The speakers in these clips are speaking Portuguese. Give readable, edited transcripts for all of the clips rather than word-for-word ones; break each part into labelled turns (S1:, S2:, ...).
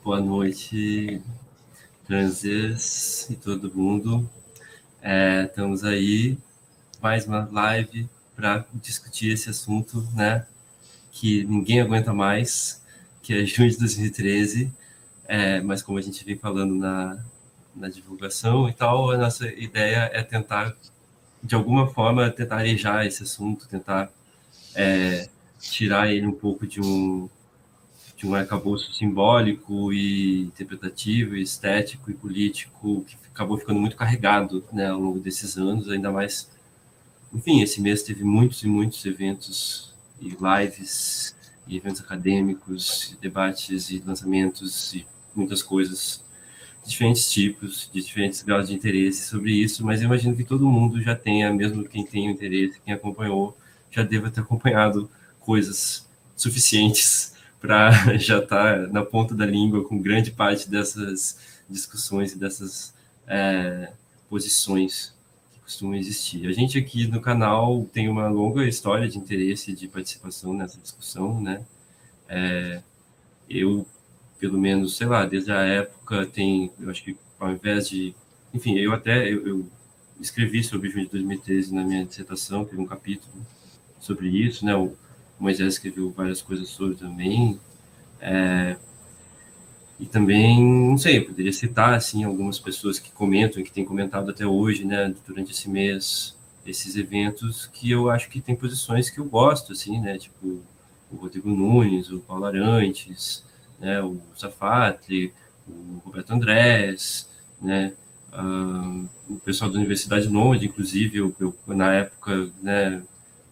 S1: Boa noite, Transes e todo mundo. Estamos aí, mais uma live para discutir esse assunto, né? Que ninguém aguenta mais, que é junho de 2013. Mas como a gente vem falando na divulgação e tal, a nossa ideia é tentar, de alguma forma, tentar arejar esse assunto, tentar tirar ele um pouco de um arcabouço simbólico e interpretativo, e estético e político que acabou ficando muito carregado, né, ao longo desses anos, ainda mais. Enfim, esse mês teve muitos e muitos eventos e lives e eventos acadêmicos, e debates e lançamentos e muitas coisas de diferentes tipos, de diferentes graus de interesse sobre isso, mas eu imagino que todo mundo já tenha, mesmo quem tem o interesse, quem acompanhou, já deva ter acompanhado coisas suficientes para já estar na ponta da língua com grande parte dessas discussões e dessas posições que costumam existir. A gente aqui no canal tem uma longa história de interesse e de participação nessa discussão, né? Eu, pelo menos, sei lá, desde a época eu acho que ao invés de... Enfim, eu escrevi sobre junho de 2013 na minha dissertação, teve um capítulo sobre isso, né? O Moisés escreveu várias coisas sobre também. E também, não sei, eu poderia citar, assim, algumas pessoas que comentam, que têm comentado até hoje, né, durante esse mês, esses eventos, que eu acho que tem posições que eu gosto, assim, né, tipo o Rodrigo Nunes, o Paulo Arantes, né, o Safatli, o Roberto Andrés, né, o pessoal da Universidade Nômade, inclusive, eu na época, né,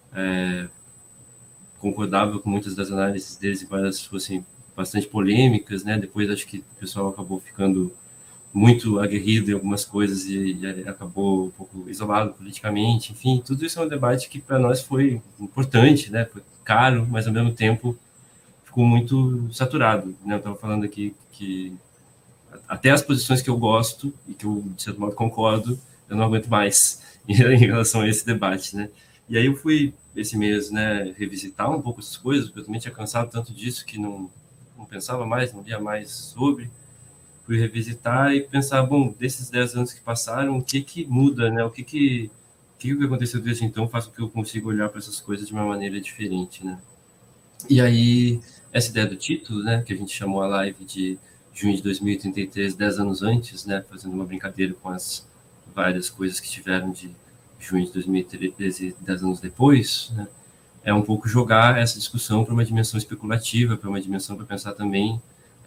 S1: concordava com muitas das análises deles, embora elas fossem bastante polêmicas, né? Depois acho que o pessoal acabou ficando muito aguerrido em algumas coisas e acabou um pouco isolado politicamente. Enfim, tudo isso é um debate que para nós foi importante, né? Foi caro, mas ao mesmo tempo ficou muito saturado, né? Eu estava falando aqui que até as posições que eu gosto e que eu, de certo modo, concordo, eu não aguento mais em relação a esse debate, né? E aí eu fui, esse mês, né, revisitar um pouco essas coisas, porque eu também tinha cansado tanto disso que não pensava mais, não lia mais sobre. Fui revisitar e pensar, bom, desses 10 anos que passaram, o que que muda, né? O que aconteceu desde então faz com que eu consiga olhar para essas coisas de uma maneira diferente, né? E aí, essa ideia do título, né, que a gente chamou a live de junho de 2033, 10 anos antes, né, fazendo uma brincadeira com as várias coisas que tiveram de junho de 2013, 10 anos depois, né, é um pouco jogar essa discussão para uma dimensão especulativa, para uma dimensão para pensar também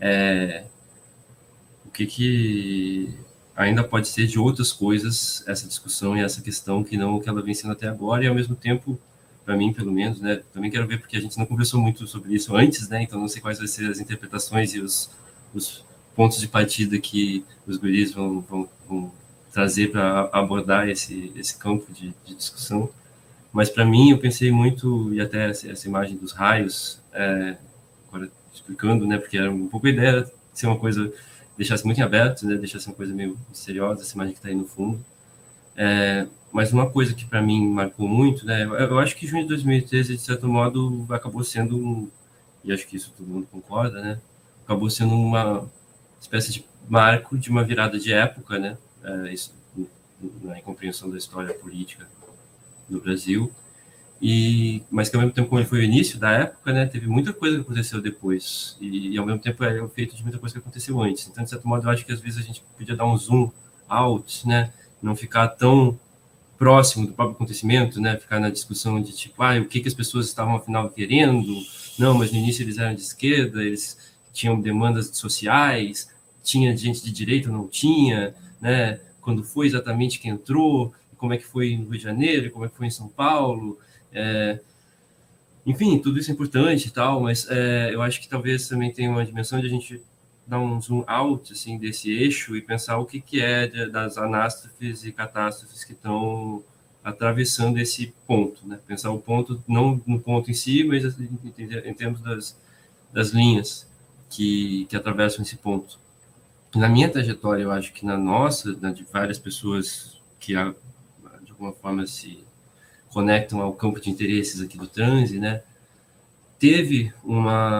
S1: o que ainda pode ser de outras coisas essa discussão e essa questão que não o que ela vem sendo até agora, e ao mesmo tempo, para mim, pelo menos, né, também quero ver, porque a gente não conversou muito sobre isso antes, né, então não sei quais vão ser as interpretações e os pontos de partida que os guris vão trazer para abordar esse campo de discussão. Mas para mim, eu pensei muito, e até essa imagem dos raios, agora explicando, né, porque era um pouco a ideia de ser uma coisa, deixasse muito em aberto, né, deixasse uma coisa meio misteriosa, essa imagem que está aí no fundo. Mas uma coisa que para mim marcou muito, né, eu acho que junho de 2013, de certo modo, acabou sendo e acho que isso todo mundo concorda, né, acabou sendo uma espécie de marco de uma virada de época, né, isso na compreensão da história política do Brasil. Mas que ao mesmo tempo, como ele foi o início da época, né, teve muita coisa que aconteceu depois, e ao mesmo tempo é o feito de muita coisa que aconteceu antes. Então, de certo modo, eu acho que às vezes a gente podia dar um zoom out, né, não ficar tão próximo do próprio acontecimento, né, ficar na discussão de tipo, o que as pessoas estavam afinal querendo, não, mas no início eles eram de esquerda, eles tinham demandas sociais, tinha gente de direita ou não tinha, né, quando foi exatamente que entrou, como é que foi no Rio de Janeiro, como é que foi em São Paulo, enfim, tudo isso é importante e tal, mas eu acho que talvez também tenha uma dimensão de a gente dar um zoom out assim, desse eixo e pensar o que é das anástrofes e catástrofes que estão atravessando esse ponto, né? Pensar o ponto, não no ponto em si, mas em termos das linhas que atravessam esse ponto. Na minha trajetória, eu acho que na nossa, de várias pessoas que de alguma forma se conectam ao campo de interesses aqui do transe, né? Teve uma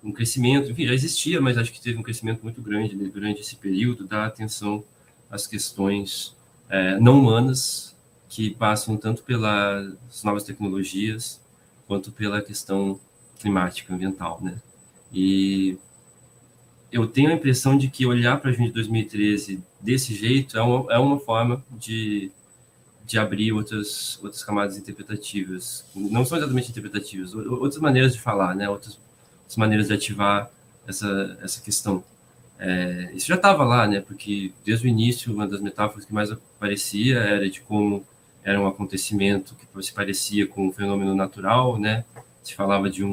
S1: um crescimento, enfim, já existia, mas acho que teve um crescimento muito grande durante esse período da atenção às questões não humanas, que passam tanto pelas novas tecnologias quanto pela questão climática, ambiental, né? E eu tenho a impressão de que olhar para junho de 2013 desse jeito é uma forma de abrir outras camadas interpretativas. Não são exatamente interpretativas, outras maneiras de falar, né? Outras maneiras de ativar essa questão. Isso já estava lá, né? Porque desde o início, uma das metáforas que mais aparecia era de como era um acontecimento que se parecia com um fenômeno natural, né? Se falava de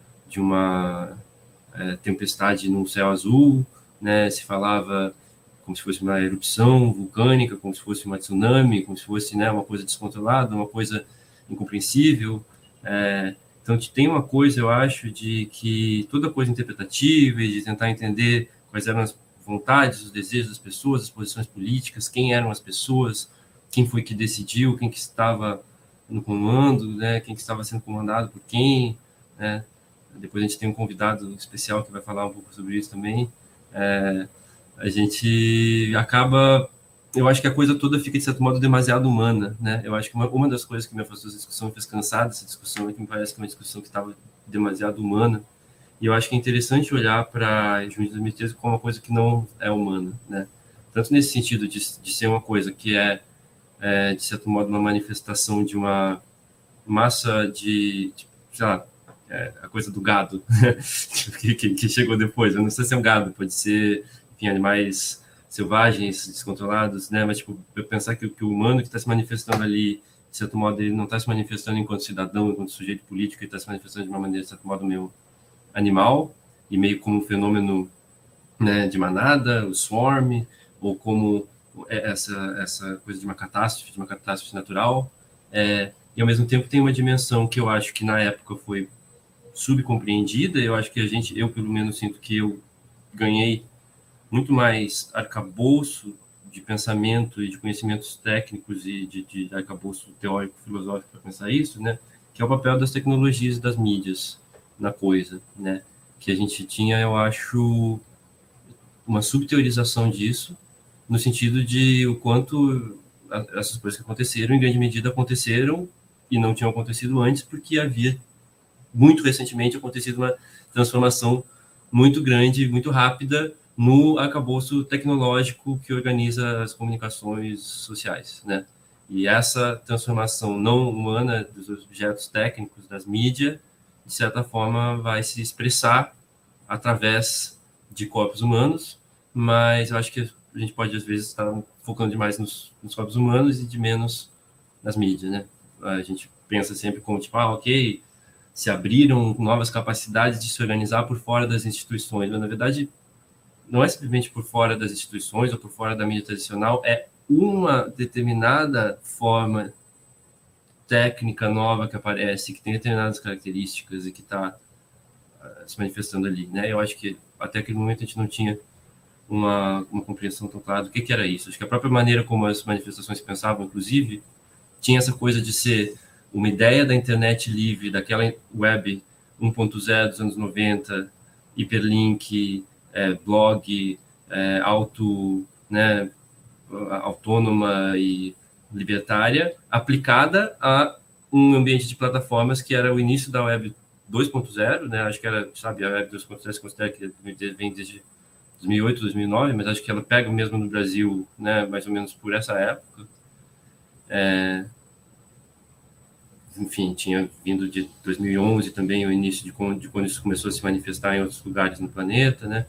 S1: uma tempestade num céu azul, né? Se falava como se fosse uma erupção vulcânica, como se fosse uma tsunami, como se fosse, né, uma coisa descontrolada, uma coisa incompreensível. Então, tem uma coisa, eu acho, de que toda coisa interpretativa e de tentar entender quais eram as vontades, os desejos das pessoas, as posições políticas, quem eram as pessoas, quem foi que decidiu, quem que estava no comando, né, quem que estava sendo comandado por quem, né? Depois a gente tem um convidado especial que vai falar um pouco sobre isso também. A gente acaba... Eu acho que a coisa toda fica, de certo modo, demasiado humana, né? Eu acho que uma das coisas que me afastou dessa discussão, me fez cansar dessa discussão, é que me parece que é uma discussão que estava demasiado humana. E eu acho que é interessante olhar para junho de 2013 como uma coisa que não é humana, né? Tanto nesse sentido de ser uma coisa que de certo modo, uma manifestação de uma massa sei lá, a coisa do gado, que chegou depois. Eu não sei se é um gado, pode ser, enfim, animais selvagens, descontrolados, né? Mas, tipo, eu pensar que o humano que está se manifestando ali, de certo modo, ele não está se manifestando enquanto cidadão, enquanto sujeito político, ele está se manifestando de uma maneira, de certo modo, meio animal, e meio como um fenômeno, né, de manada, o swarm, ou como essa coisa de uma catástrofe natural, e ao mesmo tempo tem uma dimensão que eu acho que na época foi subcompreendida. Eu acho que eu pelo menos sinto que eu ganhei muito mais arcabouço de pensamento e de conhecimentos técnicos e de arcabouço teórico, filosófico para pensar isso, né? Que é o papel das tecnologias e das mídias na coisa, né? Que a gente tinha, eu acho, uma subteorização disso, no sentido de o quanto essas coisas que aconteceram, em grande medida, aconteceram e não tinham acontecido antes, porque havia, muito recentemente, acontecido uma transformação muito grande, muito rápida, no arcabouço tecnológico que organiza as comunicações sociais, né? E essa transformação não humana dos objetos técnicos, das mídias, de certa forma, vai se expressar através de corpos humanos, mas eu acho que a gente pode, às vezes, estar focando demais nos corpos humanos e de menos nas mídias, né? A gente pensa sempre como, tipo, ok, se abriram novas capacidades de se organizar por fora das instituições, mas, na verdade, não é simplesmente por fora das instituições ou por fora da mídia tradicional, é uma determinada forma técnica nova que aparece, que tem determinadas características e que está se manifestando ali, né? Eu acho que até aquele momento a gente não tinha uma compreensão tão clara do que era isso. Acho que a própria maneira como as manifestações se pensavam, inclusive, tinha essa coisa de ser uma ideia da internet livre, daquela web 1.0 dos anos 90, hiperlink, blog, né, autônoma e libertária, aplicada a um ambiente de plataformas que era o início da web 2.0, né? Acho que era, sabe, a web 2.0 se considera que vem desde 2008, 2009, mas acho que ela pega mesmo no Brasil, né, mais ou menos por essa época. Enfim, tinha vindo de 2011 também, o início de quando isso começou a se manifestar em outros lugares no planeta, né?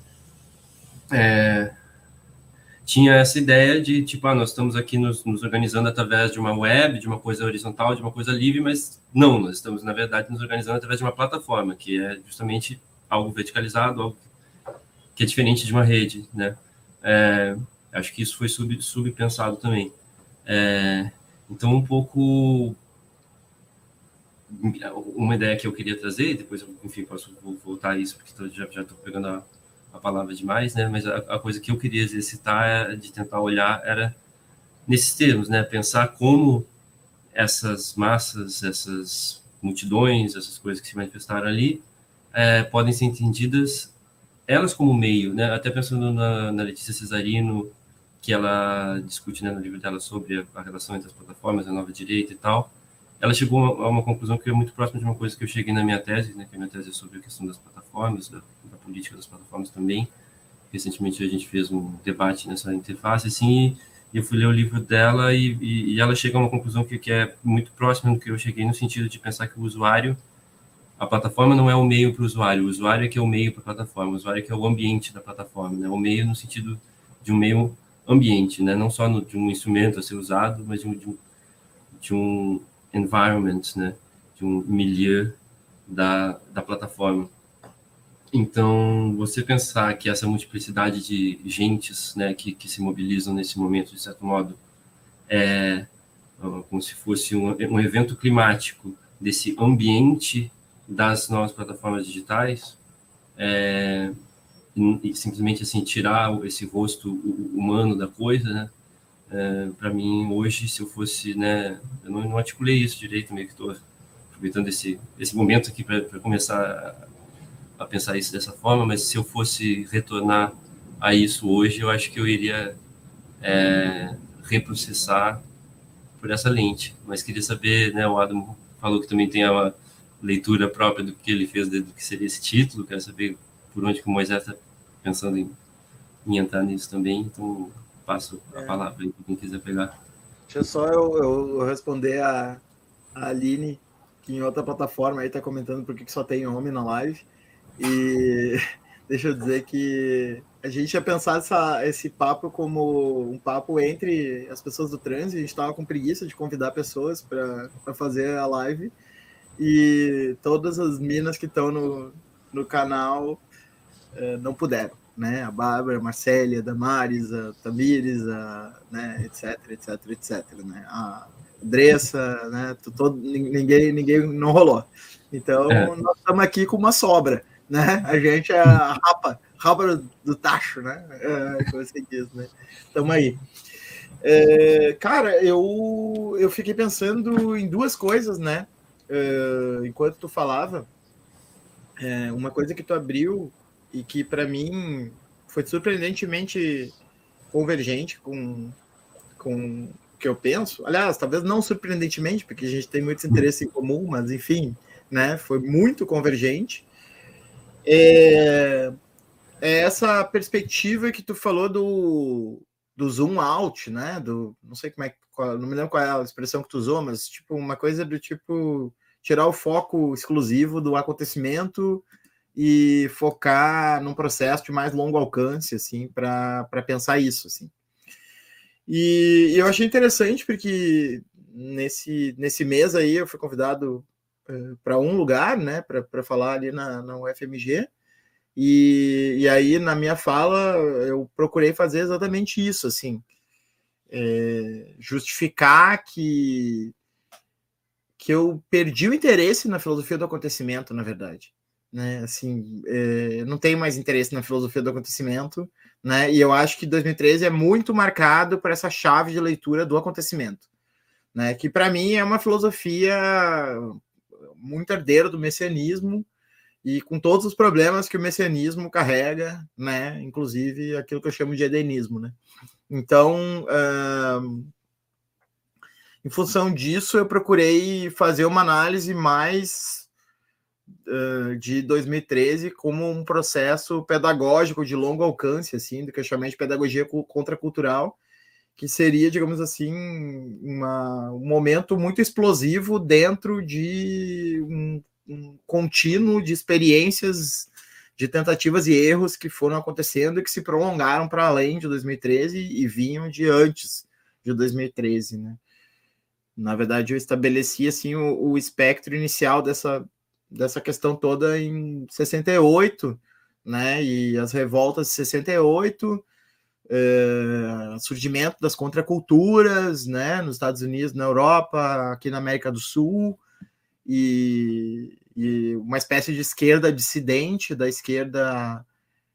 S1: Tinha essa ideia de, tipo, nós estamos aqui nos organizando através de uma web, de uma coisa horizontal, de uma coisa livre, mas não, nós estamos, na verdade, nos organizando através de uma plataforma, que é justamente algo verticalizado, algo que é diferente de uma rede, né? Acho que isso foi subpensado também. Então, um pouco uma ideia que eu queria trazer, depois, enfim, posso voltar a isso, porque já estou pegando a palavra demais, né? Mas a coisa que eu queria exercitar, de tentar olhar, era nesses termos, né? Pensar como essas massas, essas multidões, essas coisas que se manifestaram ali, podem ser entendidas elas como meio, né? Até pensando na Letícia Cesarino, que ela discute, né, no livro dela sobre a relação entre as plataformas, a nova direita e tal. Ela chegou a uma conclusão que é muito próxima de uma coisa que eu cheguei na minha tese, né, que a minha tese é sobre a questão das plataformas, da política das plataformas também. Recentemente a gente fez um debate nessa interface, assim, e eu fui ler o livro dela e ela chega a uma conclusão que é muito próxima do que eu cheguei, no sentido de pensar que o usuário, a plataforma não é o meio para o usuário é que é o meio para a plataforma, o usuário é que é o ambiente da plataforma, né? O meio no sentido de um meio ambiente, né? Não só de um instrumento a ser usado, mas de um environment, né? De um milieu da plataforma. Então, você pensar que essa multiplicidade de gentes, né, que se mobilizam nesse momento, de certo modo, é como se fosse um evento climático desse ambiente das novas plataformas digitais, e simplesmente assim tirar esse rosto humano da coisa, né? Para mim hoje, se eu fosse, né, eu não articulei isso direito, meio que estou aproveitando esse momento aqui para começar a pensar isso dessa forma, mas se eu fosse retornar a isso hoje, eu acho que eu iria reprocessar por essa lente. Mas queria saber, né, o Adam falou que também tem uma leitura própria do que ele fez, do que seria esse título, quero saber por onde que o Moisés está pensando em entrar nisso também, então passo a palavra aí para quem quiser pegar.
S2: Deixa só eu responder a Aline, que em outra plataforma aí está comentando por que só tem homem na live. E deixa eu dizer que a gente ia pensar esse papo como um papo entre as pessoas do trânsito. A gente estava com preguiça de convidar pessoas para fazer a live. E todas as minas que estão no canal não puderam, né? A Bárbara, a Marcélia, a Damares, a Tamires, né? etc, etc, etc, né? A Andressa, né? Ninguém não rolou. Então, nós estamos aqui com uma sobra, né? A gente é a rapa do tacho, né? Como você diz, né? Estamos aí. Cara, eu fiquei pensando em duas coisas, né? Enquanto tu falava, uma coisa que tu abriu e que para mim foi surpreendentemente convergente com o que eu penso. Aliás, talvez não surpreendentemente, porque a gente tem muitos interesses em comum, mas enfim, né? Foi muito convergente. É essa perspectiva que tu falou do zoom out, né? Não sei não me lembro qual é a expressão que tu usou, mas tipo uma coisa do tipo tirar o foco exclusivo do acontecimento e focar num processo de mais longo alcance, assim, para pensar isso, assim. E eu achei interessante porque nesse mês aí eu fui convidado para um lugar, né, para falar ali na UFMG. E aí, na minha fala, eu procurei fazer exatamente isso, assim, justificar que eu perdi o interesse na filosofia do acontecimento, na verdade. Né? Assim, eu não tenho mais interesse na filosofia do acontecimento, né? E eu acho que 2013 é muito marcado por essa chave de leitura do acontecimento, né? Que para mim é uma filosofia muito herdeira do messianismo, e com todos os problemas que o messianismo carrega, né? Inclusive aquilo que eu chamo de edenismo, né? Então, em função disso, eu procurei fazer uma análise mais de 2013 como um processo pedagógico de longo alcance, assim, do que eu chamei de pedagogia contracultural, que seria, digamos assim, um momento muito explosivo dentro de um contínuo de experiências, de tentativas e erros que foram acontecendo e que se prolongaram para além de 2013 e vinham de antes de 2013, né? Na verdade, eu estabeleci assim o espectro inicial dessa questão toda em 68, né? E as revoltas de 68, surgimento das contraculturas, né? Nos Estados Unidos, na Europa, aqui na América do Sul, e uma espécie de esquerda dissidente, da esquerda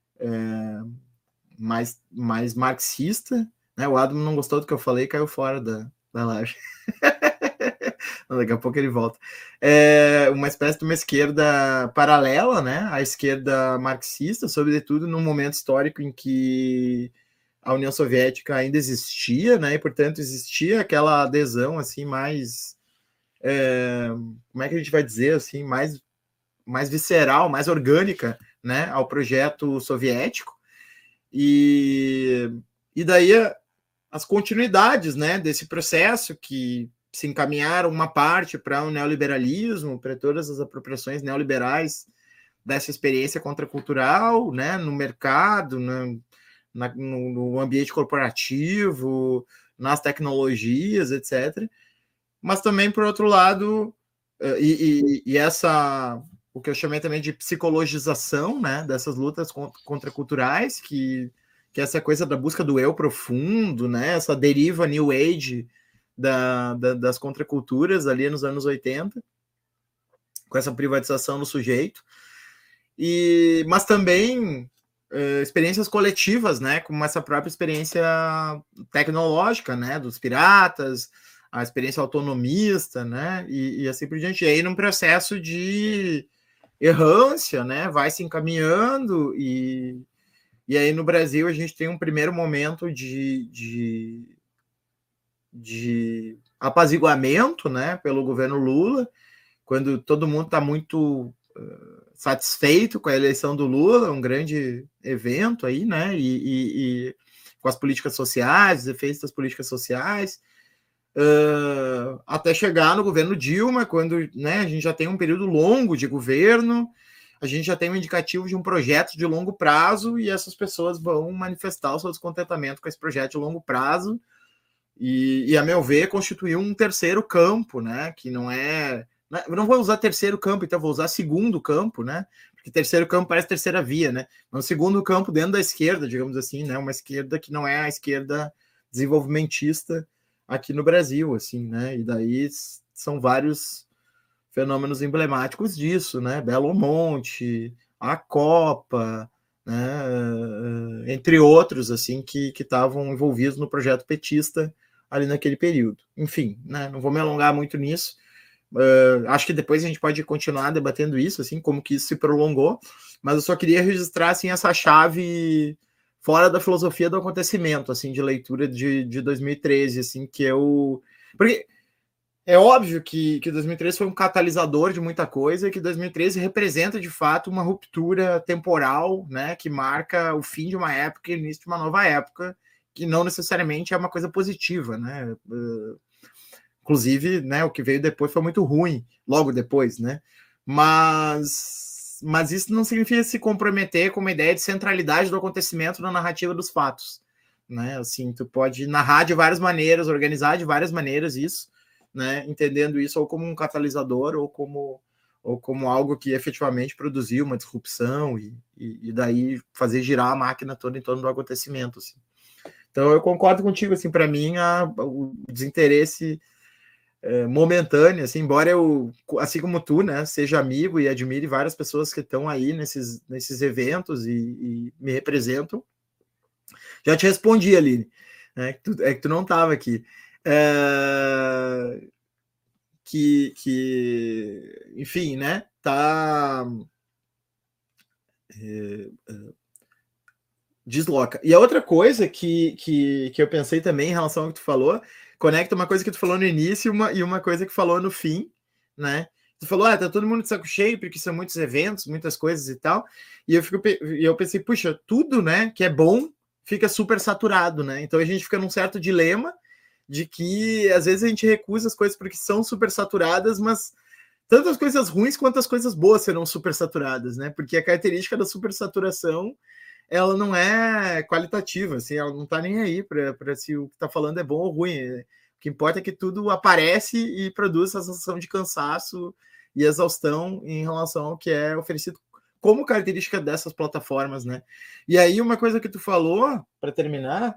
S2: mais marxista, né? O Adam não gostou do que eu falei, caiu fora da live. Daqui a pouco ele volta. Uma espécie de uma esquerda paralela, né, à esquerda marxista, sobretudo num momento histórico em que a União Soviética ainda existia, né, e portanto existia aquela adesão assim mais, como é que a gente vai dizer assim, mais visceral, mais orgânica, né, ao projeto soviético, e daí as continuidades, né, desse processo que se encaminharam uma parte para o neoliberalismo, para todas as apropriações neoliberais dessa experiência contracultural, né, no mercado, no ambiente corporativo, nas tecnologias, etc. Mas também, por outro lado, e essa, o que eu chamei também de psicologização, né, dessas lutas contraculturais, que essa coisa da busca do eu profundo, né, essa deriva New Age das contraculturas ali nos anos 80, com essa privatização do sujeito, mas também experiências coletivas, né, como essa própria experiência tecnológica, né, dos piratas, a experiência autonomista, né, e assim por diante. E aí, num processo de errância, né, vai se encaminhando, e aí no Brasil a gente tem um primeiro momento de apaziguamento, né, pelo governo Lula, quando todo mundo está muito satisfeito com a eleição do Lula, um grande evento aí, né, e com as políticas sociais, os efeitos das políticas sociais, até chegar no governo Dilma, quando, né, a gente já tem um período longo de governo, a gente já tem um indicativo de um projeto de longo prazo, e essas pessoas vão manifestar o seu descontentamento com esse projeto de longo prazo, e a meu ver, constituiu um terceiro campo, né, que não é... Eu não vou usar terceiro campo, então vou usar segundo campo, né, porque terceiro campo parece terceira via, né, mas segundo campo dentro da esquerda, digamos assim, né, uma esquerda que não é a esquerda desenvolvimentista aqui no Brasil, assim, né, e daí são vários fenômenos emblemáticos disso, né, Belo Monte, a Copa, né, entre outros, assim, que estavam envolvidos no projeto petista ali naquele período. Enfim, né, não vou me alongar muito nisso, acho que depois a gente pode continuar debatendo isso, assim, como que isso se prolongou, mas eu só queria registrar, assim, essa chave fora da filosofia do acontecimento, assim, de leitura de 2013, assim, que eu... Porque é óbvio que 2013 foi um catalisador de muita coisa, e que 2013 representa, de fato, uma ruptura temporal, né, que marca o fim de uma época e o início de uma nova época, que não necessariamente é uma coisa positiva, né? Inclusive, né, o que veio depois foi muito ruim, logo depois, né? Mas isso não significa se comprometer com uma ideia de centralidade do acontecimento na narrativa dos fatos, né? Assim, tu pode narrar de várias maneiras, organizar de várias maneiras isso, né? Entendendo isso ou como um catalisador ou como algo que efetivamente produziu uma disrupção e daí fazer girar a máquina toda em torno do acontecimento, assim. Então eu concordo contigo, assim, para mim o desinteresse momentâneo, assim, embora eu, assim como tu, né, seja amigo e admire várias pessoas que estão aí nesses eventos e me representam. Já te respondi, Aline, né, que tu não estava aqui. Enfim, né, tá... desloca. E a outra coisa que eu pensei também em relação ao que tu falou, conecta uma coisa que tu falou no início e uma coisa que falou no fim, né? Tu falou, tá todo mundo de saco cheio, porque são muitos eventos, muitas coisas e tal, e eu pensei, puxa, tudo, né, que é bom, fica super saturado, né? Então a gente fica num certo dilema de que, às vezes, a gente recusa as coisas porque são super saturadas, mas tanto as coisas ruins quanto as coisas boas serão super saturadas, né? Porque a característica da supersaturação, ela não é qualitativa, assim, ela não tá nem aí para se o que tá falando é bom ou ruim. O que importa é que tudo aparece e produz essa sensação de cansaço e exaustão em relação ao que é oferecido como característica dessas plataformas, né? E aí, uma coisa que tu falou, para terminar,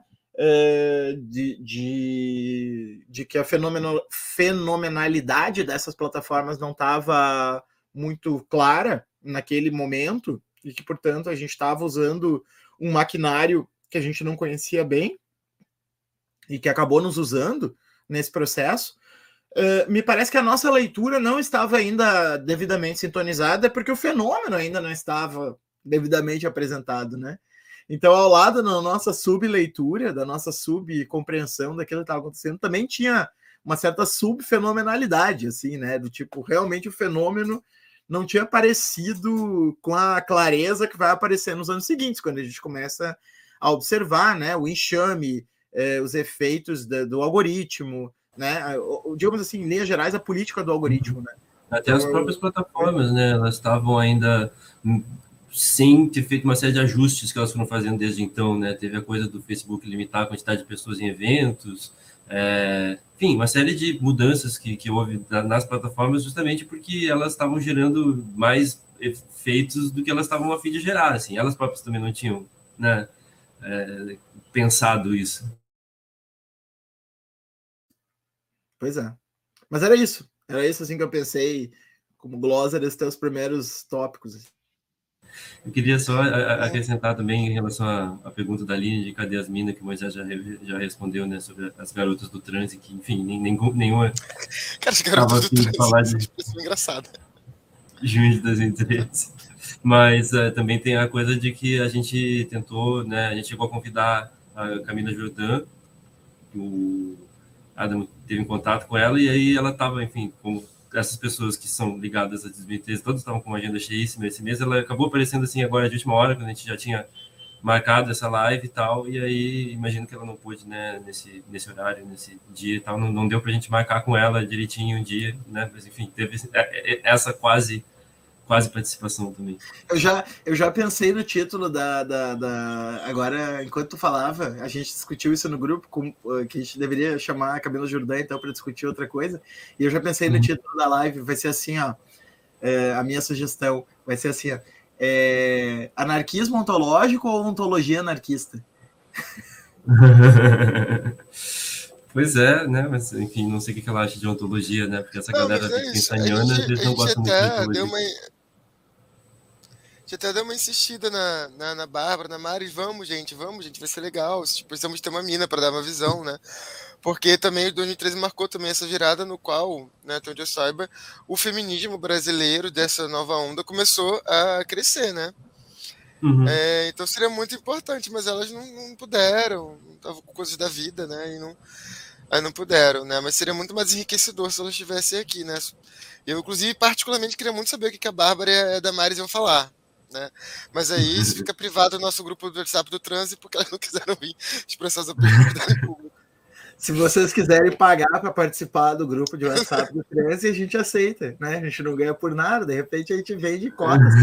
S2: de que a fenomenalidade dessas plataformas não estava muito clara naquele momento, e que, portanto, a gente estava usando um maquinário que a gente não conhecia bem e que acabou nos usando nesse processo. Me parece que a nossa leitura não estava ainda devidamente sintonizada, porque o fenômeno ainda não estava devidamente apresentado, né? Então, ao lado da nossa subleitura, da nossa subcompreensão daquilo que estava acontecendo, também tinha uma certa subfenomenalidade, assim, né? Do tipo, realmente o fenômeno não tinha aparecido com a clareza que vai aparecer nos anos seguintes, quando a gente começa a observar, né? O enxame, os efeitos do algoritmo, né? Digamos assim, em linhas gerais, a política do algoritmo, né?
S1: Até então, as próprias plataformas, né? Elas estavam ainda sem ter feito uma série de ajustes que elas foram fazendo desde então, né? Teve a coisa do Facebook limitar a quantidade de pessoas em eventos, enfim, uma série de mudanças que houve nas plataformas justamente porque elas estavam gerando mais efeitos do que elas estavam a fim de gerar, assim. Elas próprias também não tinham, né? Pensado isso.
S2: Pois é. Mas era isso assim que eu pensei como glosa desses teus primeiros tópicos.
S1: Eu queria só acrescentar também em relação à pergunta da Aline de cadê as minas, que o Moisés já respondeu, né, sobre as garotas do transe, que, enfim, nenhuma...
S3: Cara, as garotas do transe, falar de expressão engraçada.
S1: Junho de 2013. Mas também tem a coisa de que a gente tentou, né, a gente chegou a convidar a Camila Jordan, o Adam teve em contato com ela, e aí ela estava, enfim, como essas pessoas que são ligadas a 2013, todos estavam com uma agenda cheíssima esse mês, ela acabou aparecendo assim agora de última hora, quando a gente já tinha marcado essa live e tal, e aí imagino que ela não pôde, né, nesse horário, nesse dia e tal, não deu pra gente marcar com ela direitinho um dia, né, mas enfim, teve essa quase participação também.
S2: Eu já pensei no título agora, enquanto tu falava, a gente discutiu isso no grupo, que a gente deveria chamar a Camila Jordan, então, para discutir outra coisa, e eu já pensei no título da live, vai ser assim, ó, a minha sugestão vai ser assim, ó, anarquismo ontológico ou ontologia anarquista?
S1: Pois é, né? Mas, enfim, não sei o que ela acha de ontologia, né? Porque essa galera wittgensteiniana, às vezes não gosta muito de ontologia.
S3: A gente até deu uma insistida na Bárbara, na Mari, vamos, gente, vai ser legal. Precisamos ter uma mina para dar uma visão, né? Porque também 2013 marcou também essa virada no qual, né, até onde eu saiba, o feminismo brasileiro dessa nova onda começou a crescer, né?
S1: Uhum.
S3: Então seria muito importante, mas elas não puderam, estavam com coisas da vida, né? Aí não puderam, né? Mas seria muito mais enriquecedor se elas estivessem aqui, né? Eu, inclusive, particularmente queria muito saber o que a Bárbara e a Damares iam falar, né? Mas aí isso fica privado do nosso grupo do WhatsApp do Transe, porque elas não quiseram vir expressar as opiniões dela em público.
S2: Se vocês quiserem pagar para participar do grupo de WhatsApp do Transe, a gente aceita, né? A gente não ganha por nada, de repente a gente vende cotas.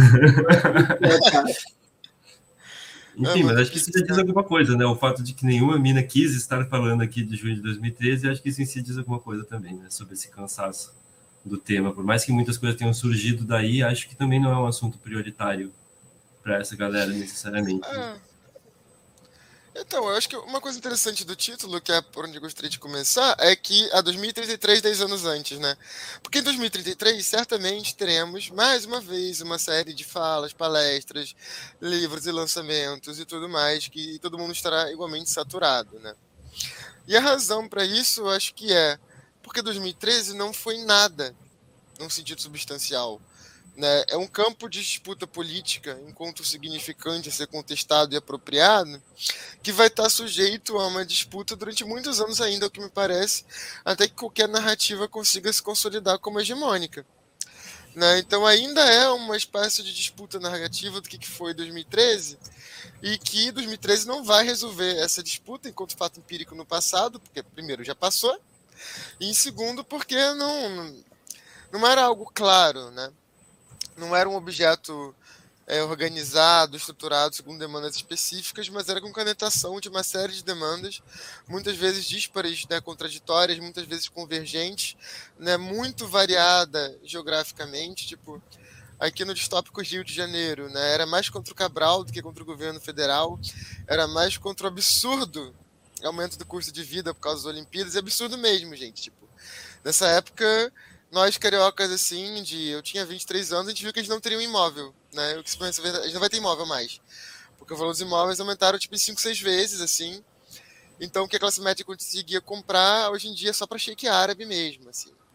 S1: Enfim, mas acho que isso já diz alguma coisa, né? O fato de que nenhuma mina quis estar falando aqui de junho de 2013, acho que isso em si diz alguma coisa também, né? Sobre esse cansaço do tema. Por mais que muitas coisas tenham surgido daí, acho que também não é um assunto prioritário para essa galera, necessariamente.
S3: Então, eu acho que uma coisa interessante do título, que é por onde eu gostaria de começar, é que a 2033, 10 anos antes, né? Porque em 2033, certamente teremos, mais uma vez, uma série de falas, palestras, livros e lançamentos e tudo mais, que todo mundo estará igualmente saturado, né? E a razão para isso, eu acho que porque 2013 não foi nada, num sentido substancial. Né? É um campo de disputa política, enquanto significante a ser contestado e apropriado, que vai estar sujeito a uma disputa durante muitos anos ainda, o que me parece, até que qualquer narrativa consiga se consolidar como hegemônica. Né? Então ainda é uma espécie de disputa narrativa do que foi 2013, e que 2013 não vai resolver essa disputa enquanto fato empírico no passado, porque primeiro já passou, e em segundo porque não era algo claro, né? Não era um objeto organizado, estruturado segundo demandas específicas, mas era com conectação de uma série de demandas, muitas vezes díspares, né, contraditórias, muitas vezes convergentes, né, muito variada geograficamente, tipo, aqui no distópico Rio de Janeiro, né, era mais contra o Cabral do que contra o governo federal, era mais contra o absurdo aumento do custo de vida por causa das Olimpíadas, é absurdo mesmo, gente, tipo, nessa época... Nós, cariocas, assim, eu tinha 23 anos, a gente viu que a gente não teria um imóvel, né? A gente não vai ter imóvel mais. Porque o valor dos imóveis aumentaram, tipo, em 5, 6 vezes, assim. Então, o que a classe média conseguia comprar, hoje em dia, é só para shake árabe mesmo, assim.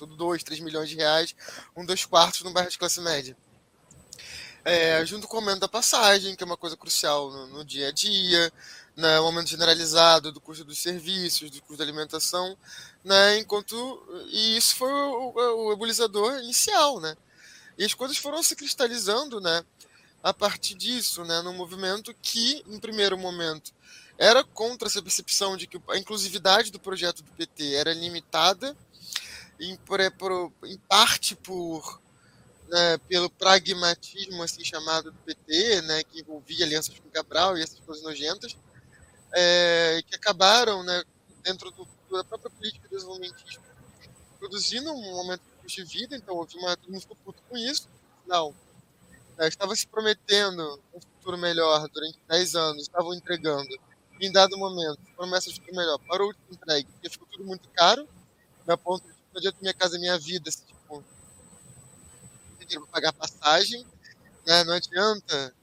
S3: tudo 2, 3 milhões de reais, 2 quartos num bairro de classe média. Junto com o aumento da passagem, que é uma coisa crucial no dia a dia, né, o aumento generalizado do custo dos serviços, do custo da alimentação, né, e isso foi o ebuliçador inicial, né? E as coisas foram se cristalizando, né, a partir disso, né, num movimento que, em primeiro momento, era contra essa percepção de que a inclusividade do projeto do PT era limitada, em parte pelo pragmatismo assim chamado do PT, né, que envolvia alianças com Cabral e essas coisas nojentas, que acabaram, né, dentro da própria política desenvolvimentista, produzindo um aumento de custo de vida. Então todo mundo ficou puto com isso. Não, estava se prometendo um futuro melhor durante 10 anos, estavam entregando, e em dado momento, promessas de futuro melhor parou de entregue, porque ficou tudo muito caro, a ponto de não adianta minha casa, minha vida, assim, tipo, para pagar passagem, né? Não adianta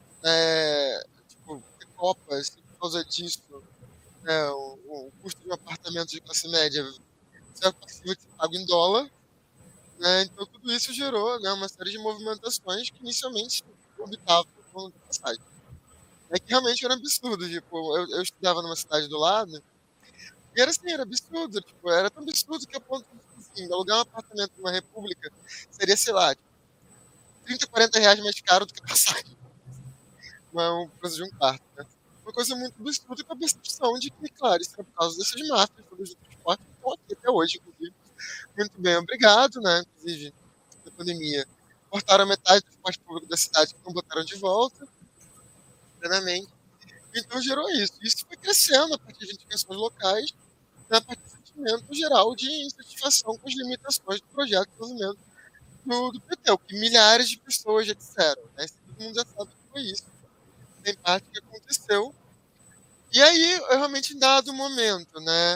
S3: ter copas por causa disso, né? O custo de um apartamento de classe média é possível ser pago em dólar, né? Então tudo isso gerou, né, uma série de movimentações que inicialmente orbitavam o plano de passagem. Que realmente era um absurdo. Tipo, eu estudava numa cidade do lado e era assim, era absurdo, tipo, era tão absurdo que a ponto de assim, alugar um apartamento numa república seria, sei lá, 30, 40 reais mais caro do que a passagem. O preço de um quarto, né? Uma coisa muito absurda, com a percepção de que, claro, isso era por causa dessas máfias, todas de transporte, que estão aqui até hoje, inclusive. Muito bem, obrigado, né? Inclusive, na pandemia, cortaram metade do transporte público da cidade, que não botaram de volta, plenamente. Então gerou isso. Isso foi crescendo a partir de indicações locais, né, a partir do sentimento geral de insatisfação com as limitações do projeto de desenvolvimento do PT, o que milhares de pessoas já disseram, né? Todo mundo já sabe que foi isso. Tem parte que aconteceu. E aí, realmente, em dado momento, né?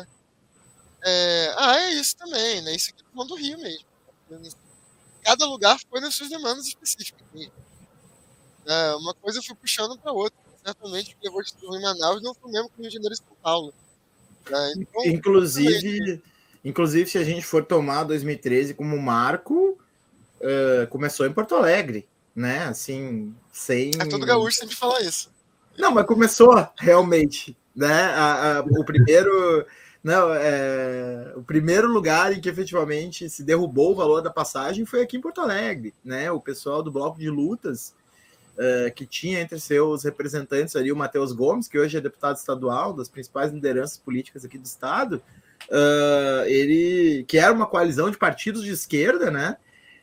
S3: É isso também, né? Isso aqui é do Rio mesmo. Cada lugar foi nas suas demandas específicas mesmo. Uma coisa foi puxando para outra. Certamente, o que levou a em Manaus não foi o mesmo que no Rio de Janeiro e São Paulo. Então,
S2: inclusive, se a gente for tomar 2013 como marco, começou em Porto Alegre, né? Assim, sem...
S3: todo gaúcho sempre fala isso.
S2: Não, mas começou realmente, né? O primeiro... Não, o primeiro lugar em que efetivamente se derrubou o valor da passagem foi aqui em Porto Alegre, né? O pessoal do Bloco de Lutas, que tinha entre seus representantes ali o Matheus Gomes, que hoje é deputado estadual, das principais lideranças políticas aqui do estado, ele, que era uma coalizão de partidos de esquerda, né?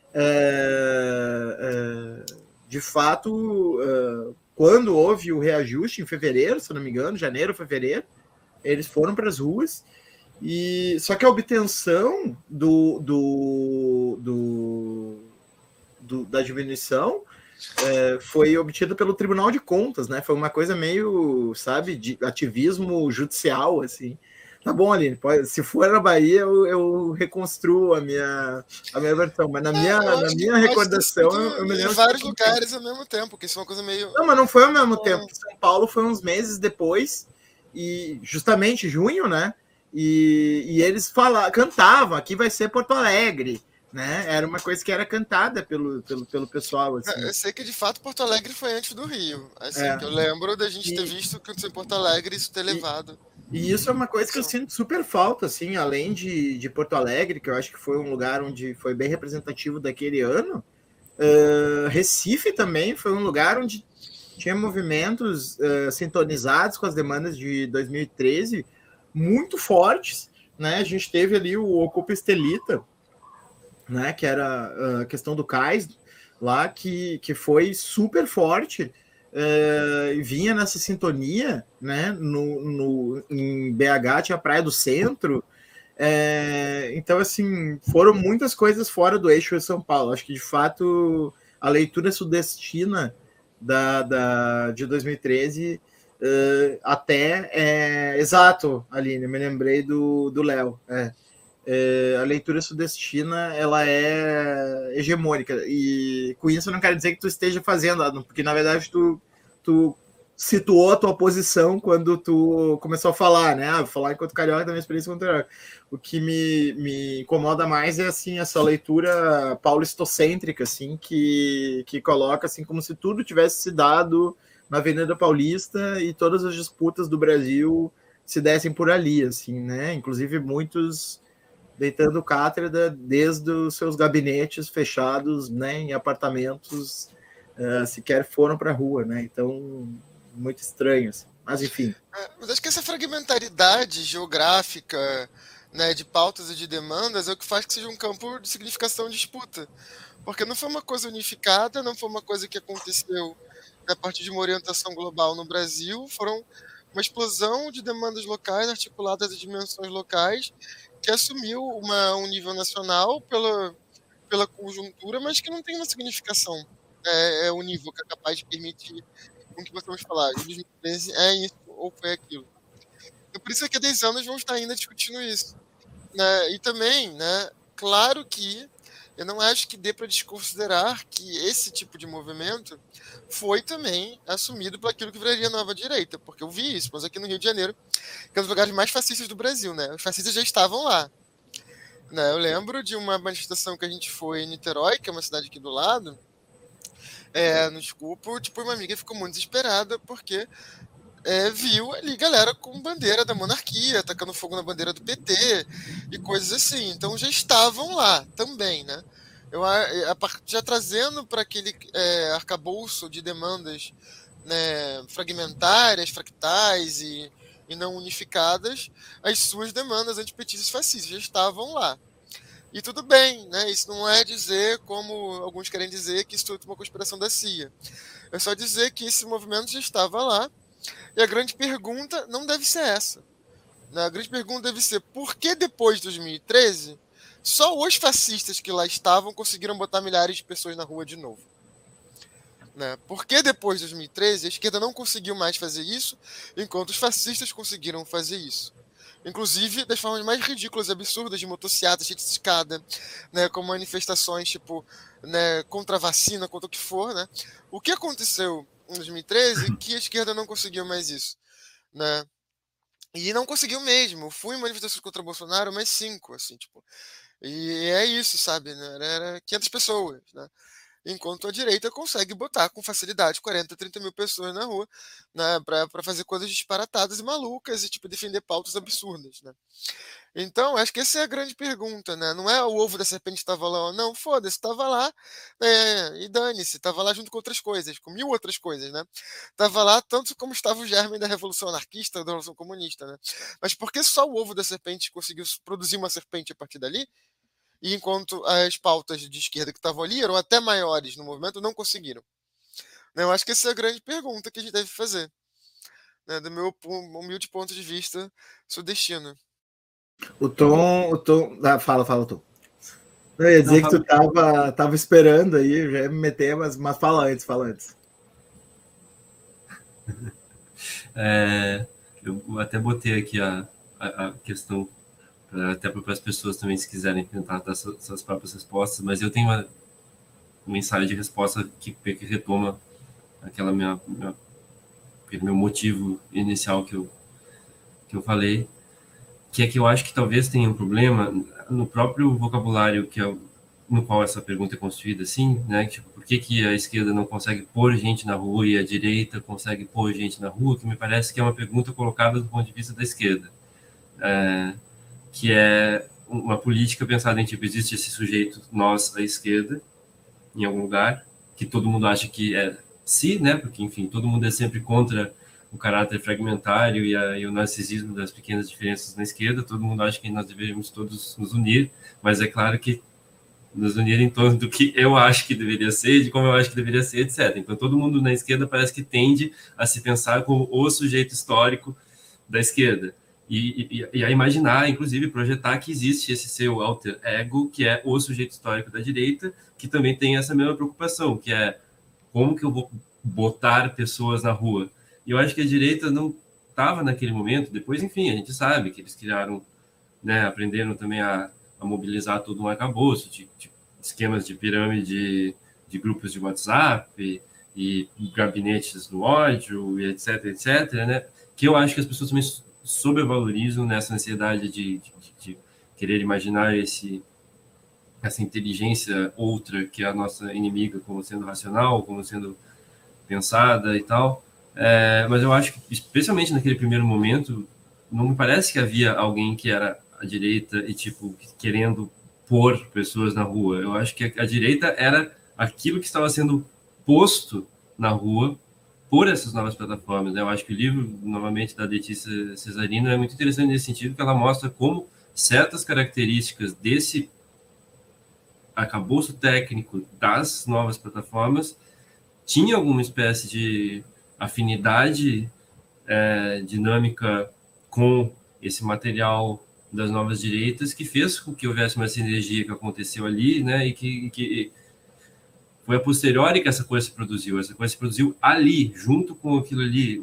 S2: De fato, quando houve o reajuste em fevereiro, se não me engano, janeiro, fevereiro, eles foram para as ruas, e só que a obtenção da diminuição foi obtida pelo Tribunal de Contas, né? Foi uma coisa meio, sabe, de ativismo judicial, assim. Tá bom, Aline, se for na Bahia, eu reconstruo a minha versão, mas na minha recordação, eu me lembro...
S3: Em vários lugares ao mesmo tempo, que isso é uma coisa meio...
S2: Não, mas não foi ao mesmo tempo. São Paulo foi uns meses depois, e justamente junho, né? E eles cantavam, aqui vai ser Porto Alegre, né? Era uma coisa que era cantada pelo pessoal. Assim.
S3: Eu sei que, de fato, Porto Alegre foi antes do Rio. Assim, que eu lembro da gente ter visto que em Porto Alegre isso ter levado.
S2: E isso é uma coisa que eu sinto super falta, assim, além de Porto Alegre, que eu acho que foi um lugar onde foi bem representativo daquele ano. Recife também foi um lugar onde tinha movimentos sintonizados com as demandas de 2013 muito fortes, né? A gente teve ali o Ocupa Estelita, né? Que era a questão do cais lá, que foi super forte, e vinha nessa sintonia, né? Em BH tinha a Praia do Centro, então, assim, foram muitas coisas fora do eixo de São Paulo. Acho que, de fato, a leitura sudestina de 2013 exato, Aline, me lembrei do Léo. A leitura sudestina, ela é hegemônica, e com isso eu não quero dizer que tu esteja fazendo, porque na verdade tu situou a tua posição quando tu começou a falar, né? Falar enquanto carioca da minha experiência enquanto carioca. O que me incomoda mais é assim essa leitura paulistocêntrica, assim, que coloca assim como se tudo tivesse se dado na Avenida Paulista e todas as disputas do Brasil se dessem por ali, assim, né? Inclusive muitos deitando cátedra desde os seus gabinetes fechados, né, em apartamentos, sequer foram para a rua, né? Então, muito estranho, assim. Mas enfim.
S3: Mas acho que essa fragmentaridade geográfica, né, de pautas e de demandas é o que faz que seja um campo de significação de disputa. Porque não foi uma coisa unificada, não foi uma coisa que aconteceu a partir de uma orientação global no Brasil, foram uma explosão de demandas locais articuladas em dimensões locais que assumiu um nível nacional pela conjuntura, mas que não tem uma significação unívoca capaz de permitir com que possamos falar. Em 2013 é isso ou foi aquilo. Então, por isso é que há 10 anos vamos estar ainda discutindo isso. Né? E também, né, claro que eu não acho que dê para desconsiderar que esse tipo de movimento foi também assumido por aquilo que viraria a nova direita, porque eu vi isso, mas aqui no Rio de Janeiro, que é um dos lugares mais fascistas do Brasil, né? Os fascistas já estavam lá. Né? Eu lembro de uma manifestação que a gente foi em Niterói, que é uma cidade aqui do lado, no Desculpa, tipo, uma amiga ficou muito desesperada porque viu ali galera com bandeira da monarquia, tacando fogo na bandeira do PT e coisas assim. Então já estavam lá também, né? Já trazendo para aquele arcabouço de demandas, né, fragmentárias, fractais e não unificadas, as suas demandas antipetistas fascistas já estavam lá. E tudo bem, né? Isso não é dizer, como alguns querem dizer, que isso é uma conspiração da CIA. É só dizer que esse movimento já estava lá. E a grande pergunta não deve ser essa. Né? A grande pergunta deve ser por que depois de 2013 só os fascistas que lá estavam conseguiram botar milhares de pessoas na rua de novo? Né? Por que depois de 2013 a esquerda não conseguiu mais fazer isso, enquanto os fascistas conseguiram fazer isso? Inclusive das formas mais ridículas e absurdas de motociata, gente de escada, né, com manifestações tipo, né, contra a vacina, contra o que for, né? O que aconteceu em 2013 que a esquerda não conseguiu mais isso, né? E não conseguiu mesmo. Fui em manifestações contra Bolsonaro, mais 5, assim, tipo. E é isso, sabe? Né? Era 500 pessoas, né? Enquanto a direita consegue botar com facilidade 40, 30 mil pessoas na rua, né, para fazer coisas disparatadas e malucas e tipo defender pautas absurdas, né? Então, acho que essa é a grande pergunta, né? Não é o ovo da serpente estava lá ou não, foda-se, estava lá, e dane-se, estava lá junto com outras coisas, com 1000 outras coisas, né? Estava lá tanto como estava o germe da Revolução Anarquista, da Revolução Comunista, né? Mas por que só o ovo da serpente conseguiu produzir uma serpente a partir dali? E enquanto as pautas de esquerda que estavam ali eram até maiores no movimento, não conseguiram. Eu acho que essa é a grande pergunta que a gente deve fazer, né, do meu humilde ponto de vista sudestino.
S2: O Tom. Fala, Tom. Eu ia dizer que tu tava esperando aí, eu já ia me meter, mas fala antes.
S1: Eu até botei aqui a questão até para as pessoas também, se quiserem tentar dar suas próprias respostas, mas eu tenho um ensaio de resposta que retoma aquele meu motivo inicial que eu falei, que é que eu acho que talvez tenha um problema no próprio vocabulário no qual essa pergunta é construída, assim, né? Tipo, por que a esquerda não consegue pôr gente na rua e a direita consegue pôr gente na rua? Que me parece que é uma pergunta colocada do ponto de vista da esquerda. Que é uma política pensada em, tipo, existe esse sujeito, nós, a esquerda, em algum lugar, que todo mundo acha que é né? Porque, enfim, todo mundo é sempre contra o caráter fragmentário e o narcisismo das pequenas diferenças na esquerda, todo mundo acha que nós deveríamos todos nos unir, mas é claro que nos unir em torno do que eu acho que deveria ser, de como eu acho que deveria ser, etc. Então, todo mundo na esquerda parece que tende a se pensar como o sujeito histórico da esquerda. E a imaginar, inclusive, projetar que existe esse seu alter ego, que é o sujeito histórico da direita, que também tem essa mesma preocupação, que é como que eu vou botar pessoas na rua? E eu acho que a direita não estava naquele momento, depois, enfim, a gente sabe que eles criaram, né, aprenderam também a mobilizar todo um arcabouço de esquemas de pirâmide de grupos de WhatsApp e gabinetes do ódio, e etc, etc, né? Que eu acho que as pessoas também sobrevalorizam nessa ansiedade de querer imaginar essa inteligência outra que é a nossa inimiga como sendo racional, como sendo pensada e tal. Mas eu acho que, especialmente naquele primeiro momento, não me parece que havia alguém que era à direita e, tipo, querendo pôr pessoas na rua. Eu acho que a direita era aquilo que estava sendo posto na rua por essas novas plataformas, né? Eu acho que o livro, novamente, da Letícia Cesarino é muito interessante nesse sentido, que ela mostra como certas características desse arcabouço técnico das novas plataformas tinha alguma espécie de afinidade dinâmica com esse material das novas direitas, que fez com que houvesse uma sinergia que aconteceu ali, né, e que foi a posteriori que essa coisa se produziu. Essa coisa se produziu ali, junto com aquilo ali,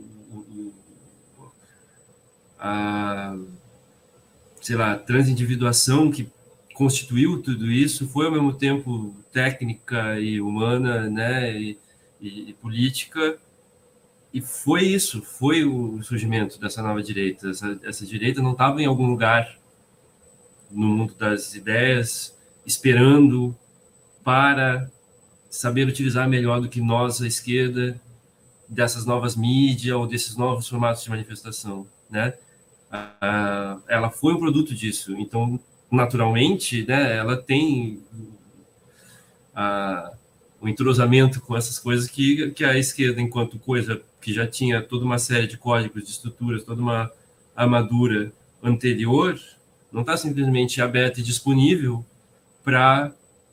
S1: sei lá, a transindividuação que constituiu tudo isso foi ao mesmo tempo técnica e humana, né, e política, e foi isso, foi o surgimento dessa nova direita. Essa direita não estava em algum lugar no mundo das ideias esperando para saber utilizar melhor do que nós, a esquerda, dessas novas mídias ou desses novos formatos de manifestação, né? Ela foi um produto disso, então naturalmente, né, ela tem o entrosamento com essas coisas que a esquerda, enquanto coisa que já tinha toda uma série de códigos, de estruturas, toda uma armadura anterior, não está simplesmente aberta e disponível para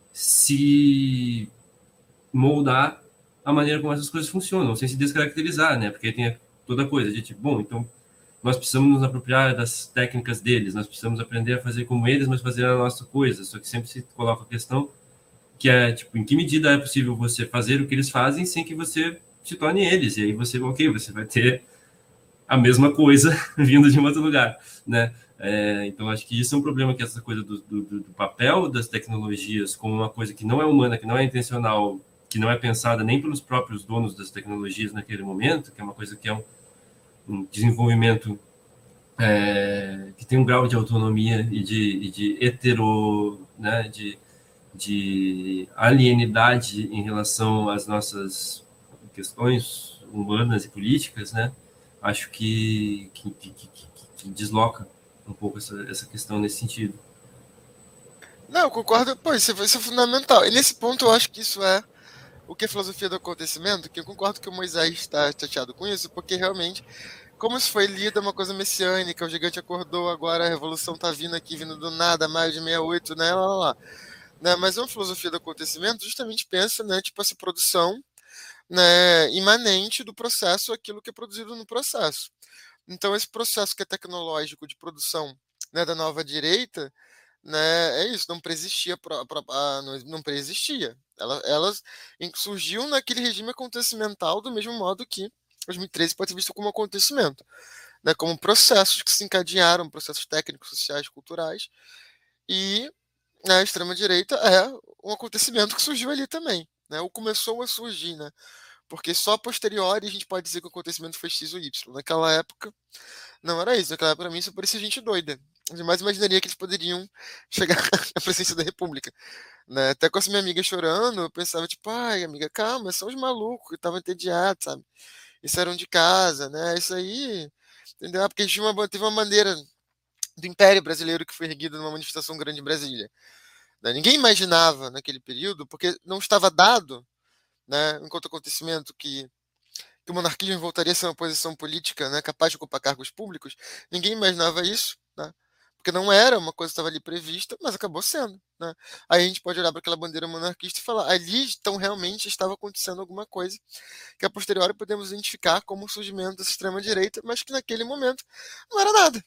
S1: se moldar a maneira como essas coisas funcionam, sem se descaracterizar, né? Porque tem toda coisa de tipo, bom, então nós precisamos nos apropriar das técnicas deles, nós precisamos aprender a fazer como eles, mas fazer a nossa coisa. Só que sempre se coloca a questão que é, tipo, em que medida é possível você fazer o que eles fazem sem que você se torne eles? E aí você, ok, você vai ter a mesma coisa vindo de um outro lugar, né? Então, acho que isso é um problema, que essa coisa do papel das tecnologias como uma coisa que não é humana, que não é intencional, que não é pensada nem pelos próprios donos das tecnologias naquele momento, que é uma coisa que é um desenvolvimento que tem um grau de autonomia e de né, de alienidade em relação às nossas questões humanas e políticas, né? Acho que desloca um pouco essa questão nesse sentido.
S3: Não, eu concordo, pô, isso é fundamental. E nesse ponto eu acho que isso é o que é filosofia do acontecimento, que eu concordo que o Moisés está chateado com isso, porque realmente, como isso foi lido, é uma coisa messiânica, o gigante acordou, agora a revolução tá vindo aqui, vindo do nada, maio de 68, né, lá. Né, mas uma filosofia do acontecimento justamente pensa, né, tipo, essa produção, né, imanente do processo, aquilo que é produzido no processo. Então, esse processo que é tecnológico de produção, né, da nova direita, né, é isso, não preexistia, não preexistia. Ela surgiu naquele regime acontecimental do mesmo modo que 2013 pode ser visto como acontecimento, né, como processos que se encadearam, processos técnicos, sociais, culturais, e a extrema-direita é um acontecimento que surgiu ali também, né, ou começou a surgir, né, porque só a posteriori a gente pode dizer que o acontecimento foi X ou Y. Naquela época, não era isso. Naquela época, para mim, isso parecia gente doida. Eu jamais imaginaria que eles poderiam chegar à presidência da República. Né? Até com essa minha amiga chorando, eu pensava, tipo, ai, amiga, calma, são os malucos que estavam entediados, sabe? Eles saíram de casa, né? Isso aí, entendeu? Porque teve uma bandeira do Império Brasileiro que foi erguida numa manifestação grande em Brasília. Né? Ninguém imaginava naquele período, porque não estava dado, né, enquanto acontecimento, que o monarquismo voltaria a ser uma posição política, né, capaz de ocupar cargos públicos. Ninguém imaginava isso, né, porque não era uma coisa que estava ali prevista, mas acabou sendo. Né. Aí a gente pode olhar para aquela bandeira monarquista e falar, ali então realmente estava acontecendo alguma coisa que a posteriori podemos identificar como o surgimento da extrema-direita, mas que naquele momento não era nada.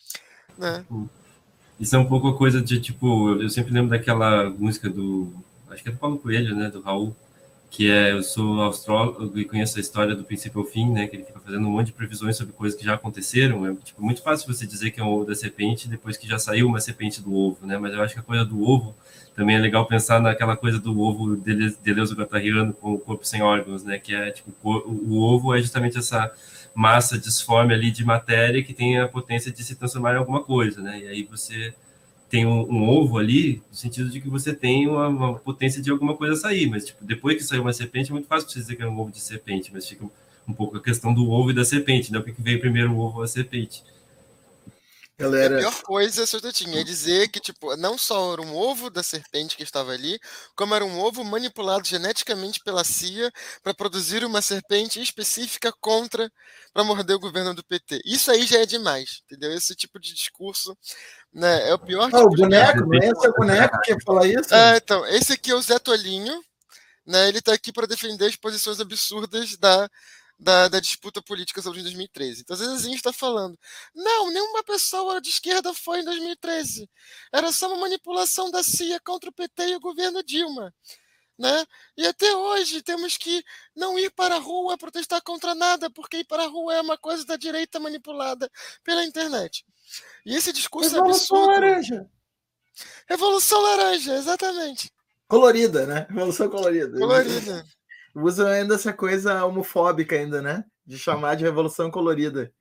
S3: Né.
S1: Isso é um pouco a coisa de, tipo, eu sempre lembro daquela música acho que é do Paulo Coelho, né, do Raul, que é Eu Sou Astrólogo e Conheço a História do Princípio ao Fim, né, que ele fica fazendo um monte de previsões sobre coisas que já aconteceram. É tipo, muito fácil você dizer que é um ovo da serpente depois que já saiu uma serpente do ovo, né, mas eu acho que a coisa do ovo também é legal pensar naquela coisa do ovo Deleuze guattariano com o corpo sem órgãos, né? Que é tipo, o ovo é justamente essa massa disforme ali de matéria que tem a potência de se transformar em alguma coisa, né? E aí você tem um ovo ali, no sentido de que você tem uma potência de alguma coisa sair, mas tipo, depois que saiu uma serpente, é muito fácil você dizer que é um ovo de serpente, mas fica um pouco a questão do ovo e da serpente, né? O que veio primeiro, o ovo ou a serpente?
S2: Galera...
S3: A pior coisa, só eu tinha, é dizer que, tipo, não só era um ovo da serpente que estava ali, como era um ovo manipulado geneticamente pela CIA para produzir uma serpente específica para morder o governo do PT. Isso aí já é demais, entendeu? Esse tipo de discurso, né, é o pior tipo
S2: o boneco, não é esse o boneco que ia falar isso?
S3: Então, esse aqui é o Zé Tolinho, né, ele está aqui para defender as posições absurdas da disputa política sobre 2013. Então, às vezes a gente está falando, não, nenhuma pessoa de esquerda foi em 2013. Era só uma manipulação da CIA contra o PT e o governo Dilma. Né? E até hoje temos que não ir para a rua protestar contra nada, porque ir para a rua é uma coisa da direita manipulada pela internet. E esse discurso é absurdo.
S2: Laranja.
S3: Revolução Laranja, exatamente.
S2: Colorida, né? Revolução colorida.
S3: Colorida.
S2: Usam ainda essa coisa homofóbica ainda, né? De chamar de revolução colorida.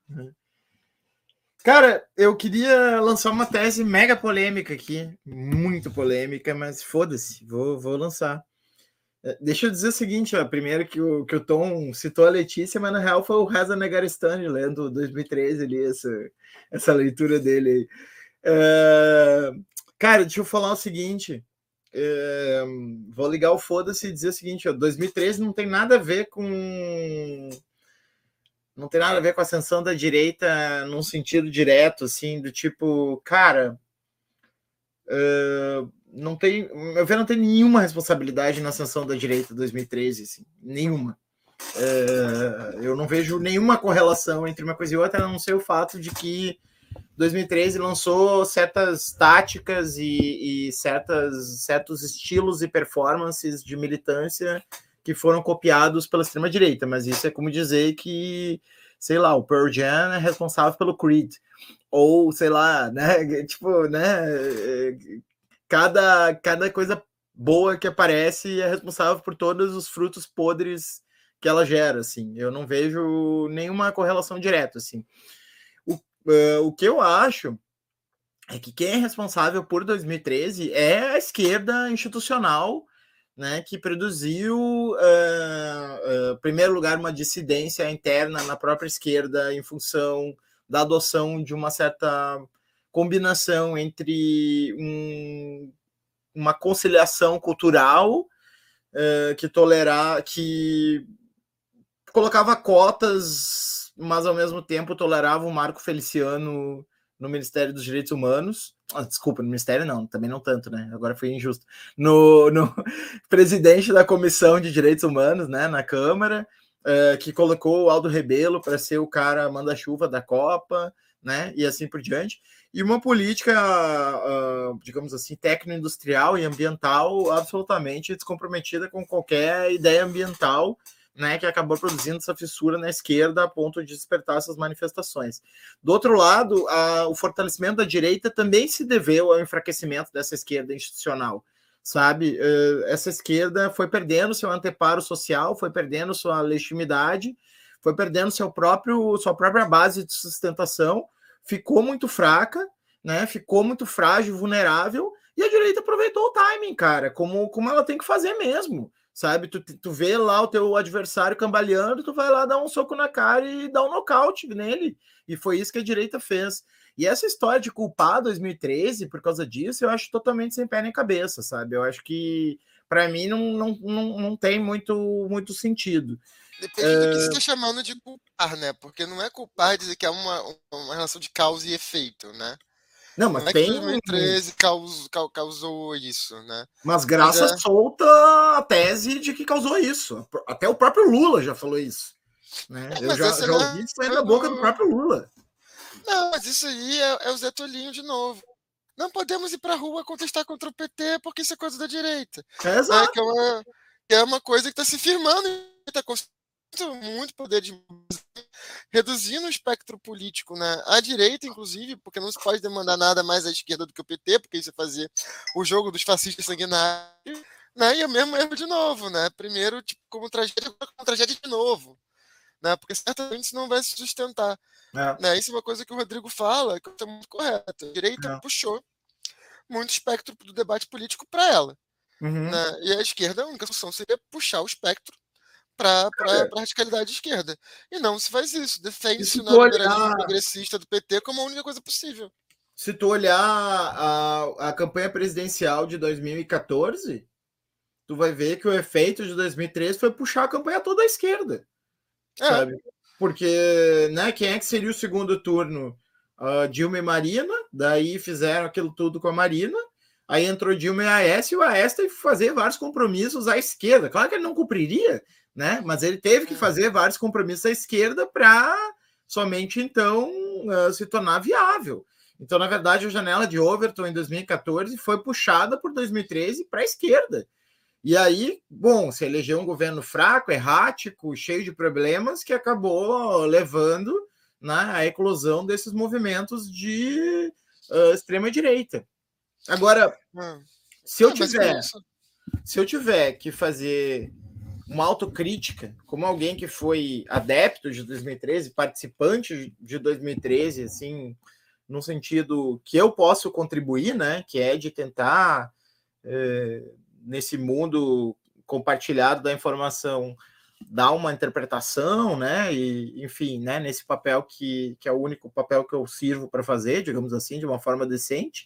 S2: Cara, eu queria lançar uma tese mega polêmica aqui. Muito polêmica, mas foda-se. Vou lançar. Deixa eu dizer o seguinte, ó, primeiro que o Tom citou a Letícia, mas na real foi o Reza Negarestani lendo 2013 ali, essa leitura dele aí. Cara, deixa eu falar o seguinte... vou ligar o foda-se e dizer o seguinte, ó, 2013 não tem nada a ver com a ascensão da direita num sentido direto, assim, do tipo, cara, não tem nenhuma responsabilidade na ascensão da direita em 2013, assim, nenhuma. Eu não vejo nenhuma correlação entre uma coisa e outra, a não ser o fato de que 2013 lançou certas táticas e certos estilos e performances de militância que foram copiados pela extrema-direita, mas isso é como dizer que, sei lá, o Pearl Jam é responsável pelo Creed, ou, sei lá, né, tipo, né, cada coisa boa que aparece é responsável por todos os frutos podres que ela gera, assim, eu não vejo nenhuma correlação direta, assim. O que eu acho é que quem é responsável por 2013 é a esquerda institucional, né, que produziu, em primeiro lugar, uma dissidência interna na própria esquerda em função da adoção de uma certa combinação entre uma conciliação cultural que colocava cotas, mas ao mesmo tempo tolerava o Marco Feliciano no Ministério dos Direitos Humanos. Desculpa, no Ministério não, também não tanto, né? Agora foi injusto. No presidente da Comissão de Direitos Humanos, né, na Câmara, que colocou o Aldo Rebelo para ser o cara manda-chuva da Copa, né? E assim por diante. E uma política, digamos assim, técnico-industrial e ambiental absolutamente descomprometida com qualquer ideia ambiental, né, que acabou produzindo essa fissura na esquerda a ponto de despertar essas manifestações. Do outro lado, o fortalecimento da direita também se deveu ao enfraquecimento dessa esquerda institucional, sabe? Essa esquerda foi perdendo seu anteparo social, foi perdendo sua legitimidade, foi perdendo sua própria base de sustentação, ficou muito fraca, né? Ficou muito frágil, vulnerável, e a direita aproveitou o timing, cara, como ela tem que fazer mesmo. Sabe, tu vê lá o teu adversário cambaleando, tu vai lá dar um soco na cara e dar um nocaute nele, e foi isso que a direita fez. E essa história de culpar 2013 por causa disso, eu acho totalmente sem pé nem cabeça, sabe, eu acho que para mim não tem muito sentido.
S3: Depende do que você está chamando de culpar, né, porque não é culpar dizer que é uma relação de causa e efeito, né.
S2: Não, mas
S3: não
S2: tem...
S3: é que 2013 causou isso, né?
S2: Mas graça solta a tese de que causou isso. Até o próprio Lula já falou isso. Né? Eu já ouvi isso sair da boca do próprio Lula.
S3: Não, mas isso aí é o Zé Tolinho de novo. Não podemos ir para a rua contestar contra o PT porque isso é coisa da direita.
S2: Exato.
S3: Que é uma coisa que está se firmando, está construindo muito poder de... reduzindo o espectro político, né, à direita, inclusive, porque não se pode demandar nada mais à esquerda do que o PT, porque isso é fazer o jogo dos fascistas sanguinários, né, e é o mesmo erro de novo, né, primeiro tipo, como tragédia de novo, né, porque certamente isso não vai se sustentar. Né, isso é uma coisa que o Rodrigo fala, que é muito correto. A direita puxou muito espectro do debate político para ela. Né, e a esquerda, a única solução seria puxar o espectro para a radicalidade de esquerda. E não se faz isso. Defende-se o neoliberalismo progressista do PT como a única coisa possível.
S2: Se tu olhar a campanha presidencial de 2014, tu vai ver que o efeito de 2013 foi puxar a campanha toda à esquerda. Sabe? Porque, né, quem é que seria o segundo turno? Dilma e Marina, daí fizeram aquilo tudo com a Marina, aí entrou Dilma e Aécio, e o Aécio teve que fazer vários compromissos à esquerda. Claro que ele não cumpriria, né? Mas ele teve que fazer vários compromissos à esquerda para somente então se tornar viável. Então, na verdade, a janela de Overton em 2014 foi puxada por 2013 para a esquerda. E aí, bom, se elegeu um governo fraco, errático, cheio de problemas, que acabou levando, né, à eclosão desses movimentos de extrema-direita. Agora, se eu tiver que fazer uma autocrítica, como alguém que foi adepto de 2013, participante de 2013, assim, no sentido que eu posso contribuir, né, que é de tentar, nesse mundo compartilhado da informação, dar uma interpretação, né, e, enfim, né, nesse papel que é o único papel que eu sirvo para fazer, digamos assim, de uma forma decente,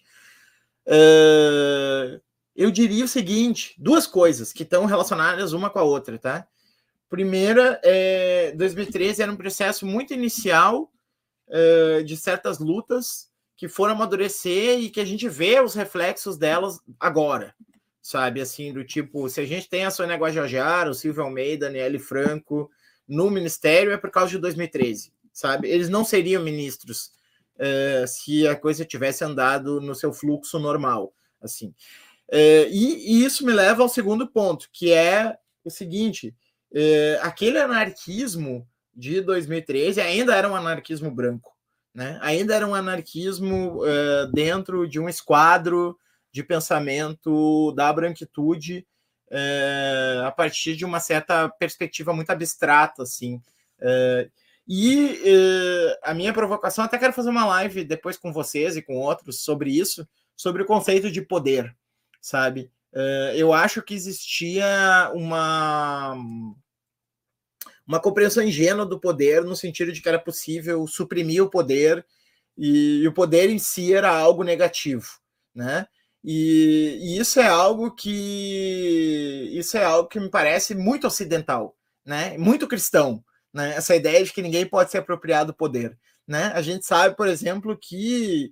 S2: eu diria o seguinte, duas coisas que estão relacionadas uma com a outra, tá? Primeira, 2013 era um processo muito inicial de certas lutas que foram amadurecer e que a gente vê os reflexos delas agora, sabe? Assim, do tipo, se a gente tem a Sônia Guajajara, o Silvio Almeida, Aniele Franco no ministério, é por causa de 2013, sabe? Eles não seriam ministros se a coisa tivesse andado no seu fluxo normal, assim. E isso me leva ao segundo ponto, que é o seguinte, aquele anarquismo de 2013 ainda era um anarquismo branco, né? Ainda era um anarquismo dentro de um esquadro de pensamento da branquitude a partir de uma certa perspectiva muito abstrata, assim. A minha provocação, até quero fazer uma live depois com vocês e com outros sobre isso, sobre o conceito de poder, sabe? Eu acho que existia uma compreensão ingênua do poder, no sentido de que era possível suprimir o poder, e o poder em si era algo negativo, né? E isso é algo que me parece muito ocidental, né? Muito cristão, né? Essa ideia de que ninguém pode se apropriar do poder, né? A gente sabe, por exemplo, que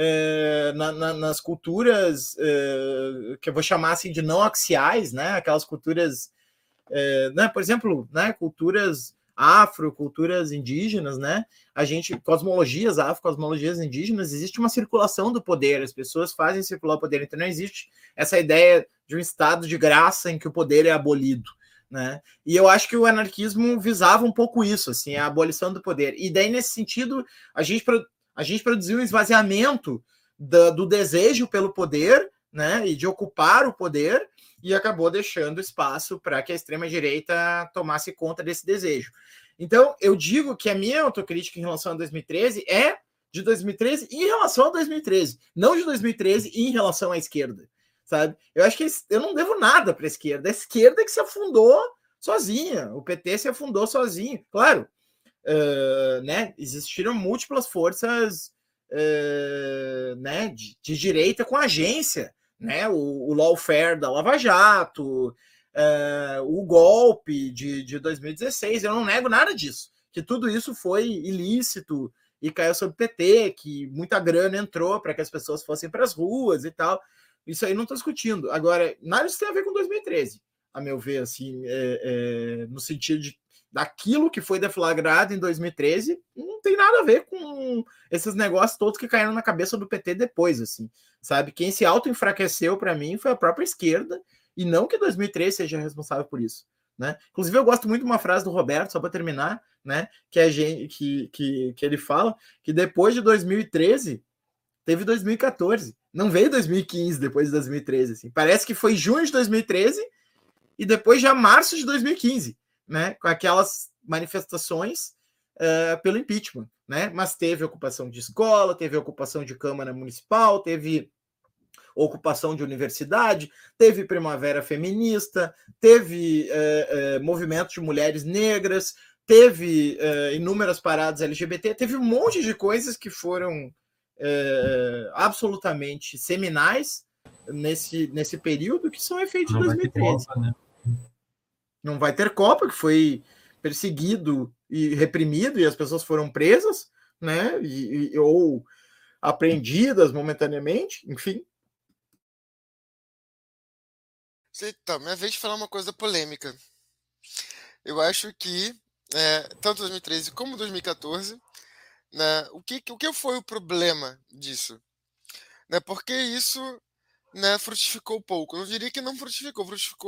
S2: nas culturas que eu vou chamar assim de não axiais, né? Aquelas culturas, né? Por exemplo, né? Culturas afro, culturas indígenas, né? Cosmologias afro, cosmologias indígenas, existe uma circulação do poder, as pessoas fazem circular o poder, então não existe essa ideia de um estado de graça em que o poder é abolido, né? E eu acho que o anarquismo visava um pouco isso, assim, a abolição do poder. E daí, nesse sentido, a gente produziu um esvaziamento do desejo pelo poder, né? E de ocupar o poder, e acabou deixando espaço para que a extrema-direita tomasse conta desse desejo. Então, eu digo que a minha autocrítica em relação a 2013 é de 2013 em relação a 2013, não de 2013 em relação à esquerda, sabe? Eu acho que eu não devo nada para a esquerda que se afundou sozinha, o PT se afundou sozinho. Claro, né, existiram múltiplas forças né, de direita com agência, né, o lawfare da Lava Jato, o golpe de 2016, eu não nego nada disso, que tudo isso foi ilícito e caiu sobre o PT, que muita grana entrou para que as pessoas fossem para as ruas e tal, isso aí não estou discutindo. Agora, nada disso tem a ver com 2013, a meu ver, assim, no sentido daquilo que foi deflagrado em 2013, não tem nada a ver com esses negócios todos que caíram na cabeça do PT depois, assim, sabe? Quem se auto-enfraqueceu para mim foi a própria esquerda, e não que 2013 seja responsável por isso, né? Inclusive, eu gosto muito de uma frase do Roberto, só para terminar, né? Que ele fala que depois de 2013 teve 2014, não veio 2015 depois de 2013, assim. Parece que foi junho de 2013 e depois já março de 2015, né? Com aquelas manifestações pelo impeachment, né? Mas teve ocupação de escola, teve ocupação de Câmara Municipal, teve ocupação de universidade, teve primavera feminista, teve movimento de mulheres negras, teve inúmeras paradas LGBT, teve um monte de coisas que foram absolutamente seminais nesse período, que são efeitos de 2013. Copa, né? Não vai ter Copa, que foi perseguido e reprimido, e as pessoas foram presas, né? Ou apreendidas momentaneamente, enfim.
S3: Então, minha vez de falar uma coisa polêmica. Eu acho que tanto 2013 como 2014, né, o que foi o problema disso? Né, porque isso, né, frutificou pouco. Eu não diria que não frutificou,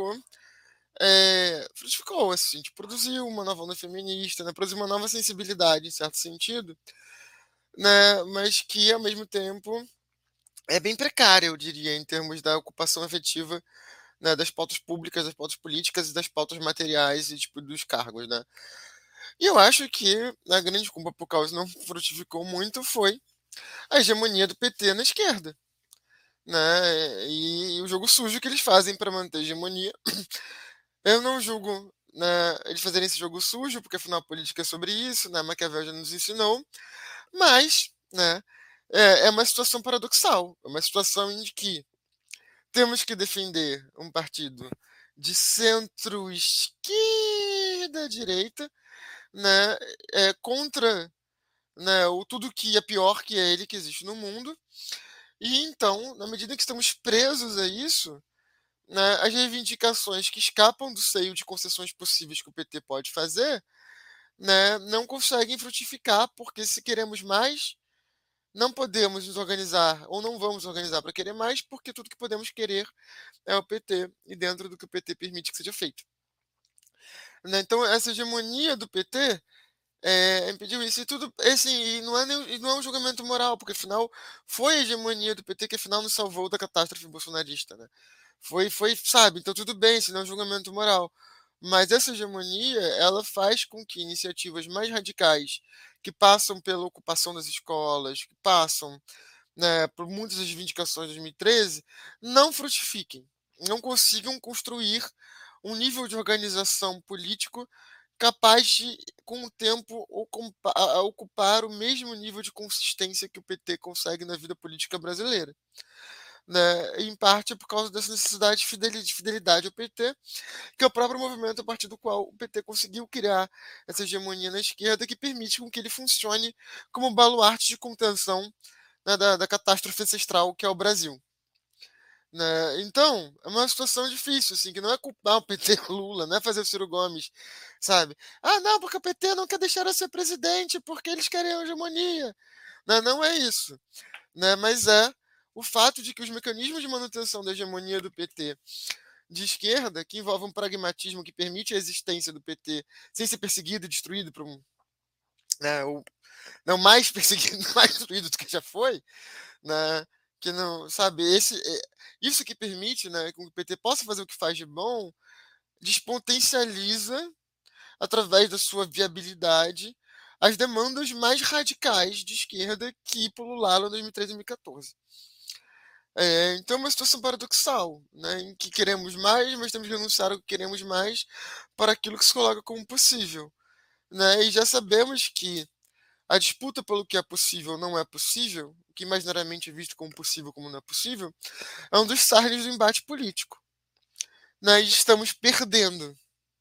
S3: frutificou, assim, produziu uma nova onda feminista, né, produziu uma nova sensibilidade, em certo sentido, né, mas que, ao mesmo tempo, é bem precária, eu diria, em termos da ocupação efetiva, né, das pautas públicas, das pautas políticas e das pautas materiais e dos cargos, né. E eu acho que a grande culpa por causa não frutificou muito foi a hegemonia do PT na esquerda, né, e o jogo sujo que eles fazem para manter a hegemonia. Eu não julgo, né, eles fazerem esse jogo sujo, porque afinal a política é sobre isso, né, Maquiavel já nos ensinou, mas, né, é uma situação paradoxal, é uma situação em que temos que defender um partido de centro-esquerda-direita, né, contra, né, tudo que é pior que é ele que existe no mundo. E então, na medida que estamos presos a isso, né, as reivindicações que escapam do seio de concessões possíveis que o PT pode fazer, né, não conseguem frutificar, porque se queremos mais, não podemos nos organizar, ou não vamos organizar para querer mais, porque tudo que podemos querer é o PT, e dentro do que o PT permite que seja feito. Né, então, essa hegemonia do PT impediu isso. E tudo, e não é um julgamento moral, porque afinal foi a hegemonia do PT que afinal nos salvou da catástrofe bolsonarista. Né? Foi, sabe? Então tudo bem, isso não é um julgamento moral. Mas essa hegemonia, ela faz com que iniciativas mais radicais, que passam pela ocupação das escolas, que passam, né, por muitas das reivindicações de 2013, não frutifiquem, não consigam construir um nível de organização político capaz de, com o tempo, ocupar o mesmo nível de consistência que o PT consegue na vida política brasileira. Né? Em parte por causa dessa necessidade de fidelidade ao PT, que é o próprio movimento a partir do qual o PT conseguiu criar essa hegemonia na esquerda que permite com que ele funcione como baluarte de contenção, né, da catástrofe ancestral que é o Brasil. Né? Então, é uma situação difícil, assim, que não é culpar o PT Lula, não é fazer o Ciro Gomes, sabe? Ah, não, porque o PT não quer deixar eu ser presidente, porque eles querem a hegemonia. Não é isso. Né? Mas é o fato de que os mecanismos de manutenção da hegemonia do PT de esquerda, que envolve um pragmatismo que permite a existência do PT sem ser perseguido e destruído por um. Né, não mais perseguido, mais destruído do que já foi, né? Que não, sabe, isso que permite, né, que o PT possa fazer o que faz de bom, despotencializa, através da sua viabilidade, as demandas mais radicais de esquerda que pulularam em 2013 e 2014. Então é uma situação paradoxal, né, em que queremos mais, mas temos que renunciar ao que queremos mais para aquilo que se coloca como possível. Né, e já sabemos que a disputa pelo que é possível não é possível, o que imaginariamente é visto como possível como não é possível, é um dos cernes do embate político. Nós estamos perdendo.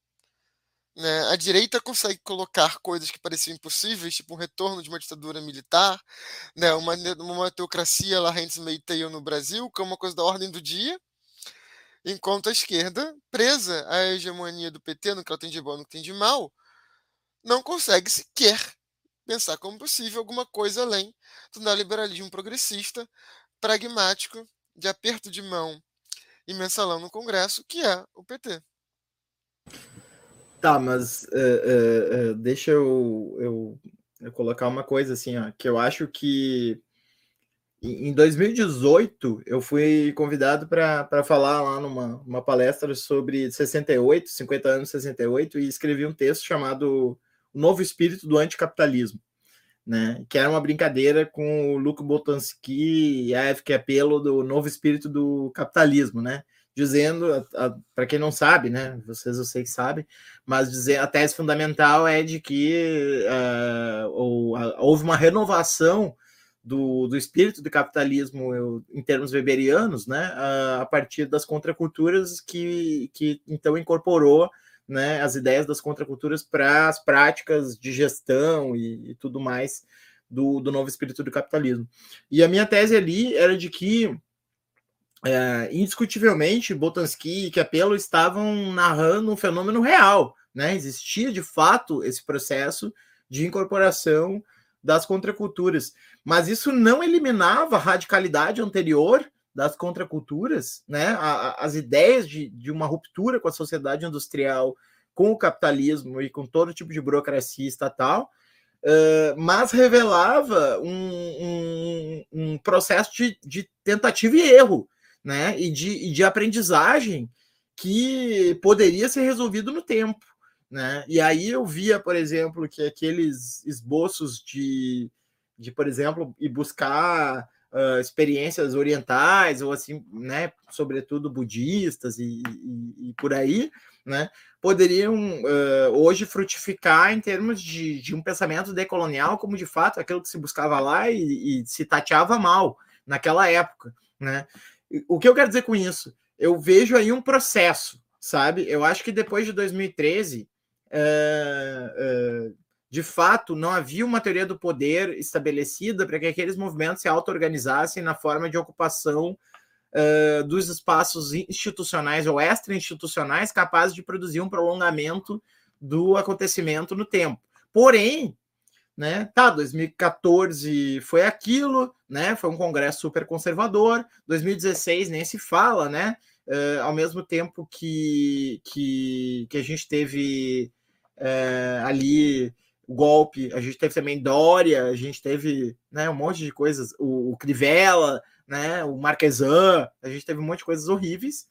S3: Né? A direita consegue colocar coisas que pareciam impossíveis, tipo um retorno de uma ditadura militar, né? uma teocracia lá rentes meio no Brasil, que é uma coisa da ordem do dia, enquanto a esquerda, presa à hegemonia do PT, no que ela tem de bom, no que tem de mal, não consegue sequer pensar como possível alguma coisa além do neoliberalismo progressista, pragmático, de aperto de mão e mensalão no Congresso, que é o PT.
S2: Tá, mas deixa eu colocar uma coisa assim, ó, que eu acho que em 2018 eu fui convidado para falar lá numa palestra sobre 68, 50 anos 68, e escrevi um texto chamado O Novo Espírito do Anticapitalismo, né? Que era uma brincadeira com o Luc Boltanski e a F. Capello do Novo Espírito do Capitalismo, né? Dizendo, para quem não sabe, né? Vocês eu sei que sabem, mas a tese fundamental é de que houve uma renovação do espírito do capitalismo em termos weberianos, né? A partir das contraculturas que então incorporou, né, as ideias das contraculturas para as práticas de gestão e tudo mais do novo espírito do capitalismo. E a minha tese ali era de que, indiscutivelmente, Boltanski e Capello estavam narrando um fenômeno real, né? Existia, de fato, esse processo de incorporação das contraculturas, mas isso não eliminava a radicalidade anterior das contraculturas, né? As ideias de uma ruptura com a sociedade industrial, com o capitalismo e com todo tipo de burocracia estatal, mas revelava um processo de tentativa e erro, né? E de aprendizagem que poderia ser resolvido no tempo, né? E aí eu via, por exemplo, que aqueles esboços de por exemplo, ir buscar experiências orientais ou assim, né, sobretudo budistas e por aí, né, poderiam hoje frutificar em termos de um pensamento decolonial, como de fato aquilo que se buscava lá e se tateava mal naquela época, né? O que eu quero dizer com isso? Eu vejo aí um processo, sabe? Eu acho que depois de 2013 de fato, não havia uma teoria do poder estabelecida para que aqueles movimentos se auto-organizassem na forma de ocupação dos espaços institucionais ou extra-institucionais capazes de produzir um prolongamento do acontecimento no tempo. Porém, né, 2014 foi aquilo, né, foi um congresso super conservador, 2016 nem se fala, né, ao mesmo tempo que a gente teve ali o golpe, a gente teve também Dória, a gente teve, né, um monte de coisas, o Crivella, né, o Marquesan, a gente teve um monte de coisas horríveis.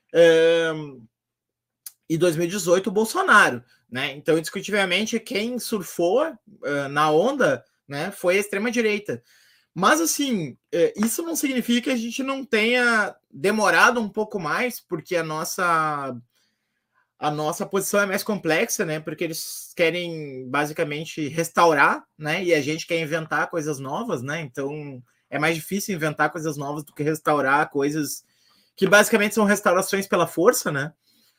S2: E 2018 o Bolsonaro, né? Então, indiscutivelmente, quem surfou na onda, né, foi a extrema-direita. Mas, assim, isso não significa que a gente não tenha demorado um pouco mais, porque a nossa posição é mais complexa, né? Porque eles querem basicamente restaurar, né? E a gente quer inventar coisas novas, né? Então é mais difícil inventar coisas novas do que restaurar coisas que basicamente são restaurações pela força, né?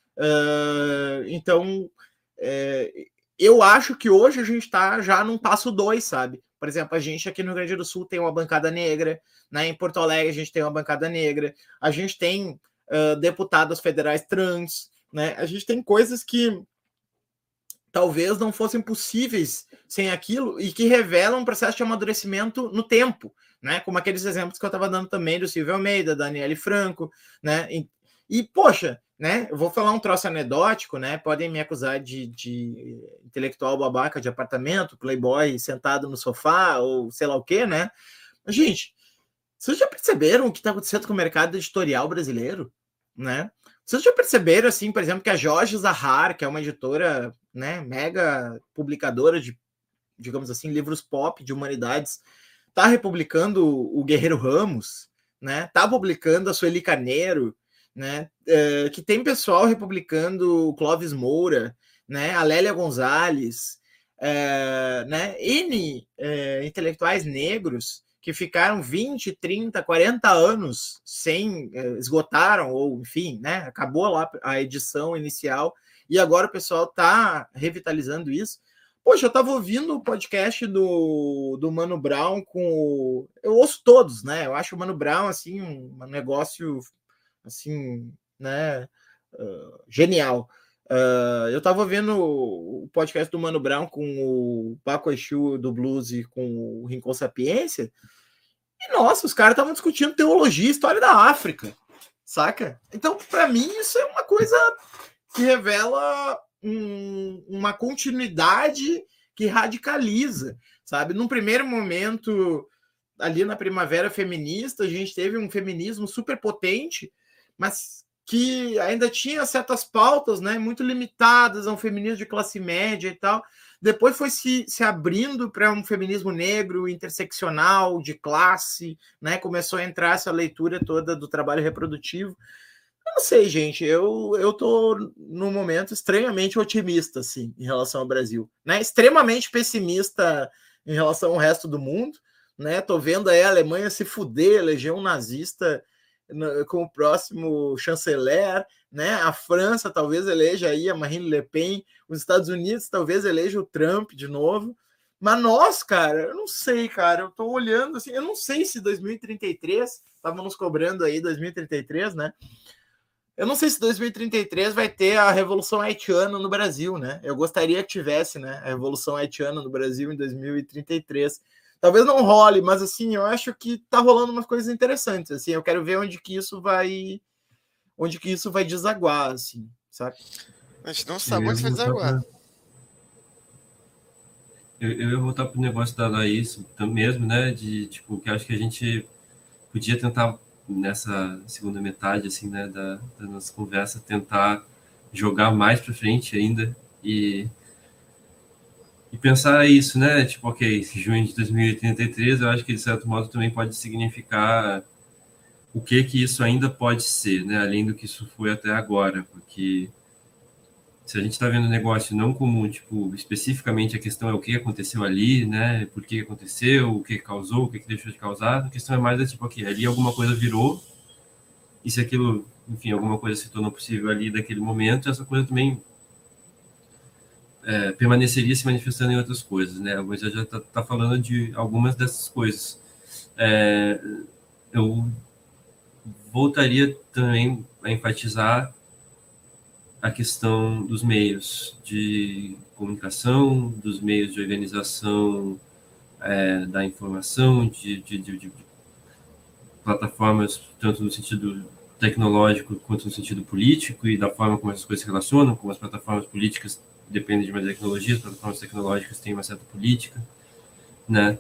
S2: Então eu acho que hoje a gente está já num passo 2, sabe? Por exemplo, a gente aqui no Rio Grande do Sul tem uma bancada negra, né? Em Porto Alegre a gente tem uma bancada negra, a gente tem deputados federais trans, né? A gente tem coisas que talvez não fossem possíveis sem aquilo e que revelam um processo de amadurecimento no tempo, né? Como aqueles exemplos que eu estava dando também do Silvio Almeida, da Aniele Franco, né? E poxa, né? Eu vou falar um troço anedótico, né? Podem me acusar de intelectual babaca de apartamento, playboy sentado no sofá ou sei lá o quê, né? Mas, gente, vocês já perceberam o que está acontecendo com o mercado editorial brasileiro, né? Vocês já perceberam, assim, por exemplo, que a Jorge Zahar, que é uma editora, né, mega publicadora de, digamos assim, livros pop de humanidades, está republicando o Guerreiro Ramos, né? Está publicando a Sueli Carneiro, né? Que tem pessoal republicando o Clóvis Moura, né? A Lélia Gonzalez, né? N intelectuais negros que ficaram 20, 30, 40 anos sem, esgotaram, ou enfim, né, acabou lá a edição inicial, e agora o pessoal está revitalizando isso. Poxa, eu estava ouvindo o podcast do Mano Brown com... Eu ouço todos, né? Eu acho o Mano Brown, assim, um negócio, assim, né, genial. Eu estava vendo o podcast do Mano Brown com o Paco Exu do Blues e com o Rincon Sapiência, e nossa, os caras estavam discutindo teologia e história da África, saca? Então, para mim, isso é uma coisa que revela uma continuidade que radicaliza, sabe? Num primeiro momento, ali na primavera feminista, a gente teve um feminismo super potente, mas que ainda tinha certas pautas, né, muito limitadas a um feminismo de classe média e tal. Depois foi se abrindo para um feminismo negro, interseccional, de classe, né? Começou a entrar essa leitura toda do trabalho reprodutivo. Eu não sei, gente, eu tô num momento extremamente otimista, assim, em relação ao Brasil, né? Extremamente pessimista em relação ao resto do mundo, né? Tô vendo aí a Alemanha se fuder, eleger um nazista com o próximo chanceler, né? A França talvez eleja aí a Marine Le Pen, os Estados Unidos talvez eleja o Trump de novo, mas nós, cara, eu não sei, cara, eu tô olhando assim, eu não sei se 2033, estavam nos cobrando aí 2033, né? Eu não sei se 2033 vai ter a Revolução Haitiana no Brasil, né? Eu gostaria que tivesse, né, a Revolução Haitiana no Brasil em 2033. Talvez não role, mas assim, eu acho que tá rolando umas coisas interessantes, assim, eu quero ver onde que isso vai desaguar, assim, sabe?
S3: A gente não sabe onde vai desaguar.
S1: Eu ia voltar pro negócio da Laís mesmo, né, de, tipo, que acho que a gente podia tentar, nessa segunda metade, assim, né, da nossa conversa, tentar jogar mais para frente ainda e pensar isso, né, tipo, ok, junho de 2033, eu acho que de certo modo também pode significar o que isso ainda pode ser, né, além do que isso foi até agora, porque se a gente está vendo o negócio não como, tipo, especificamente a questão é o que aconteceu ali, né, por que aconteceu, o que causou, o que deixou de causar, a questão é mais, tipo, ok, ali alguma coisa virou, e se aquilo, enfim, alguma coisa se tornou possível ali daquele momento, essa coisa também permaneceria se manifestando em outras coisas, né, você já está falando de algumas dessas coisas. Eu voltaria também a enfatizar a questão dos meios de comunicação, dos meios de organização da informação, de plataformas, tanto no sentido tecnológico quanto no sentido político, e da forma como essas coisas se relacionam, como as plataformas políticas dependem de uma tecnologia, as plataformas tecnológicas têm uma certa política, né?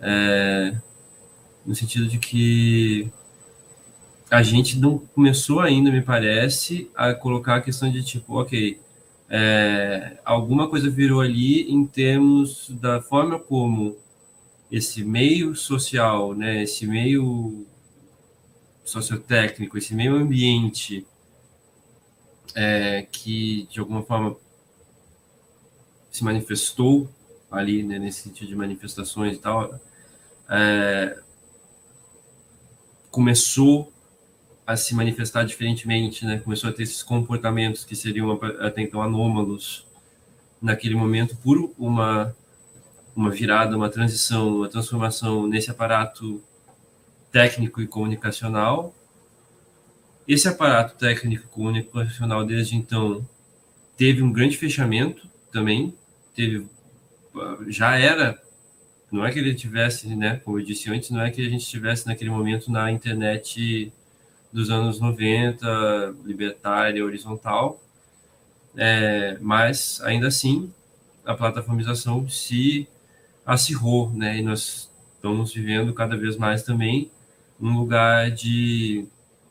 S1: No sentido de que a gente não começou ainda, me parece, a colocar a questão de tipo, ok, alguma coisa virou ali em termos da forma como esse meio social, né, esse meio sociotécnico, esse meio ambiente que de alguma forma se manifestou ali, né, nesse sentido de manifestações e tal, começou a se manifestar diferentemente, né? Começou a ter esses comportamentos que seriam até então anômalos naquele momento por uma virada, uma transição, uma transformação nesse aparato técnico e comunicacional. Esse aparato técnico e comunicacional desde então teve um grande fechamento também, já era, não é que ele tivesse, né, como eu disse antes, não é que a gente estivesse naquele momento na internet dos anos 90, libertária, horizontal, mas ainda assim a plataformização se acirrou, né, e nós estamos vivendo cada vez mais também um lugar de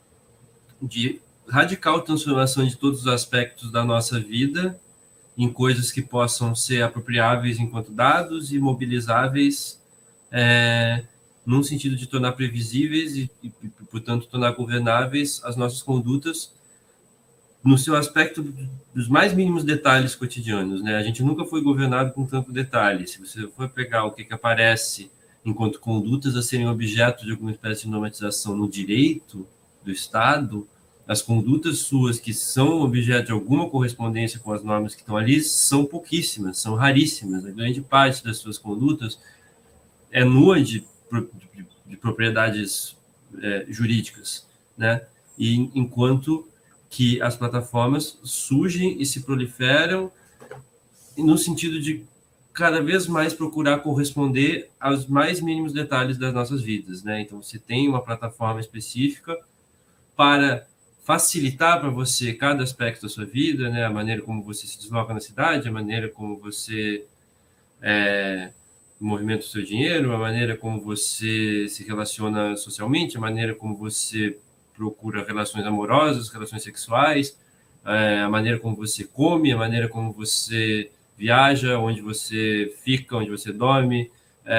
S1: radical transformação de todos os aspectos da nossa vida em coisas que possam ser apropriáveis enquanto dados e mobilizáveis num sentido de tornar previsíveis e, portanto, tornar governáveis as nossas condutas no seu aspecto dos mais mínimos detalhes cotidianos, né? A gente nunca foi governado com tanto detalhe. Se você for pegar o que aparece enquanto condutas a serem objeto de alguma espécie de normatização no direito do Estado, as condutas suas que são objeto de alguma correspondência com as normas que estão ali são pouquíssimas, são raríssimas. A grande parte das suas condutas é nua de propriedades jurídicas, né? E enquanto que as plataformas surgem e se proliferam no sentido de cada vez mais procurar corresponder aos mais mínimos detalhes das nossas vidas, né? Então, você tem uma plataforma específica para facilitar para você cada aspecto da sua vida, né? A maneira como você se desloca na cidade, a maneira como você movimenta o seu dinheiro, a maneira como você se relaciona socialmente, a maneira como você procura relações amorosas, relações sexuais, a maneira como você come, a maneira como você viaja, onde você fica, onde você dorme,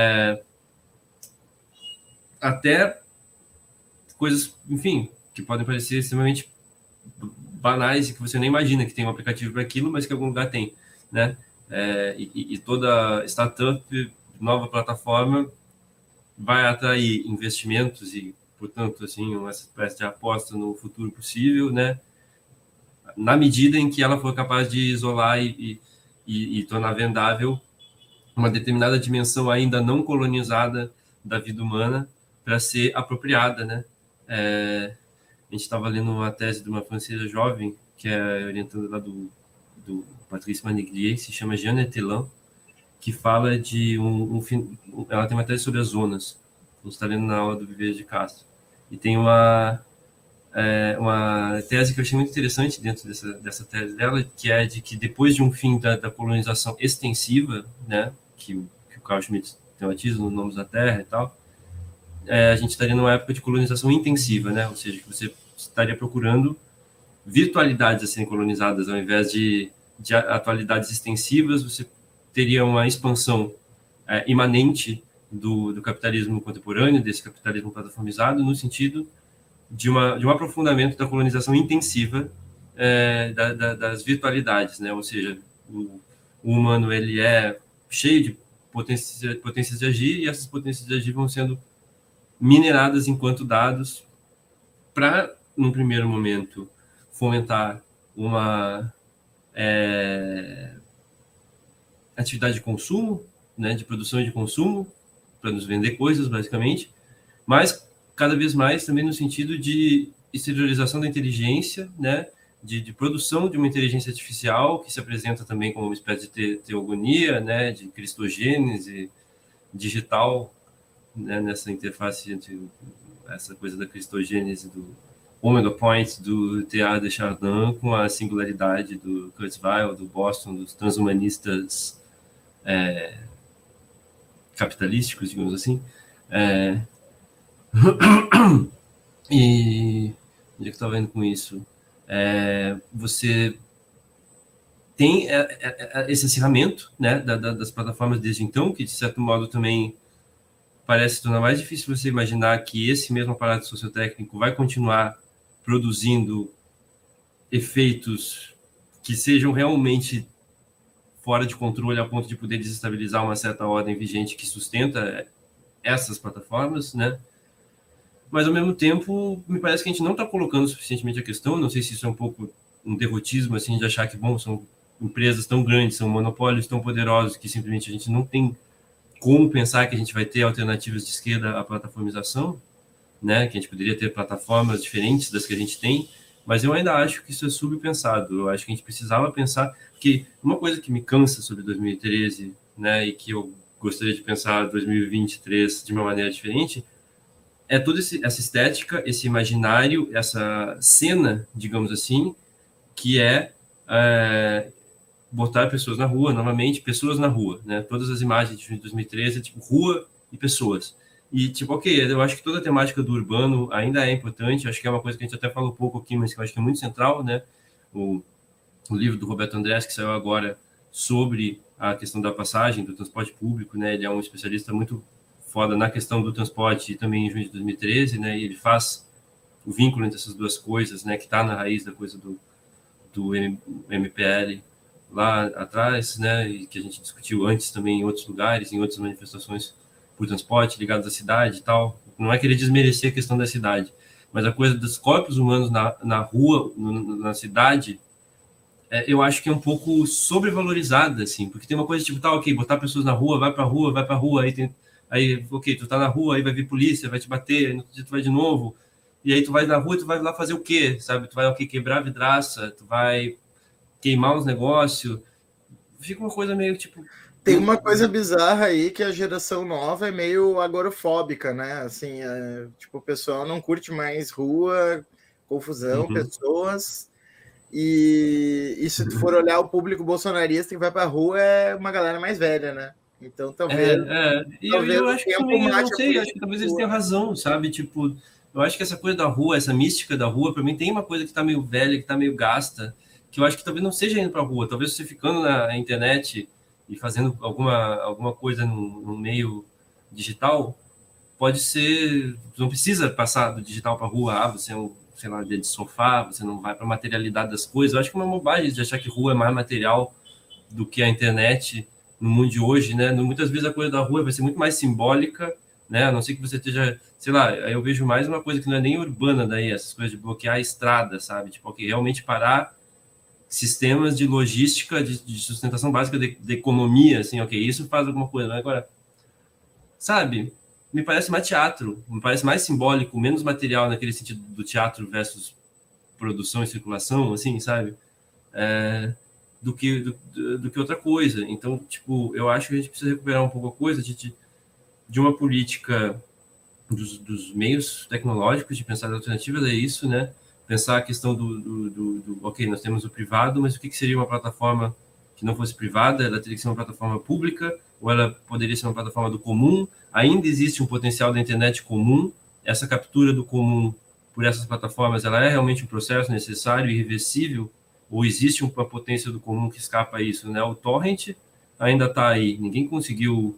S1: até coisas, enfim, que podem parecer extremamente banais e que você nem imagina que tem um aplicativo para aquilo, mas que em algum lugar tem, né? E toda startup, nova plataforma, vai atrair investimentos e, portanto, assim, uma espécie de aposta no futuro possível, né? Na medida em que ela for capaz de isolar e tornar vendável uma determinada dimensão ainda não colonizada da vida humana para ser apropriada, né? A gente estava lendo uma tese de uma francesa jovem, que é orientada lá do Patrice Maniglia, que se chama Jeanne Etelan, que fala de ela tem uma tese sobre as zonas. A gente está lendo na aula do Viver de Castro. E tem uma tese que eu achei muito interessante dentro dessa tese dela, que é de que depois de um fim da colonização extensiva, né, que o Carl Schmitt tematiza no Nomes da Terra e tal, a gente estaria numa época de colonização intensiva, né, ou seja, que você estaria procurando virtualidades a serem colonizadas ao invés de atualidades extensivas. Você teria uma expansão imanente do capitalismo contemporâneo, desse capitalismo plataformizado, no sentido de um aprofundamento da colonização intensiva das virtualidades, né? Ou seja, o humano ele é cheio de potências de agir, e essas potências de agir vão sendo mineradas enquanto dados para, num primeiro momento, fomentar uma atividade de consumo, né, de produção e de consumo, para nos vender coisas, basicamente, mas cada vez mais também no sentido de exteriorização da inteligência, né, de produção de uma inteligência artificial que se apresenta também como uma espécie de teogonia, né, de cristogênese digital, né, nessa interface entre essa coisa da cristogênese do Omega Point do Teilhard de Chardin com a singularidade do Kurzweil, do Boston, dos transhumanistas capitalísticos, digamos assim. E onde é que eu estava indo com isso? Você tem esse acirramento, né, das plataformas desde então, que de certo modo também parece tornar mais difícil você imaginar que esse mesmo aparato sociotécnico vai continuar produzindo efeitos que sejam realmente fora de controle a ponto de poder desestabilizar uma certa ordem vigente que sustenta essas plataformas, né? Mas, ao mesmo tempo, me parece que a gente não está colocando suficientemente a questão. Não sei se isso é um pouco um derrotismo, assim, de achar que, bom, são empresas tão grandes, são monopólios tão poderosos que simplesmente a gente não tem como pensar que a gente vai ter alternativas de esquerda à plataformização, né? Que a gente poderia ter plataformas diferentes das que a gente tem, mas eu ainda acho que isso é subpensado. Eu acho que a gente precisava pensar que uma coisa que me cansa sobre 2013, né, e que eu gostaria de pensar 2023 de uma maneira diferente, é toda essa estética, esse imaginário, essa cena, digamos assim, que botar pessoas na rua, novamente, pessoas na rua, né? Todas as imagens de 2013, tipo, rua e pessoas. E, tipo, ok, eu acho que toda a temática do urbano ainda é importante, acho que é uma coisa que a gente até falou pouco aqui, mas que eu acho que é muito central, né? O livro do Roberto Andrés, que saiu agora sobre a questão da passagem, do transporte público, né? Ele é um especialista muito foda na questão do transporte, e também em junho de 2013, né? E ele faz o vínculo entre essas duas coisas, né? Que está na raiz da coisa do MPL lá atrás, né? E que a gente discutiu antes também em outros lugares, em outras manifestações por transporte ligados à cidade e tal. Não é querer desmerecer a questão da cidade, mas a coisa dos corpos humanos na rua, na cidade, eu acho que é um pouco sobrevalorizada, assim, porque tem uma coisa tipo, tá, ok, botar pessoas na rua, vai pra rua, aí, ok, tu tá na rua, aí vai vir polícia, vai te bater, aí no outro dia tu vai de novo, e aí tu vai na rua e tu vai lá fazer o quê, sabe? Tu vai, ok, quebrar a vidraça, tu vai queimar os negócios, fica uma coisa meio, tipo...
S2: Tem uma coisa bizarra aí que a geração nova é meio agorafóbica, né? Assim, tipo, o pessoal não curte mais rua confusão, pessoas. E se tu for olhar o público bolsonarista que vai pra rua é uma galera mais velha, né? Então talvez.
S1: E eu acho que também, eu não sei, acho que talvez eles tenham razão, sabe? Tipo, eu acho que essa coisa da rua, essa mística da rua, para mim tem uma coisa que tá meio velha, que tá meio gasta, que eu acho que talvez não seja indo pra rua, talvez você ficando na internet e fazendo alguma coisa no meio digital, pode ser, não precisa passar do digital para rua, você é um, sei lá, de sofá, você não vai para a materialidade das coisas. Eu acho que é uma bobagem de achar que rua é mais material do que a internet no mundo de hoje, né? Muitas vezes a coisa da rua vai ser muito mais simbólica, né? A não ser que você esteja, sei lá, eu vejo mais uma coisa que não é nem urbana daí, essas coisas de bloquear a estrada, sabe? Tipo, que realmente parar sistemas de logística, de sustentação básica de economia, assim, ok, isso faz alguma coisa, mas agora, sabe, me parece mais teatro, me parece mais simbólico, menos material naquele sentido do teatro versus produção e circulação, assim, sabe, do que outra coisa. Então, tipo, eu acho que a gente precisa recuperar um pouco a coisa de uma política dos meios tecnológicos, de pensar alternativas a isso, né? Pensar a questão ok, nós temos o privado, mas o que seria uma plataforma que não fosse privada? Ela teria que ser uma plataforma pública, ou ela poderia ser uma plataforma do comum? Ainda existe um potencial da internet comum, essa captura do comum por essas plataformas, ela é realmente um processo necessário e irreversível, ou existe uma potência do comum que escapa a isso, né? O torrent ainda está aí, ninguém conseguiu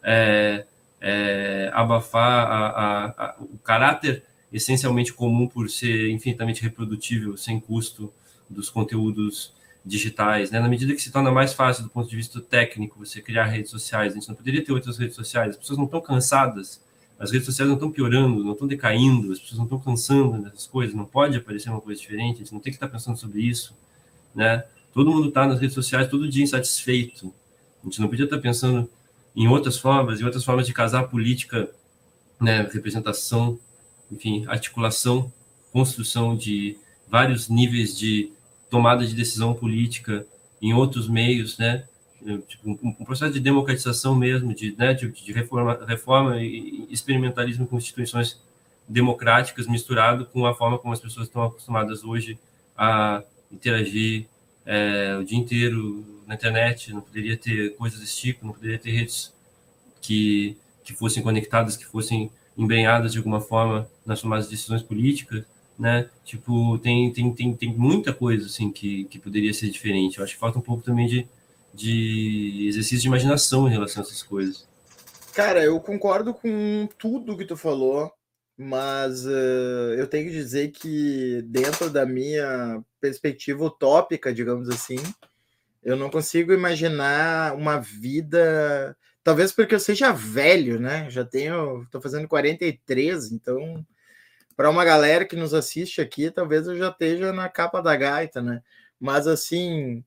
S1: abafar o caráter essencialmente comum por ser infinitamente reprodutível, sem custo dos conteúdos digitais, né? Na medida que se torna mais fácil do ponto de vista técnico você criar redes sociais, a gente não poderia ter outras redes sociais, as pessoas não estão cansadas, as redes sociais não estão piorando, não estão decaindo, as pessoas não estão cansando dessas coisas, não pode aparecer uma coisa diferente, a gente não tem que estar pensando sobre isso, né? Todo mundo está nas redes sociais todo dia insatisfeito, a gente não podia estar pensando em outras formas de casar política, né, representação, enfim, articulação, construção de vários níveis de tomada de decisão política em outros meios, né? Tipo, um processo de democratização mesmo, de reforma e experimentalismo com instituições democráticas misturado com a forma como as pessoas estão acostumadas hoje a interagir o dia inteiro na internet. Não poderia ter coisas desse tipo, não poderia ter redes que fossem conectadas, que fossem embrenhadas de alguma forma nas tomadas de decisões políticas, né? Tipo, tem muita coisa assim que poderia ser diferente. Eu acho que falta um pouco também de exercício de imaginação em relação a essas coisas.
S2: Cara, eu concordo com tudo que tu falou, mas eu tenho que dizer que dentro da minha perspectiva utópica, digamos assim, eu não consigo imaginar uma vida, talvez porque eu seja velho, né? Tô fazendo 43, então para uma galera que nos assiste aqui, talvez eu já esteja na capa da gaita, né? Mas assim,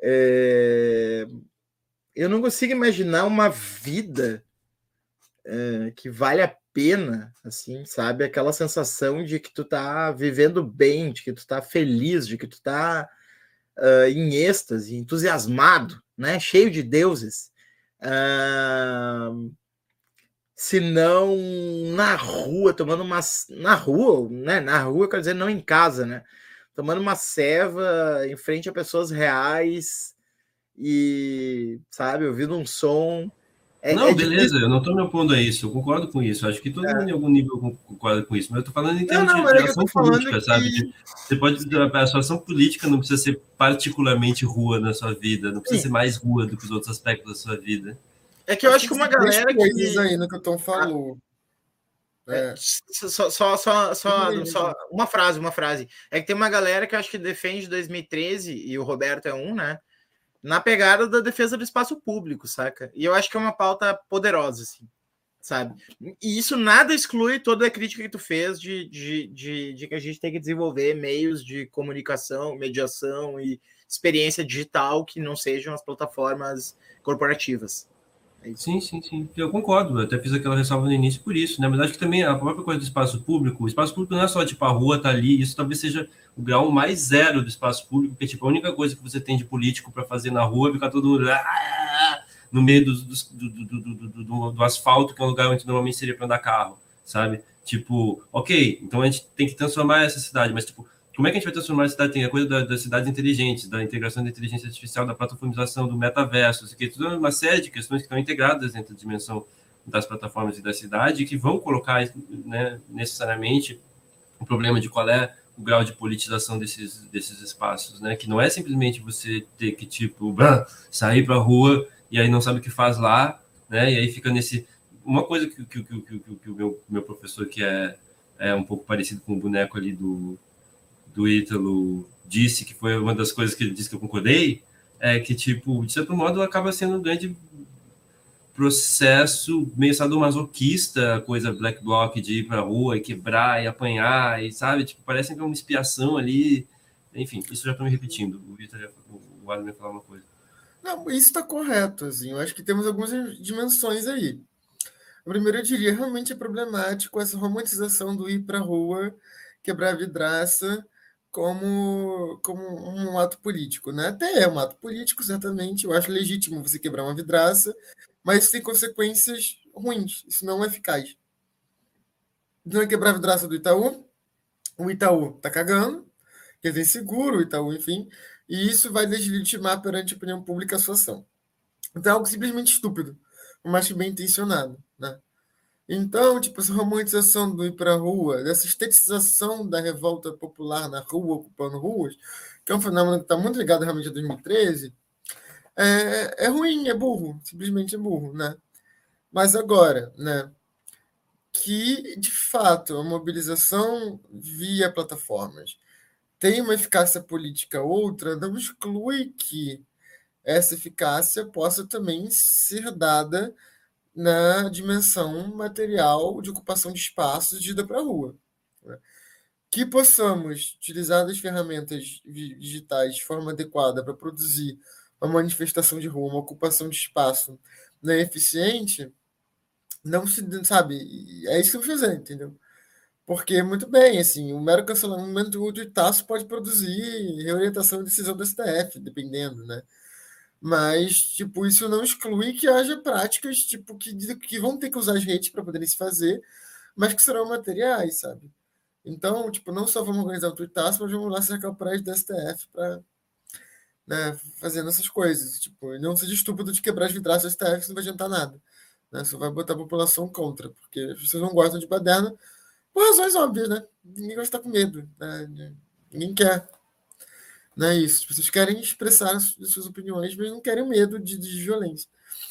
S2: eu não consigo imaginar uma vida que vale a pena, assim, sabe? Aquela sensação de que tu tá vivendo bem, de que tu tá feliz, de que tu tá em êxtase, entusiasmado, né? Cheio de deuses. Se não na rua, tomando umas... Na rua, né? Na rua, quer dizer, não em casa, né? Tomando uma ceva em frente a pessoas reais e, sabe, ouvindo um som.
S1: Não, beleza, difícil. Eu não estou me opondo a isso, eu concordo com isso. Acho que todo mundo em algum nível concorda com isso, mas eu estou falando em termos de ação política, sabe? Você pode, a sua ação política não precisa ser particularmente rua na sua vida, não precisa ser mais rua do que os outros aspectos da sua vida.
S2: É que eu acho que uma galera
S3: coisas aí no que o Tom falou.
S2: Só uma frase. É que tem uma galera que eu acho que defende 2013, e o Roberto é um, né? Na pegada da defesa do espaço público, saca? E eu acho que é uma pauta poderosa, assim, sabe? E isso nada exclui toda a crítica que tu fez de que a gente tem que desenvolver meios de comunicação, mediação e experiência digital que não sejam as plataformas corporativas.
S1: Sim. Eu concordo. Eu até fiz aquela ressalva no início por isso, né? Mas acho que também a própria coisa do espaço público, o espaço público não é só, tipo, a rua tá ali, isso talvez seja o grau mais zero do espaço público, porque, tipo, a única coisa que você tem de político para fazer na rua é ficar todo mundo no meio do asfalto, que é um lugar onde normalmente seria para andar carro. sabe? Tipo, ok, então a gente tem que transformar essa cidade, mas tipo, como é que a gente vai transformar a cidade? Tem a coisa das cidades inteligentes, da integração da inteligência artificial, da plataformização, do metaverso, isso aqui, tudo é uma série de questões que estão integradas dentro da dimensão das plataformas e da cidade, que vão colocar, né, necessariamente o problema de qual é o grau de politização desses espaços, né? Que não é simplesmente você ter que, tipo, sair para a rua e aí não sabe o que faz lá, né? E aí fica nesse... Uma coisa que o meu professor, que é um pouco parecido com o boneco ali do Ítalo, disse, que foi uma das coisas que ele disse que eu concordei, é que, tipo, de certo modo, acaba sendo um grande processo meio sadomasoquista, coisa black bloc de ir pra rua e quebrar e apanhar, e sabe, tipo, parece que é uma expiação ali. Enfim, isso já estou me repetindo. O Adam vai falar uma coisa.
S4: Não, isso está correto, assim. Eu acho que temos algumas dimensões aí. Primeiro, eu diria, realmente é problemático essa romantização do ir para a rua, quebrar a vidraça, como um ato político, né? Até é um ato político, certamente. Eu acho legítimo você quebrar uma vidraça, mas isso tem consequências ruins. Isso não é eficaz. Não é quebrar a vidraça do Itaú. O Itaú está cagando, quer dizer, inseguro o Itaú, enfim, e isso vai legitimar perante a opinião pública a sua ação. Então é algo simplesmente estúpido, mas que bem intencionado, né? Então, tipo, essa romantização do ir para a rua, dessa estetização da revolta popular na rua, ocupando ruas, que é um fenômeno que está muito ligado realmente a 2013, é ruim, é burro, simplesmente é burro, né? Mas agora, né, que, de fato, a mobilização via plataformas tem uma eficácia política outra, não exclui que essa eficácia possa também ser dada na dimensão material de ocupação de espaços de ida para a rua. Né? Que possamos utilizar as ferramentas digitais de forma adequada para produzir uma manifestação de rua, uma ocupação de espaço, né, eficiente, não se sabe, é isso que eu vou fazer, entendeu? Porque, muito bem, assim, o mero cancelamento de Tasso pode produzir reorientação e decisão do STF, dependendo, né? Mas, tipo, isso não exclui que haja práticas, tipo, que vão ter que usar as redes para poderem se fazer, mas que serão materiais, sabe? Então, tipo, não só vamos organizar o tuitaço, mas vamos lá cercar o prédio do STF para, né, fazendo essas coisas. Tipo, não seja estúpido de quebrar as vidraças do STF, isso não vai adiantar nada. Né? Só vai botar a população contra, porque as pessoas não gostam de baderna por razões óbvias, né? Ninguém gosta de estar com medo. Né? Ninguém quer. Não é isso. As pessoas querem expressar as suas opiniões, mas não querem medo de violência.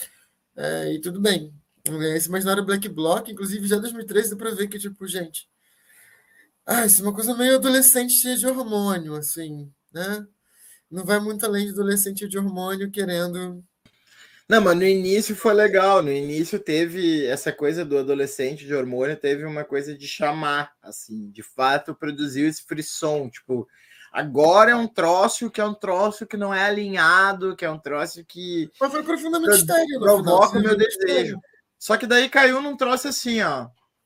S4: E tudo bem. Esse imaginário Black Bloc, inclusive, já em 2013 deu para ver que, tipo, gente... isso é uma coisa meio adolescente cheia de hormônio, assim, né? Não vai muito além de adolescente de hormônio querendo...
S2: Não, mas no início foi legal. No início teve essa coisa do adolescente de hormônio, teve uma coisa de chamar, assim, de fato produziu esse frisson, tipo, agora é um troço que não é alinhado, que é um troço que...
S4: Mas foi profundamente estéril.
S2: Provoca o meu desejo. Só que daí caiu num troço assim, ó.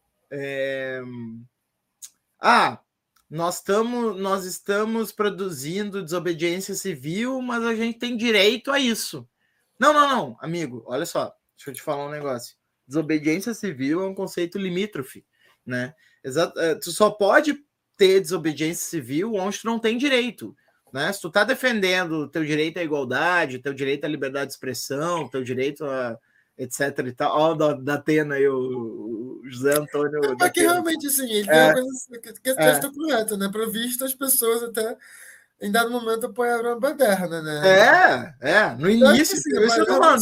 S2: Nós estamos produzindo desobediência civil, mas a gente tem direito a isso. Não, amigo, olha só, deixa eu te falar um negócio. Desobediência civil é um conceito limítrofe, né? Tu só pode ter desobediência civil onde tu não tem direito, né? Se tu tá defendendo o teu direito à igualdade, teu direito à liberdade de expressão, teu direito a etc e tal, ó, da Atena aí, o José Antônio...
S4: É que realmente, assim, ele tem uma coisa que está correta, né? Para visto, as pessoas até em dado momento apoiaram a baderna,
S2: né? No início,
S4: assim,
S2: no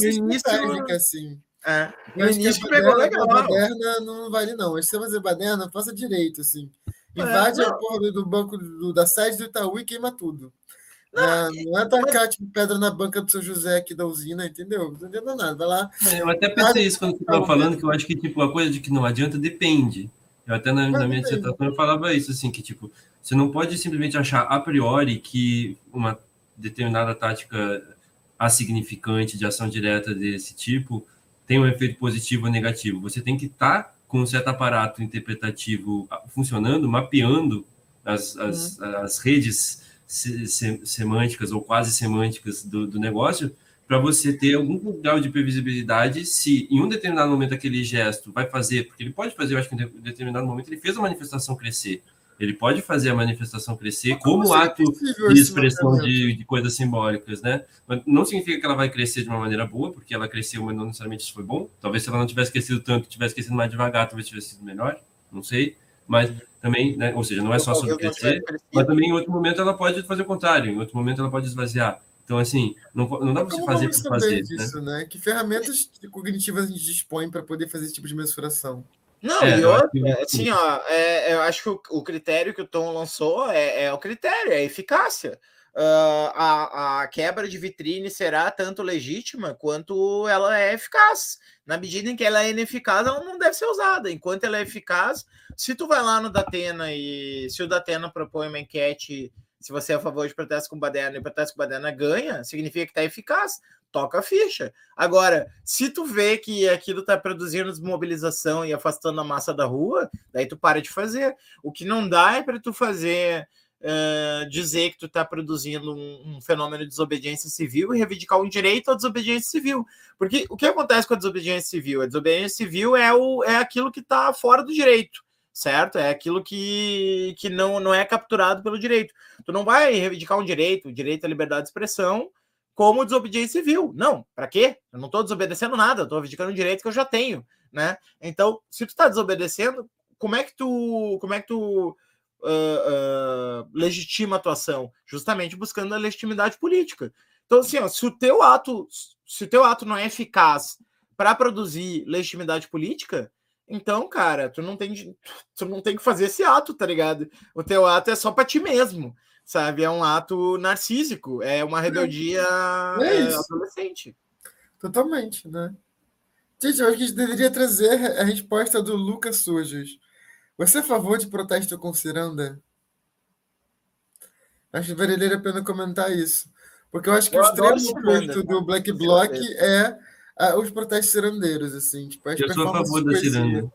S4: início pegou legal. A baderna não vale, não. Se você fazer baderna, faça direito, assim. Invade a porra do banco da sede do Itaú e queima tudo. Não é tacar tipo, pedra na banca do seu José aqui da usina, entendeu? Não adianta nada, vai lá.
S1: Eu até pensei isso quando você estava falando, que eu acho que tipo, a coisa de que não adianta depende. Eu até na minha dissertação eu falava isso, assim, que tipo, você não pode simplesmente achar a priori que uma determinada tática assignificante de ação direta desse tipo tem um efeito positivo ou negativo. Você tem que estar com um certo aparato interpretativo funcionando, mapeando as redes semânticas ou quase semânticas do negócio, para você ter algum grau de previsibilidade se em um determinado momento aquele gesto vai fazer, porque ele pode fazer, eu acho que em um determinado momento ele fez a manifestação crescer. Ele pode fazer a manifestação crescer como ato de expressão de coisas simbólicas, né? Mas não significa que ela vai crescer de uma maneira boa, porque ela cresceu, mas não necessariamente isso foi bom. Talvez se ela não tivesse crescido tanto, tivesse crescido mais devagar, talvez tivesse sido melhor, não sei. Mas também, né? Ou seja, não é só sobre crescer, mas também em outro momento ela pode fazer o contrário, em outro momento ela pode esvaziar. Então, assim, não dá para você fazer por fazer.
S4: Disso, né? Que ferramentas cognitivas a gente dispõe para poder fazer esse tipo de mensuração?
S2: Não, e outra, assim, ó, eu acho que o critério que o Tom lançou é o critério, é a eficácia. A quebra de vitrine será tanto legítima quanto ela é eficaz. Na medida em que ela é ineficaz, ela não deve ser usada. Enquanto ela é eficaz, se tu vai lá no Datena e se o Datena propõe uma enquete, se você é a favor de protesto com baderna e o protesto com baderna ganha, significa que está eficaz. Toca a ficha. Agora, se tu vê que aquilo está produzindo desmobilização e afastando a massa da rua, daí tu para de fazer. O que não dá é para tu fazer dizer que tu está produzindo um fenômeno de desobediência civil e reivindicar um direito à desobediência civil. Porque o que acontece com a desobediência civil? A desobediência civil é aquilo que está fora do direito, certo? É aquilo que não é capturado pelo direito. Tu não vai reivindicar um direito, o direito à liberdade de expressão, como desobediência civil. Não, para quê? Eu não estou desobedecendo nada, estou reivindicando um direito que eu já tenho, né? Então, se tu está desobedecendo, como é que tu legitima a tua ação? Justamente buscando a legitimidade política. Então, assim, ó, se o teu ato não é eficaz para produzir legitimidade política, então, cara, tu não tem que fazer esse ato, tá ligado? O teu ato é só para ti mesmo, sabe? É um ato narcísico, é uma rebeldia adolescente.
S4: Totalmente, né? Gente, eu acho que a gente deveria trazer a resposta do Lucas Sujos. Você é a favor de protesto com ciranda? Acho que valeria a pena comentar isso. Porque eu acho que o extremo oposto do Black Bloc é os protestos cirandeiros, assim. Tipo,
S1: eu sou a favor da ciranda.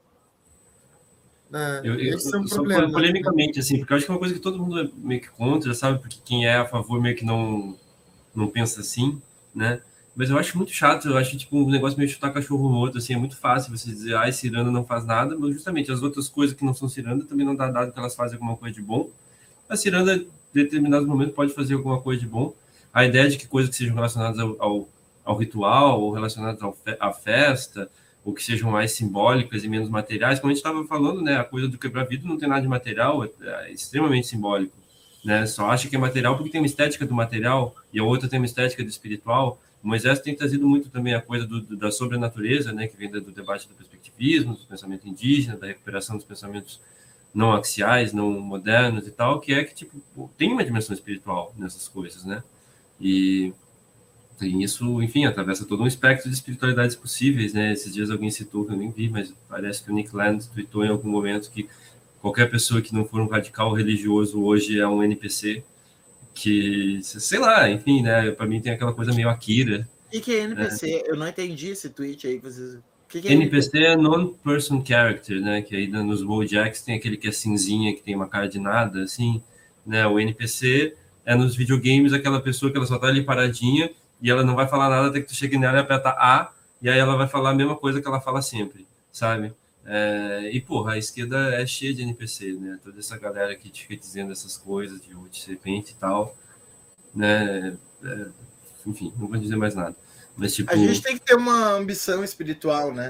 S1: Eu sou polemicamente, assim, porque eu acho que é uma coisa que todo mundo é meio que contra, sabe? Porque quem é a favor meio que não pensa assim, né? Mas eu acho muito chato, eu acho tipo um negócio meio chutar cachorro morto, assim, é muito fácil você dizer, ciranda não faz nada, mas justamente as outras coisas que não são ciranda também não dá dado que elas fazem alguma coisa de bom. A ciranda, em determinados momentos, pode fazer alguma coisa de bom. A ideia de que coisas que sejam relacionadas ao ritual, ou relacionadas à festa, ou que sejam mais simbólicas e menos materiais, como a gente estava falando, né, a coisa do quebra-vidro não tem nada de material, é extremamente simbólico, né, só acha que é material porque tem uma estética do material, e a outra tem uma estética do espiritual. O Moisés tem trazido muito também a coisa da sobrenatureza, né, que vem do debate do perspectivismo, do pensamento indígena, da recuperação dos pensamentos não axiais, não modernos e tal, que é que tipo tem uma dimensão espiritual nessas coisas, né? E isso, enfim, atravessa todo um espectro de espiritualidades possíveis, né? Esses dias alguém citou, que eu nem vi, mas parece que o Nick Land tweetou em algum momento que qualquer pessoa que não for um radical religioso hoje é um NPC, que, sei lá, enfim, né? Para mim tem aquela coisa meio Akira.
S2: O que é NPC? Né? Eu não entendi esse tweet aí que vocês... Que é
S1: NPC é non-person character, né? Que aí nos Wojaks tem aquele que é cinzinha, que tem uma cara de nada, assim, né? O NPC é nos videogames aquela pessoa que ela só tá ali paradinha e ela não vai falar nada até que tu chegue nela e aperta A, e aí ela vai falar a mesma coisa que ela fala sempre, sabe? E, porra, a esquerda é cheia de NPC, né? Toda essa galera que fica dizendo essas coisas de serpente e tal, né? Enfim, não vou dizer mais nada. Mas, tipo...
S2: A gente tem que ter uma ambição espiritual, né?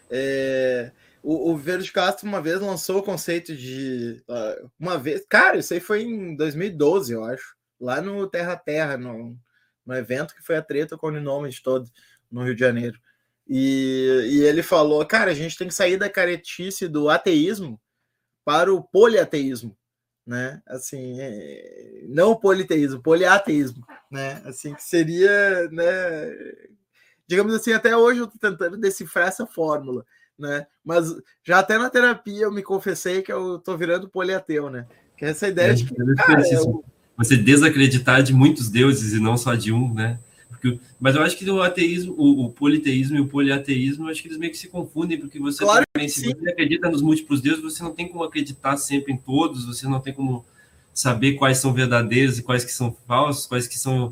S2: O Verde Castro uma vez lançou o conceito de... Uma vez... Cara, isso aí foi em 2012, eu acho. Lá no Terra Terra, no evento que foi a treta com o Uninomed todo, no Rio de Janeiro. E ele falou, cara, a gente tem que sair da caretice do ateísmo para o poliateísmo, né? Assim, não o politeísmo, poliateísmo, né? Assim, que seria, né? Digamos assim, até hoje eu estou tentando decifrar essa fórmula, né? Mas já até na terapia eu me confessei que eu estou virando poliateu, né? Que é essa ideia de que, cara,
S1: você desacreditar de muitos deuses e não só de um, né? Mas eu acho que o ateísmo, o politeísmo e o poliateísmo, eu acho que eles meio que se confundem, porque você
S2: claro
S1: também, se você acredita nos múltiplos deuses, você não tem como acreditar sempre em todos, você não tem como saber quais são verdadeiros e quais que são falsos, quais que são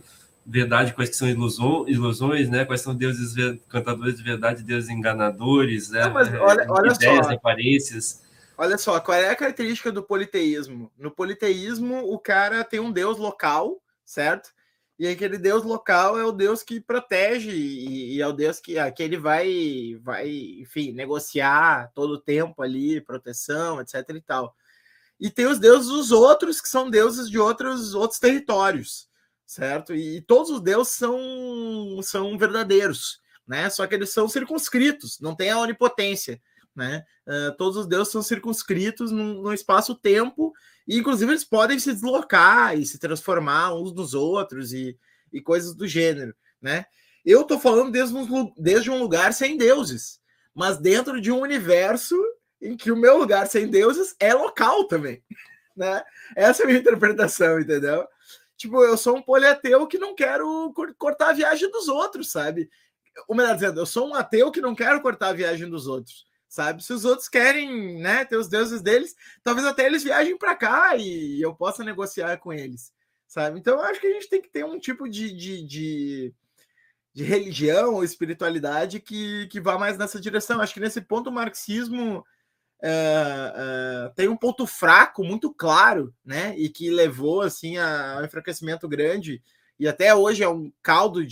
S1: verdade, quais que são ilusões, né? Quais são deuses cantadores de verdade, deuses enganadores,
S2: Não, mas olha
S1: ideias,
S2: só.
S1: aparências.
S2: Olha só, qual é a característica do politeísmo? No politeísmo, o cara tem um deus local, certo? E aquele deus local é o deus que protege e é o deus que ele vai, enfim, negociar todo o tempo ali, proteção, etc e tal. E tem os deuses dos outros, que são deuses de outros territórios, certo? E todos os deuses são verdadeiros, né? Só que eles são circunscritos, não tem a onipotência, né? Todos os deuses são circunscritos no espaço-tempo, e inclusive eles podem se deslocar e se transformar uns nos outros e coisas do gênero, né? Eu estou falando desde um lugar sem deuses, mas dentro de um universo em que o meu lugar sem deuses é local também, né? Essa é a minha interpretação, entendeu? Tipo, eu sou um poliateu que não quero cortar a viagem dos outros, sabe? Ou melhor dizendo, eu sou um ateu que não quero cortar a viagem dos outros, sabe? Se os outros querem, né, ter os deuses deles, talvez até eles viajem para cá e eu possa negociar com eles, sabe? Então, eu acho que a gente tem que ter um tipo de religião ou espiritualidade que vá mais nessa direção. Acho que nesse ponto o marxismo tem um ponto fraco muito claro, né? E que levou assim a um enfraquecimento grande, e até hoje é um caldo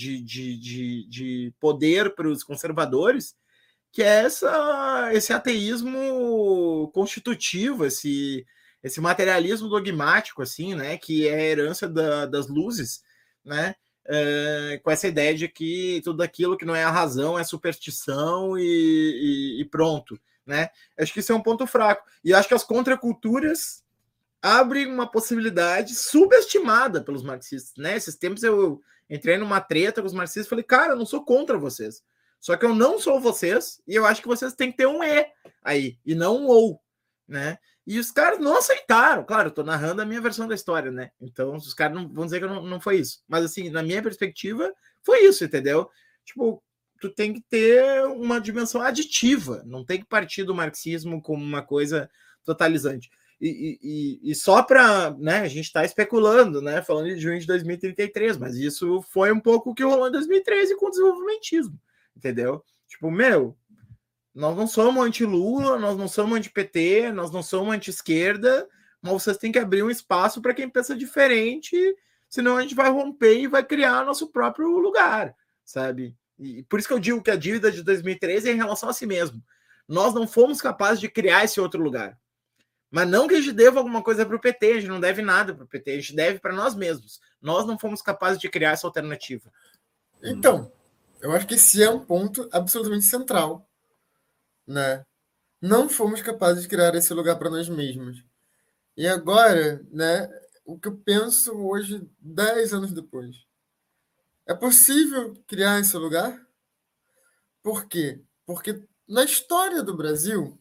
S2: de poder para os conservadores, que é esse ateísmo constitutivo, esse materialismo dogmático, assim, né? Que é a herança das luzes, né? Com essa ideia de que tudo aquilo que não é a razão é superstição e pronto, né? Acho que isso é um ponto fraco. E acho que as contraculturas abrem uma possibilidade subestimada pelos marxistas, né? Esses tempos eu entrei numa treta com os marxistas e falei, cara, eu não sou contra vocês. Só que eu não sou vocês e eu acho que vocês têm que ter um E aí, e não um ou, né? E os caras não aceitaram. Claro, eu tô narrando a minha versão da história, né? Então, os caras não vão dizer que não foi isso. Mas, assim, na minha perspectiva, foi isso, entendeu? Tipo, tu tem que ter uma dimensão aditiva. Não tem que partir do marxismo como uma coisa totalizante. E só para, né, a gente está especulando, né, falando de junho de 2033, mas isso foi um pouco o que rolou em 2013 com o desenvolvimentismo, entendeu? Tipo, nós não somos anti-Lula, nós não somos anti-PT, nós não somos anti-esquerda, mas vocês têm que abrir um espaço para quem pensa diferente, senão a gente vai romper e vai criar nosso próprio lugar, sabe? E por isso que eu digo que a dívida de 2013 é em relação a si mesmo. Nós não fomos capazes de criar esse outro lugar. Mas não que a gente deva alguma coisa para o PT, a gente não deve nada para o PT, a gente deve para nós mesmos. Nós não fomos capazes de criar essa alternativa.
S4: Então, eu acho que esse é um ponto absolutamente central, né? Não fomos capazes de criar esse lugar para nós mesmos. E agora, né, o que eu penso hoje, 10 anos depois, é possível criar esse lugar? Por quê? Porque na história do Brasil,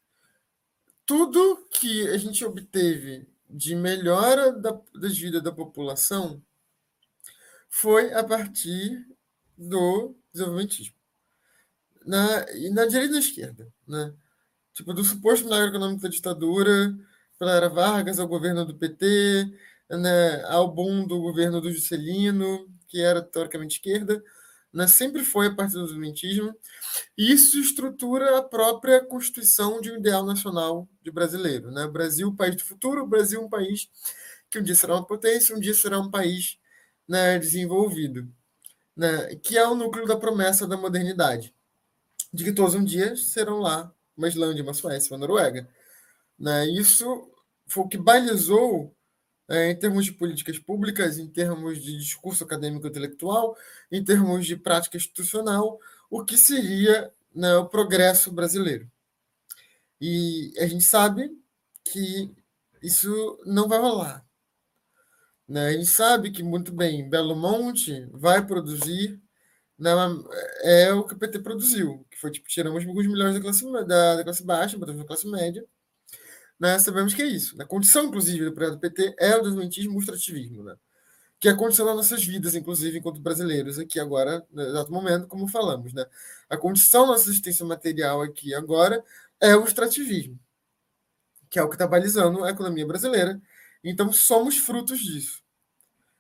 S4: tudo que a gente obteve de melhora da vida da população foi a partir do desenvolvimentismo. E na direita e na esquerda, né? Tipo, do suposto milagre econômico da ditadura, pela era Vargas, ao governo do PT, né, ao boom do governo do Juscelino, que era teoricamente esquerda, né, sempre foi a partir do desenvolvimentismo. E isso estrutura a própria constituição de um ideal nacional de brasileiro, né? O Brasil, o país do futuro, o Brasil, um país que um dia será uma potência, um dia será um país, né, desenvolvido, né? Que é o núcleo da promessa da modernidade, de que todos um dia serão lá uma Islândia, uma Suécia, uma Noruega, né? Isso foi o que balizou, em termos de políticas públicas, em termos de discurso acadêmico intelectual, em termos de prática institucional, o que seria, né, o progresso brasileiro. E a gente sabe que isso não vai rolar, né? A gente sabe que, muito bem, Belo Monte vai produzir, né, é o que o PT produziu, que foi, tipo, tiramos alguns milhões da classe baixa, botamos na classe média, né? Sabemos que é isso. A condição, inclusive, do projeto do PT é o desmentismo e o extrativismo, né? Que é a condição das nossas vidas, inclusive, enquanto brasileiros, aqui agora, no exato momento, como falamos, né? A condição da nossa existência material aqui agora é o extrativismo, que é o que está balizando a economia brasileira. Então, somos frutos disso.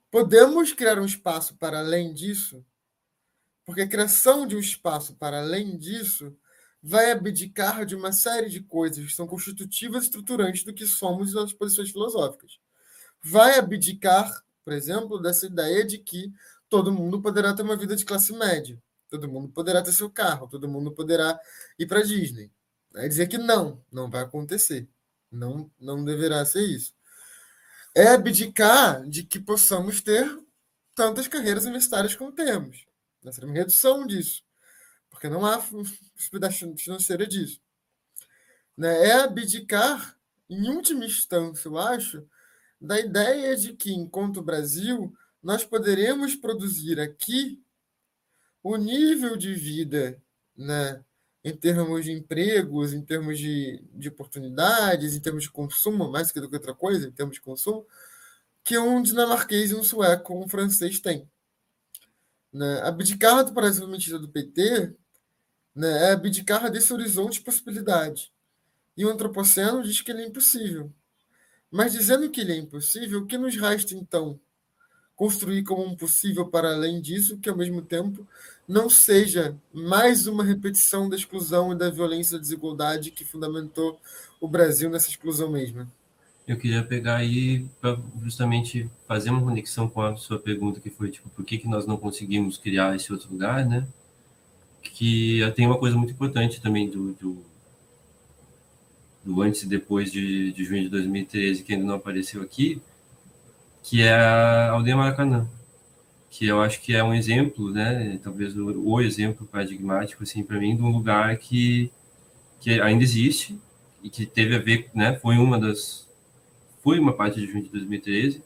S4: Podemos criar um espaço para além disso? Porque a criação de um espaço para além disso vai abdicar de uma série de coisas que são constitutivas e estruturantes do que somos e das posições filosóficas. Vai abdicar, por exemplo, dessa ideia de que todo mundo poderá ter uma vida de classe média, todo mundo poderá ter seu carro, todo mundo poderá ir para a Disney. É dizer que não vai acontecer. Não deverá ser isso. É abdicar de que possamos ter tantas carreiras universitárias como temos. Vai ser uma redução disso, porque não há possibilidade financeira disso. É abdicar, em última instância, eu acho, da ideia de que, enquanto Brasil, nós poderemos produzir aqui o nível de vida, né, em termos de empregos, em termos de oportunidades, em termos de consumo, mais do que outra coisa, em termos de consumo, que um dinamarquês e um sueco ou um francês têm. Né? Abdicar do paradigma mentira do PT, né, é abdicar desse horizonte de possibilidade. E o antropoceno diz que ele é impossível. Mas dizendo que ele é impossível, o que nos resta, então? Construir como um possível para além disso, que ao mesmo tempo não seja mais uma repetição da exclusão e da violência e da desigualdade que fundamentou o Brasil nessa exclusão mesma.
S1: Eu queria pegar aí para justamente fazer uma conexão com a sua pergunta, que foi, tipo, por que nós não conseguimos criar esse outro lugar, né? Que tem uma coisa muito importante também do antes e depois de junho de 2013, que ainda não apareceu aqui, que é a Aldeia Maracanã, que eu acho que é um exemplo, né? Talvez o exemplo paradigmático, assim, para mim, de um lugar que ainda existe e que teve a ver, né? Foi uma parte de junho de 2013,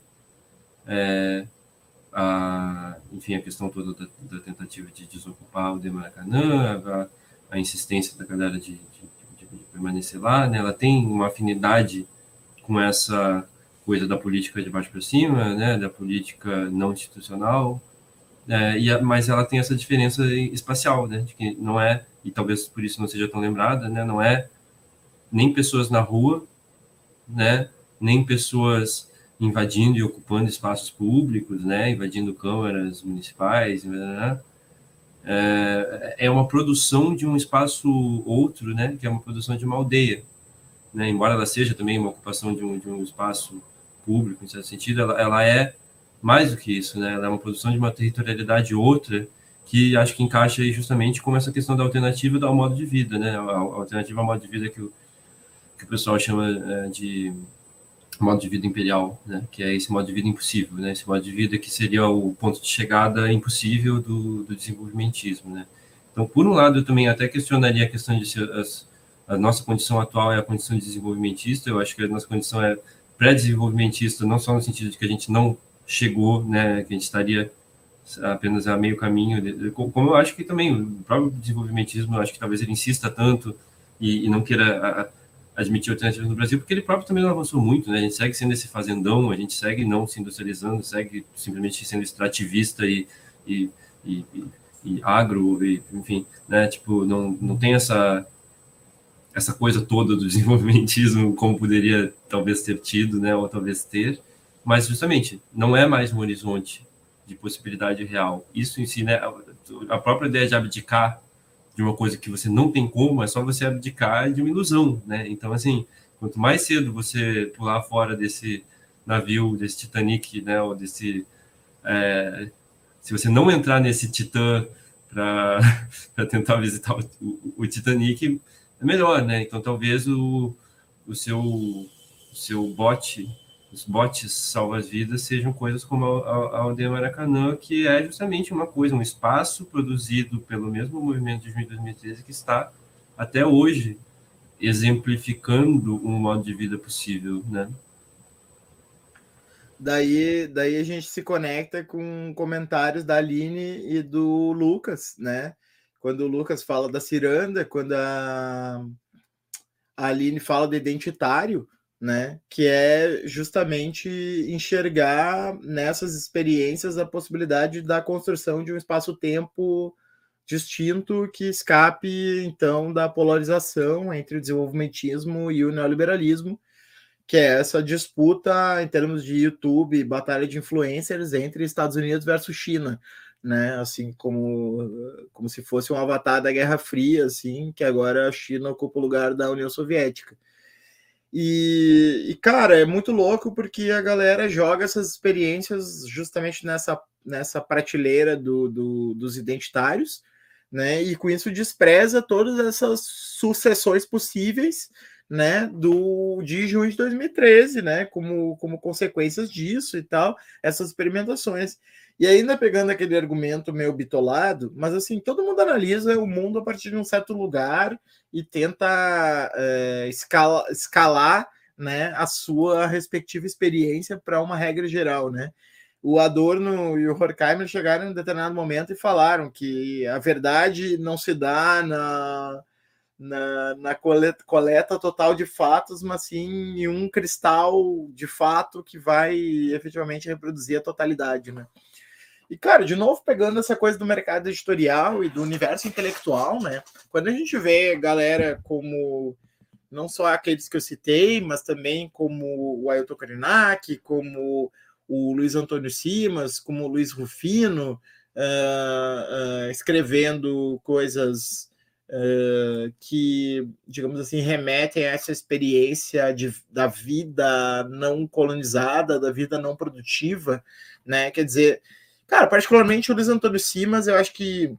S1: enfim, a questão toda da tentativa de desocupar o de Maracanã, a insistência da galera de permanecer lá, né? Ela tem uma afinidade com essa coisa da política de baixo para cima, né? Da política não institucional, mas ela tem essa diferença espacial, né? De que não é, e talvez por isso não seja tão lembrada, né? Não é nem pessoas na rua, né? Nem pessoas invadindo e ocupando espaços públicos, né? Invadindo câmaras municipais, né? É uma produção de um espaço outro, né? Que é uma produção de uma aldeia, né? Embora ela seja também uma ocupação de um espaço público, em certo sentido, ela é mais do que isso, né? Ela é uma produção de uma territorialidade outra, que acho que encaixa aí justamente com essa questão da alternativa ao modo de vida, né? A alternativa ao modo de vida que o pessoal chama de modo de vida imperial, né? Que é esse modo de vida impossível, né? Esse modo de vida que seria o ponto de chegada impossível do desenvolvimentismo, né? Então, por um lado, eu também até questionaria a questão de se a nossa condição atual é a condição de desenvolvimentista. Eu acho que a nossa condição é pré-desenvolvimentista, não só no sentido de que a gente não chegou, né? Que a gente estaria apenas a meio caminho, como eu acho que também o próprio desenvolvimentismo, eu acho que talvez ele insista tanto e não queira admitir alternativas no Brasil, porque ele próprio também não avançou muito, né? A gente segue sendo esse fazendão, a gente segue não se industrializando, segue simplesmente sendo extrativista e agro, enfim, né? Tipo, não tem essa coisa toda do desenvolvimentismo como poderia talvez ter tido, né? Ou talvez ter, mas justamente não é mais um horizonte de possibilidade real. Isso em si, né? A própria ideia de abdicar de uma coisa que você não tem como, é só você abdicar de uma ilusão, né? Então, assim, quanto mais cedo você pular fora desse navio, desse Titanic, né? Ou desse... se você não entrar nesse Titã para tentar visitar o Titanic, é melhor, né? Então, talvez o seu bote, os botes salva-vidas sejam coisas como a Aldeia Maracanã, que é justamente uma coisa, um espaço produzido pelo mesmo movimento de junho de 2013 que está até hoje exemplificando um modo de vida possível, né?
S2: Daí a gente se conecta com comentários da Aline e do Lucas, né? Quando o Lucas fala da ciranda, quando a Aline fala do identitário, né? Que é justamente enxergar nessas experiências a possibilidade da construção de um espaço-tempo distinto que escape, então, da polarização entre o desenvolvimentismo e o neoliberalismo, que é essa disputa em termos de YouTube, batalha de influencers entre Estados Unidos versus China, né? Assim como se fosse um avatar da Guerra Fria, assim, que agora a China ocupa o lugar da União Soviética. E cara, é muito louco porque a galera joga essas experiências justamente nessa prateleira dos identitários, né? E com isso despreza todas essas sucessões possíveis, né, de junho de 2013, né, como consequências disso e tal, essas experimentações. E ainda pegando aquele argumento meio bitolado, mas assim, todo mundo analisa o mundo a partir de um certo lugar e tenta escalar, né, a sua respectiva experiência para uma regra geral, né? O Adorno e o Horkheimer chegaram em um determinado momento e falaram que a verdade não se dá na coleta total de fatos, mas sim em um cristal de fato que vai efetivamente reproduzir a totalidade, né? E, cara, de novo, pegando essa coisa do mercado editorial e do universo intelectual, né? Quando a gente vê galera como não só aqueles que eu citei, mas também como o Ailton Krenak, como o Luiz Antônio Simas, como o Luiz Rufino, escrevendo coisas que, digamos assim, remetem a essa experiência da vida não colonizada, da vida não produtiva, né? Quer dizer, cara, particularmente o Luiz Antônio Simas, eu acho que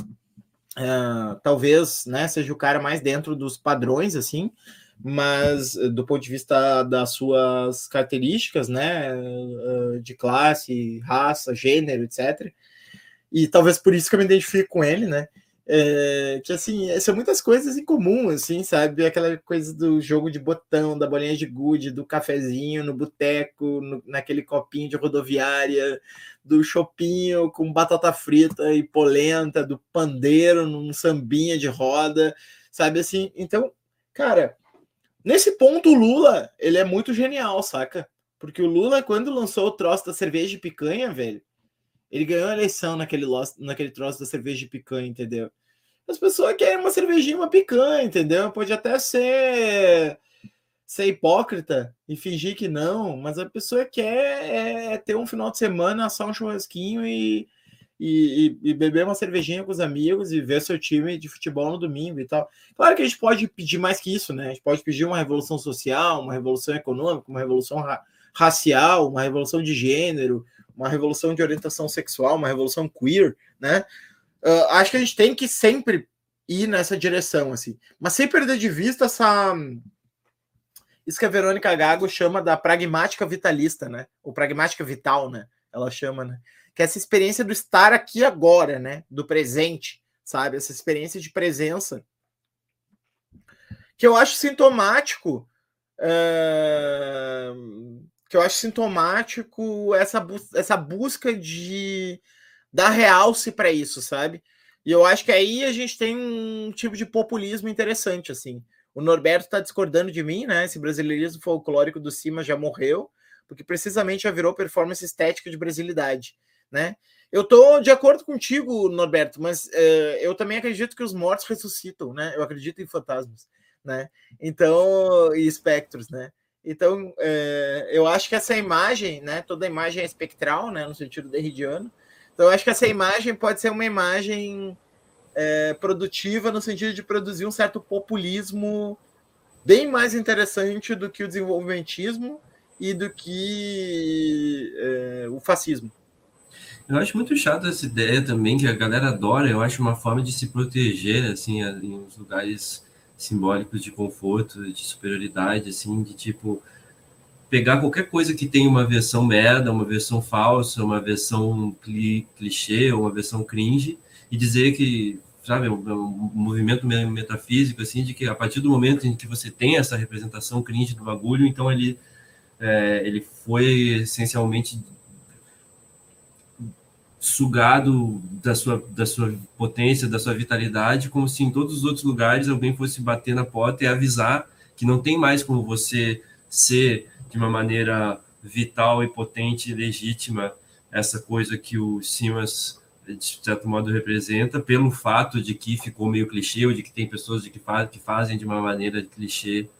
S2: talvez, né, seja o cara mais dentro dos padrões, assim, mas do ponto de vista das suas características, né, de classe, raça, gênero, etc. E talvez por isso que eu me identifico com ele, né? Que assim, são muitas coisas em comum, assim, sabe? Aquela coisa do jogo de botão, da bolinha de gude, do cafezinho no boteco, naquele copinho de rodoviária, do chopinho com batata frita e polenta, do pandeiro num sambinha de roda, sabe assim? Então, cara, nesse ponto o Lula, ele é muito genial, saca? Porque o Lula, quando lançou o troço da cerveja de picanha, velho, ele ganhou a eleição naquele troço da cerveja de picanha, entendeu? As pessoas querem uma cervejinha, uma picanha, entendeu? Pode até ser hipócrita e fingir que não, mas a pessoa quer ter um final de semana, assar um churrasquinho e beber uma cervejinha com os amigos e ver seu time de futebol no domingo e tal. Claro que a gente pode pedir mais que isso, né? A gente pode pedir uma revolução social, uma revolução econômica, uma revolução racial, uma revolução de gênero, uma revolução de orientação sexual, uma revolução queer, né? Acho que a gente tem que sempre ir nessa direção, assim, mas sem perder de vista isso que a Verônica Gago chama da pragmática vitalista, né? Ou pragmática vital, né? Ela chama, né? Que é essa experiência do estar aqui agora, né? Do presente, sabe? Essa experiência de presença que eu acho sintomático essa busca de dar realce para isso, sabe? E eu acho que aí a gente tem um tipo de populismo interessante, assim. O Norberto está discordando de mim, né? Esse brasileirismo folclórico do Cima já morreu, porque precisamente já virou performance estética de brasilidade, né? Eu tô de acordo contigo, Norberto, mas eu também acredito que os mortos ressuscitam, né? Eu acredito em fantasmas, né? Então, e espectros, né? Então, eu acho que essa imagem, né? Toda imagem é espectral, né? No sentido derridiano. Então, eu acho que essa imagem pode ser uma imagem produtiva no sentido de produzir um certo populismo bem mais interessante do que o desenvolvimentismo e do que o fascismo.
S1: Eu acho muito chato essa ideia também, que a galera adora. Eu acho uma forma de se proteger, assim, em uns lugares simbólicos de conforto, de superioridade, assim, de tipo pegar qualquer coisa que tenha uma versão merda, uma versão falsa, uma versão clichê, uma versão cringe, e dizer que, sabe, um movimento metafísico, assim, de que a partir do momento em que você tem essa representação cringe do bagulho, então ele foi essencialmente sugado da sua potência, da sua vitalidade, como se em todos os outros lugares alguém fosse bater na porta e avisar que não tem mais como você ser de uma maneira vital e potente e legítima essa coisa que o Simas, de certo modo, representa, pelo fato de que ficou meio clichê, ou de que tem pessoas que fazem de uma maneira clichê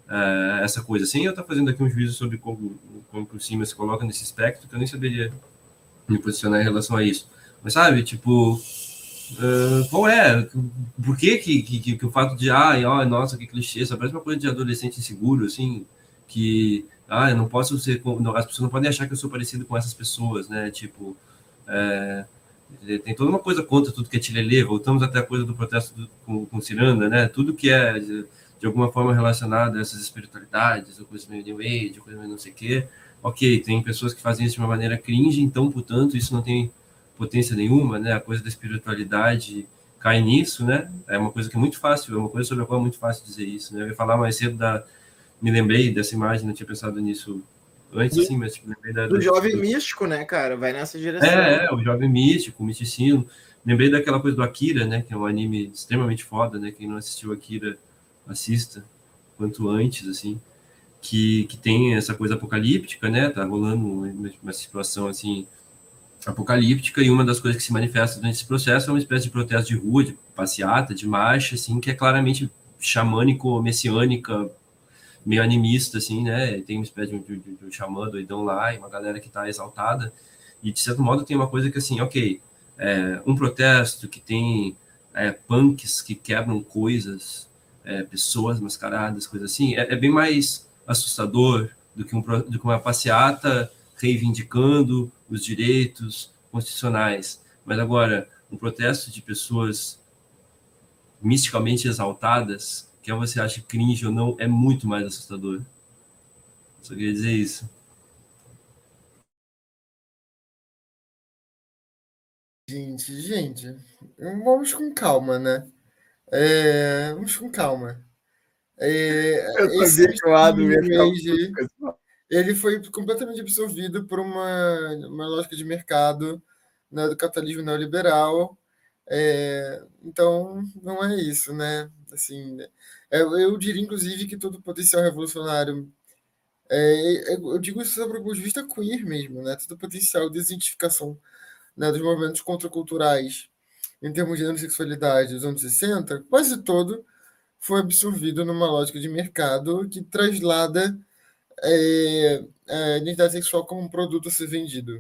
S1: essa coisa, sem eu estar fazendo aqui um juízo sobre como o Simas se coloca nesse espectro, que eu nem saberia me posicionar em relação a isso. Mas, sabe, tipo, qual é? Por que o fato de, nossa, que clichê, essa parece uma coisa de adolescente inseguro, assim, que, eu não posso ser, as pessoas não podem achar que eu sou parecido com essas pessoas, né, tipo, tem toda uma coisa contra tudo que é tilelê, voltamos até a coisa do protesto com Ciranda, né, tudo que é de alguma forma relacionado a essas espiritualidades, ou coisa meio New Age, coisa meio não sei o quê, ok, tem pessoas que fazem isso de uma maneira cringe, então, portanto, isso não tem potência nenhuma, né, a coisa da espiritualidade cai nisso, né, é uma coisa que é muito fácil, é uma coisa sobre a qual é muito fácil dizer isso, né, eu ia falar mais cedo me lembrei dessa imagem, não tinha pensado nisso antes, assim, mas tipo, lembrei
S2: do jovem místico, né, cara, vai nessa direção.
S1: O jovem místico, o misticismo, lembrei daquela coisa do Akira, né, que é um anime extremamente foda, né, quem não assistiu Akira, assista, quanto antes, assim, que tem essa coisa apocalíptica, né, tá rolando uma situação, assim, apocalíptica, e uma das coisas que se manifesta durante esse processo é uma espécie de protesto de rua, de passeata, de marcha, assim, que é claramente xamânico, messiânica, meio animista, assim, né, tem uma espécie de um xamã doidão lá, e uma galera que tá exaltada, e de certo modo tem uma coisa que, assim, ok, um protesto que tem punks que quebram coisas, pessoas mascaradas, coisas assim, é bem mais assustador do que uma passeata reivindicando os direitos constitucionais. Mas agora, um protesto de pessoas misticamente exaltadas, que você acha cringe ou não, é muito mais assustador. Só queria dizer isso.
S4: Gente, vamos com calma, né? Vamos com calma.
S2: Eu sabia que o Adam ia ficar...
S4: Ele foi completamente absorvido por uma lógica de mercado, né, do capitalismo neoliberal. Então, não é isso, né? Assim, eu diria, inclusive, que todo potencial revolucionário, eu digo isso sobre o ponto de vista queer mesmo, né? Todo potencial de identificação, né, dos movimentos contraculturais em termos de gênero e sexualidade dos anos 60, quase todo foi absorvido numa lógica de mercado que traslada a identidade sexual como um produto a ser vendido.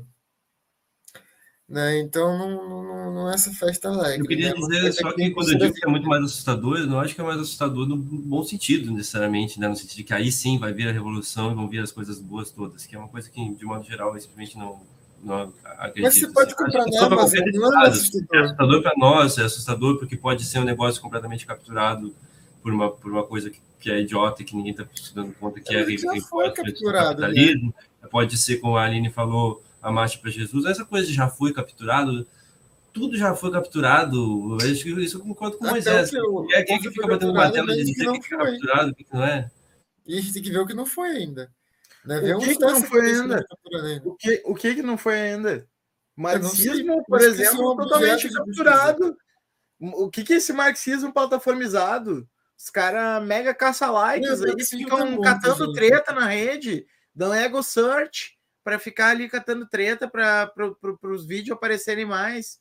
S4: Né? Então, não é essa festa alegre.
S1: Eu queria dizer só que quando eu digo que é muito mais assustador, eu não acho que é mais assustador no bom sentido, necessariamente, né? No sentido de que aí sim vai vir a revolução e vão vir as coisas boas todas, que é uma coisa que, de modo geral, eu simplesmente não acredito.
S4: Mas você pode comprar na Amazon, não é assustador.
S1: É assustador para nós, é assustador porque pode ser um negócio completamente capturado por uma coisa que é idiota e que ninguém está se dando conta que é capitalismo. Né? Pode ser, como a Aline falou, a marcha para Jesus, essa coisa já foi capturado, tudo já foi capturado. Eu acho que isso eu concordo com o Moisés. Quem que fica batendo martelo de dizer que é capturado, o que não é?
S4: E a gente tem que ver o que não foi ainda. Né?
S2: O que não foi ainda? O que não foi ainda? Marxismo, por exemplo, totalmente capturado. O que é esse marxismo plataformizado? Os caras mega caça-likes aí, ficam catando treta na rede, dão ego search para ficar ali catando treta para os vídeos aparecerem mais.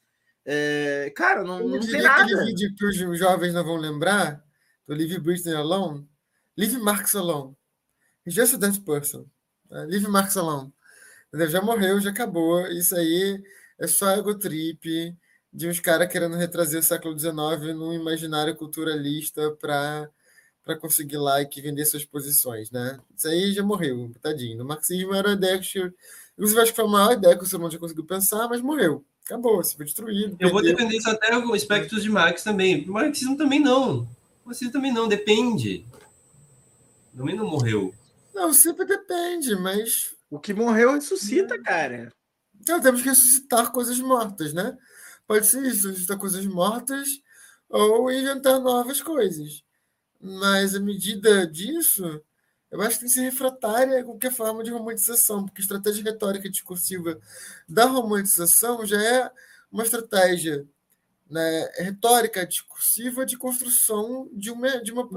S2: Cara, não tem nada.
S4: Aquele vídeo que os jovens não vão lembrar, do Leave Britney Alone, Leave Marx Alone. Just a dead person. Leave Marx Alone. Já morreu, já acabou. Isso aí é só ego trip de uns caras querendo retrazer o século XIX num imaginário culturalista para conseguir like e vender suas posições, né? Isso aí já morreu, tadinho. O marxismo era a ideia que... Inclusive, acho que foi a maior ideia que o ser humano já conseguiu pensar, mas morreu. Acabou, se foi destruído.
S1: Eu vou defender isso até com aspectos de Marx também. O marxismo também não. O marxismo também não, depende. Também não morreu.
S4: Não, sempre depende, mas...
S2: O que morreu ressuscita, cara.
S4: Então, temos que ressuscitar coisas mortas, né? Pode ser isso, ressuscitar coisas mortas ou inventar novas coisas. Mas, à medida disso, eu acho que tem que ser refratária a qualquer forma de romantização, porque a estratégia retórica discursiva da romantização já é uma estratégia, né, retórica discursiva de construção de uma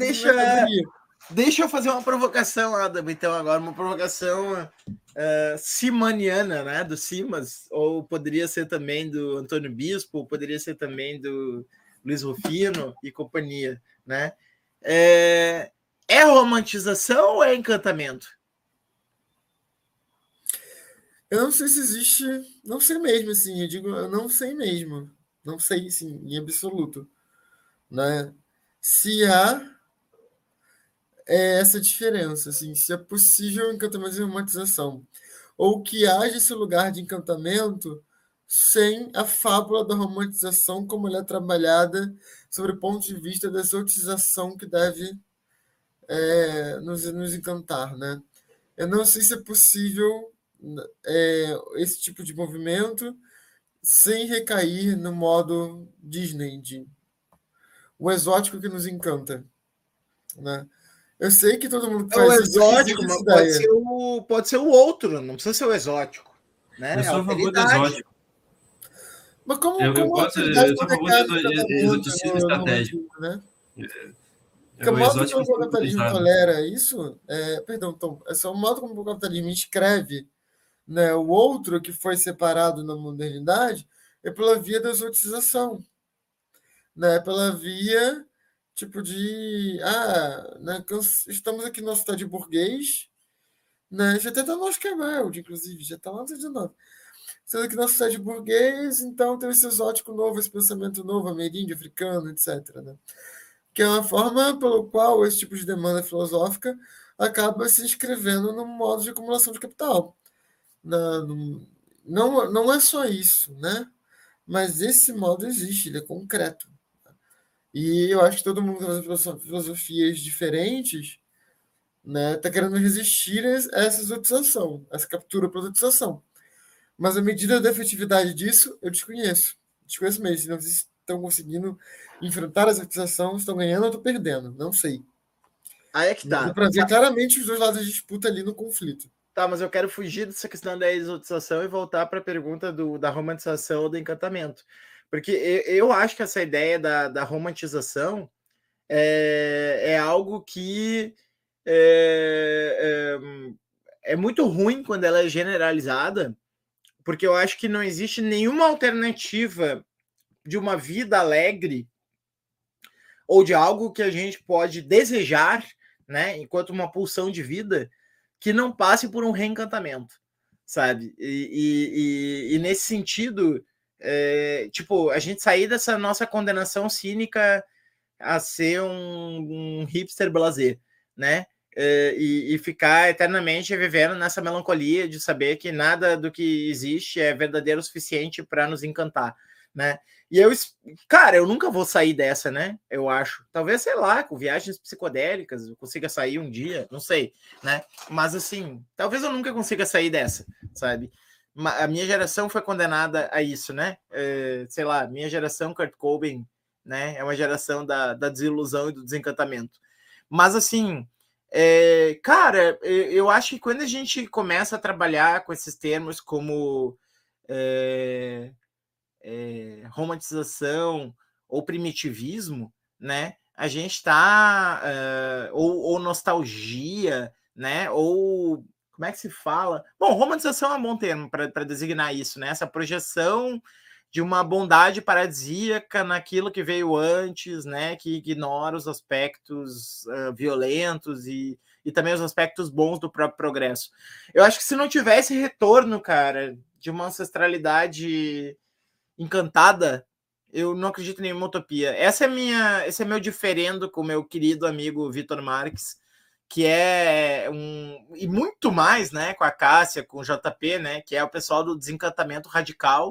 S2: Deixa eu fazer uma provocação, Adam, então, agora, uma provocação simaniana, né, do Simas, ou poderia ser também do Antônio Bispo, ou poderia ser também do Luiz Rufino e companhia, né?
S5: É romantização ou é encantamento?
S4: Eu não sei se existe, não sei mesmo, assim, eu digo, eu não sei mesmo, não sei, sim, em absoluto, né? Se há essa diferença, assim, se é possível encantamento e romantização, ou que haja esse lugar de encantamento sem a fábula da romantização como ela é trabalhada sobre o ponto de vista da exotização que deve nos encantar, né? Eu não sei se é possível esse tipo de movimento sem recair no modo Disney, de o exótico que nos encanta, né? Eu sei que todo mundo que
S5: É o
S4: faz isso
S5: exótico,
S4: essa
S5: mas
S4: ideia.
S5: pode ser o outro, não precisa ser o exótico. Né?
S1: Eu
S5: É
S1: sou a favor do
S5: alteridade.
S1: exótico.
S4: Mas como
S1: Eu
S4: a
S1: gosto,
S4: atividade
S1: eu
S4: não
S1: sou a favor do
S4: recai no encantamento,
S1: exoticismo
S4: no
S1: estratégico.
S4: romantismo, né?
S1: É
S4: Porque o
S1: o
S4: modo
S1: exótico
S4: como o capitalismo
S1: utilizado.
S4: tolera isso, perdão, Tom, é só o modo como o capitalismo escreve, né, o outro que foi separado na modernidade é pela via da exotização, né, pela via tipo de né, estamos aqui na cidade burguês, né, já até tá no Oscar Wilde, inclusive, já está lá no 19. Estamos aqui na cidade burguês, então tem esse exótico novo, esse pensamento novo, ameríndio, africano, etc. Né? Que é uma forma pelo qual esse tipo de demanda filosófica acaba se inscrevendo no modo de acumulação de capital. Não é só isso, né? Mas esse modo existe, ele é concreto. E eu acho que todo mundo que faz filosofias diferentes, né, está querendo resistir a essa exotização, a essa captura pela exotização. Mas a medida da efetividade disso, eu desconheço. Desconheço mesmo. Se não estão conseguindo enfrentar essa exotização, estão ganhando ou estão perdendo. Não sei.
S5: Aí é que tá.
S4: Dá para ver claramente os dois lados de disputa ali no conflito.
S5: Tá, mas eu quero fugir dessa questão da exotização e voltar para a pergunta da romantização ou do encantamento. Porque eu acho que essa ideia da romantização é algo que é muito ruim quando ela é generalizada, porque eu acho que não existe nenhuma alternativa de uma vida alegre ou de algo que a gente pode desejar, né, enquanto uma pulsão de vida, que não passe por um reencantamento, sabe? E nesse sentido, tipo, a gente sair dessa nossa condenação cínica a ser um hipster blasé, né? E ficar eternamente vivendo nessa melancolia de saber que nada do que existe é verdadeiro o suficiente para nos encantar, né? E cara, eu nunca vou sair dessa, né? Eu acho. Talvez, sei lá, com viagens psicodélicas eu consiga sair um dia, não sei, né? Mas assim, talvez eu nunca consiga sair dessa, sabe? A minha geração foi condenada a isso, né? Sei lá, minha geração, Kurt Cobain, né? É uma geração da desilusão e do desencantamento. Mas assim, cara, eu acho que quando a gente começa a trabalhar com esses termos como romantização ou primitivismo, né? A gente está ou nostalgia, né? Ou como é que se fala? Bom, romantização é um bom termo para designar isso, né? Essa projeção de uma bondade paradisíaca naquilo que veio antes, né? Que ignora os aspectos violentos e também os aspectos bons do próprio progresso. Eu acho que se não tivesse retorno, cara, de uma ancestralidade encantada, eu não acredito em nenhuma utopia. Esse é meu diferendo com o meu querido amigo Vitor Marques, que é e muito mais, né, com a Cássia, com o JP, né, que é o pessoal do desencantamento radical.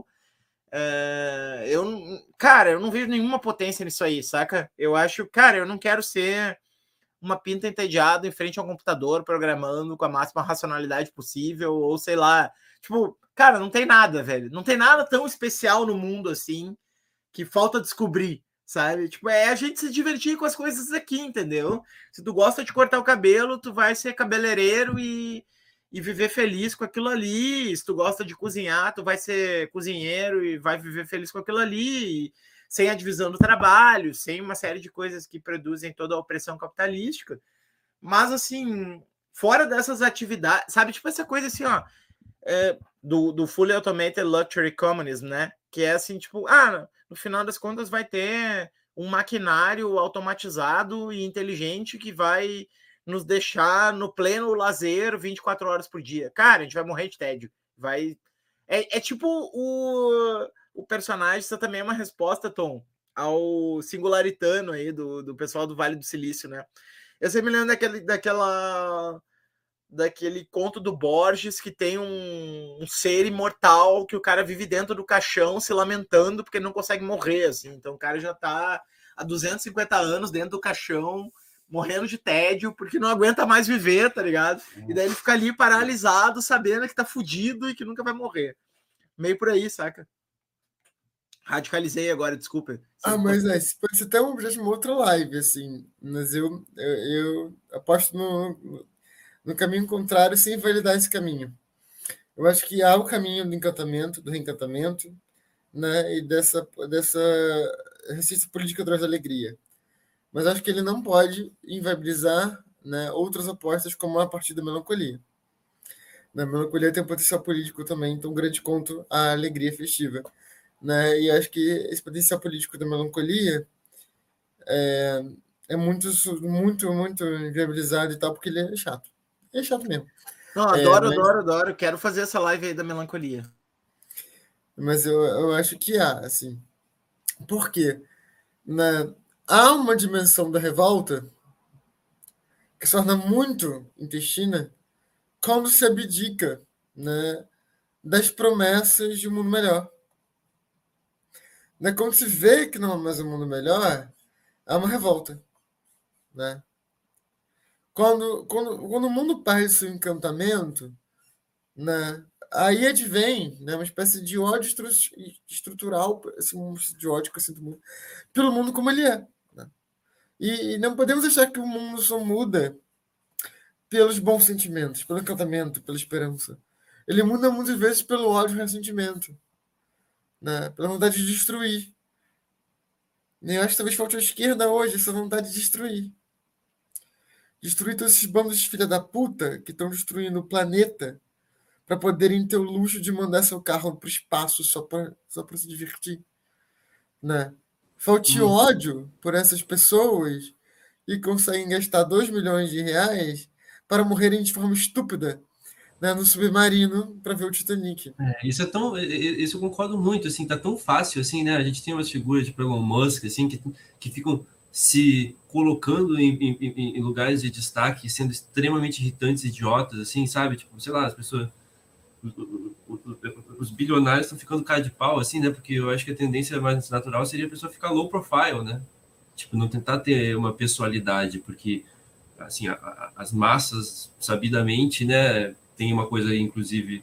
S5: Cara, eu não vejo nenhuma potência nisso aí, saca? Eu acho, cara, eu não quero ser uma pinta entediada em frente a um computador programando com a máxima racionalidade possível, ou sei lá, tipo, cara, não tem nada, velho. Não tem nada tão especial no mundo assim que falta descobrir, sabe? Tipo, é a gente se divertir com as coisas aqui, entendeu? Se tu gosta de cortar o cabelo, tu vai ser cabeleireiro e viver feliz com aquilo ali. Se tu gosta de cozinhar, tu vai ser cozinheiro e vai viver feliz com aquilo ali, sem a divisão do trabalho, sem uma série de coisas que produzem toda a opressão capitalística. Mas, assim, fora dessas atividades, sabe? Tipo essa coisa assim, ó, do Fully Automated Luxury Communism, né? Que é assim, tipo, no final das contas vai ter um maquinário automatizado e inteligente que vai nos deixar no pleno lazer 24 horas por dia. Cara, a gente vai morrer de tédio. É tipo o personagem, isso também é uma resposta, Tom, ao singularitano aí do pessoal do Vale do Silício, né? Eu sempre me lembro daquele conto do Borges que tem um ser imortal que o cara vive dentro do caixão se lamentando porque não consegue morrer, assim. Então o cara já tá há 250 anos dentro do caixão, morrendo de tédio porque não aguenta mais viver, tá ligado? E daí ele fica ali paralisado, sabendo que tá fudido e que nunca vai morrer. Meio por aí, saca? Radicalizei agora, desculpa.
S4: Mas isso pode ser até um objeto de uma outra live, assim. Mas eu aposto no caminho contrário sem validar esse caminho. Eu acho que há o caminho do encantamento, do reencantamento, né, e dessa resistência política atrás da alegria. Mas acho que ele não pode inviabilizar, né, outras apostas como a partir da melancolia. A melancolia tem um potencial político também tão grande quanto a alegria festiva. Né? E acho que esse potencial político da melancolia é muito, muito, muito inviabilizado e tal, porque ele é chato. É chato mesmo.
S5: Não, adoro. Quero fazer essa live aí da melancolia.
S4: Mas eu acho que há, assim. Por quê? Há uma dimensão da revolta que se torna muito intestina quando se abdica, né, das promessas de um mundo melhor. Né? Quando se vê que não é mais um mundo melhor, há uma revolta. Né? Quando o mundo perde seu encantamento, né, aí advém, né, uma espécie de ódio estrutural, de ódio que eu sinto muito, pelo mundo como ele é. Né? E não podemos achar que o mundo só muda pelos bons sentimentos, pelo encantamento, pela esperança. Ele muda muitas vezes pelo ódio e ressentimento. Né? Pela vontade de destruir. E eu acho que talvez falte à esquerda hoje essa vontade de destruir. Destruir todos esses bandos de filha da puta que estão destruindo o planeta para poderem ter o luxo de mandar seu carro para o espaço só para se divertir. Né? Falte ódio por essas pessoas que conseguem gastar 2 milhões de reais para morrerem de forma estúpida, né, no submarino para ver o Titanic.
S1: Isso eu concordo muito, assim, tá tão fácil, assim, né? A gente tem umas figuras tipo Elon Musk, assim, que ficam se colocando em lugares de destaque, sendo extremamente irritantes, idiotas, assim, sabe? Tipo, sei lá, as pessoas, os bilionários estão ficando cara de pau, assim, né? Porque eu acho que a tendência mais natural seria a pessoa ficar low profile, né? Tipo, não tentar ter uma pessoalidade, porque, assim, as massas, sabidamente, né? Tem uma coisa, inclusive,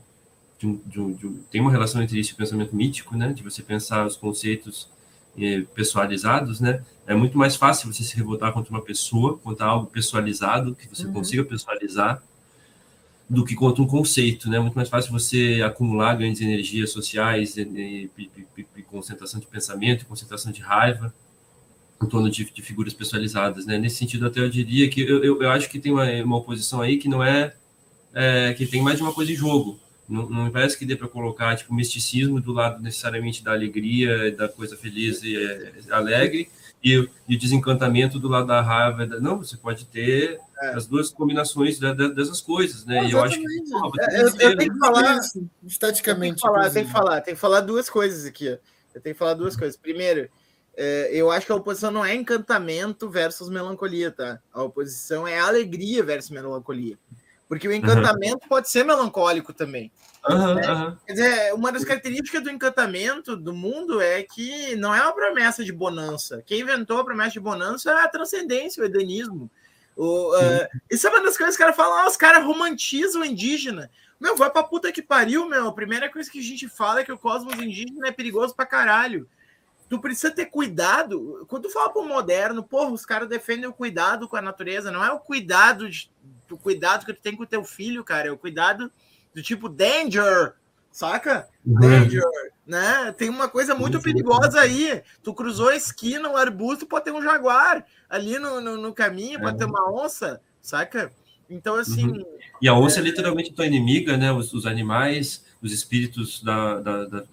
S1: tem uma relação entre isso e o pensamento mítico, né? De você pensar os conceitos pessoalizados, né? É muito mais fácil você se revoltar contra uma pessoa, contra algo pessoalizado, que você consiga pessoalizar, do que contra um conceito, né? Muito mais fácil você acumular grandes energias sociais, e concentração de pensamento, concentração de raiva, em torno de figuras pessoalizadas, né? Nesse sentido, até eu diria que eu acho que tem uma oposição aí que não que tem mais de uma coisa em jogo. Não me parece que dê para colocar tipo misticismo do lado necessariamente da alegria, da coisa feliz e alegre, e o desencantamento do lado da raiva. Não, você pode ter as duas combinações dessas coisas, né? E eu acho que
S5: eu tenho que falar
S4: estaticamente.
S5: Tem que falar duas coisas aqui. Eu tenho que falar duas coisas. Primeiro, eu acho que a oposição não é encantamento versus melancolia, tá? A oposição é alegria versus melancolia. Porque o encantamento pode ser melancólico também. Né? Quer dizer, uma das características do encantamento do mundo é que não é uma promessa de bonança. Quem inventou a promessa de bonança é a transcendência, o hedonismo. Isso é uma das coisas que os caras falam, os caras romantizam o indígena. Meu, vai pra puta que pariu, meu. A primeira coisa que a gente fala é que o cosmos indígena é perigoso pra caralho. Tu precisa ter cuidado. Quando tu fala pro moderno, porra, os caras defendem o cuidado com a natureza. Não é o cuidado que tu tem com o teu filho, cara. É o cuidado do tipo danger, saca? Danger, né? Tem uma coisa muito perigosa aí. Tu cruzou a esquina, um arbusto, pode ter um jaguar. Ali no caminho pode ter uma onça, saca? Então, assim...
S1: E a onça é literalmente tua inimiga, né? Os animais, os espíritos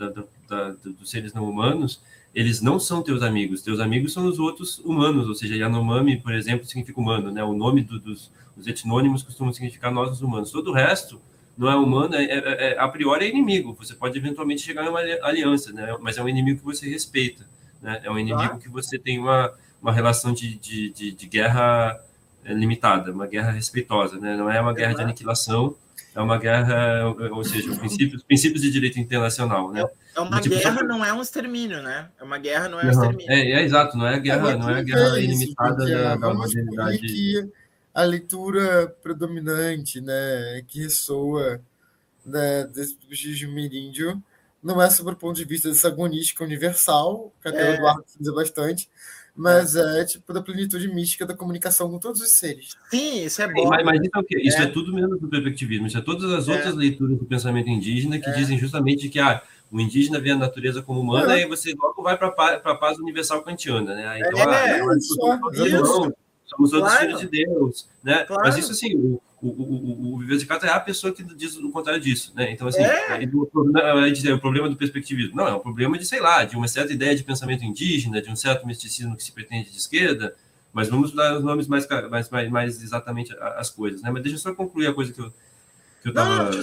S1: dos seres não humanos, eles não são teus amigos são os outros humanos, ou seja, Yanomami, por exemplo, significa humano, né? O nome dos etnônimos costumam significar nós, os humanos. Todo o resto não é humano, a priori é inimigo. Você pode eventualmente chegar em uma aliança, né? Mas é um inimigo que você respeita, né? É um inimigo que você tem uma relação de guerra limitada, uma guerra respeitosa, né? Não é uma guerra de aniquilação, é uma guerra, ou seja, os princípios de direito internacional, né?
S5: É uma guerra, não é um extermínio, né? É uma guerra, não é um extermínio.
S1: Exato, não é a guerra ilimitada da
S4: modernidade. Que a leitura predominante, né, que ressoa, né, desse de Miríndio, não é sobre o ponto de vista dessa agonística universal, que até o Eduardo utiliza bastante, mas tipo da plenitude mística da comunicação com todos os seres.
S5: Sim, isso é bom.
S1: Mas isso é o quê? Isso é tudo menos do perspectivismo. Isso é todas as outras leituras do pensamento indígena que dizem justamente que o indígena vê a natureza como humana e você logo vai para a paz universal kantiana, né? Aí, então, somos todos filhos de Deus, né? Claro. Mas isso, assim, o Vivezicato é a pessoa que diz o contrário disso, né? Então, assim, o problema do perspectivismo não é um problema de, sei lá, de uma certa ideia de pensamento indígena, de um certo misticismo que se pretende de esquerda, mas vamos dar os nomes mais exatamente às coisas, né? Mas deixa eu só concluir a coisa que eu estava...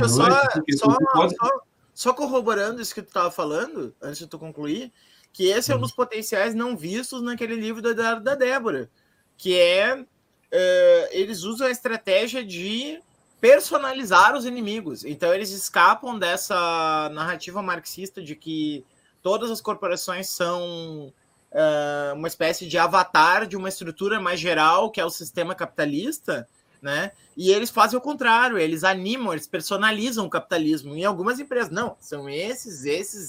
S5: Só corroborando isso que tu estava falando, antes de tu concluir, que esse é um dos potenciais não vistos naquele livro da Débora, que eles usam a estratégia de personalizar os inimigos. Então, eles escapam dessa narrativa marxista de que todas as corporações são uma espécie de avatar de uma estrutura mais geral, que é o sistema capitalista, né? E eles fazem o contrário, eles animam, eles personalizam o capitalismo. Em algumas empresas, não, são esses,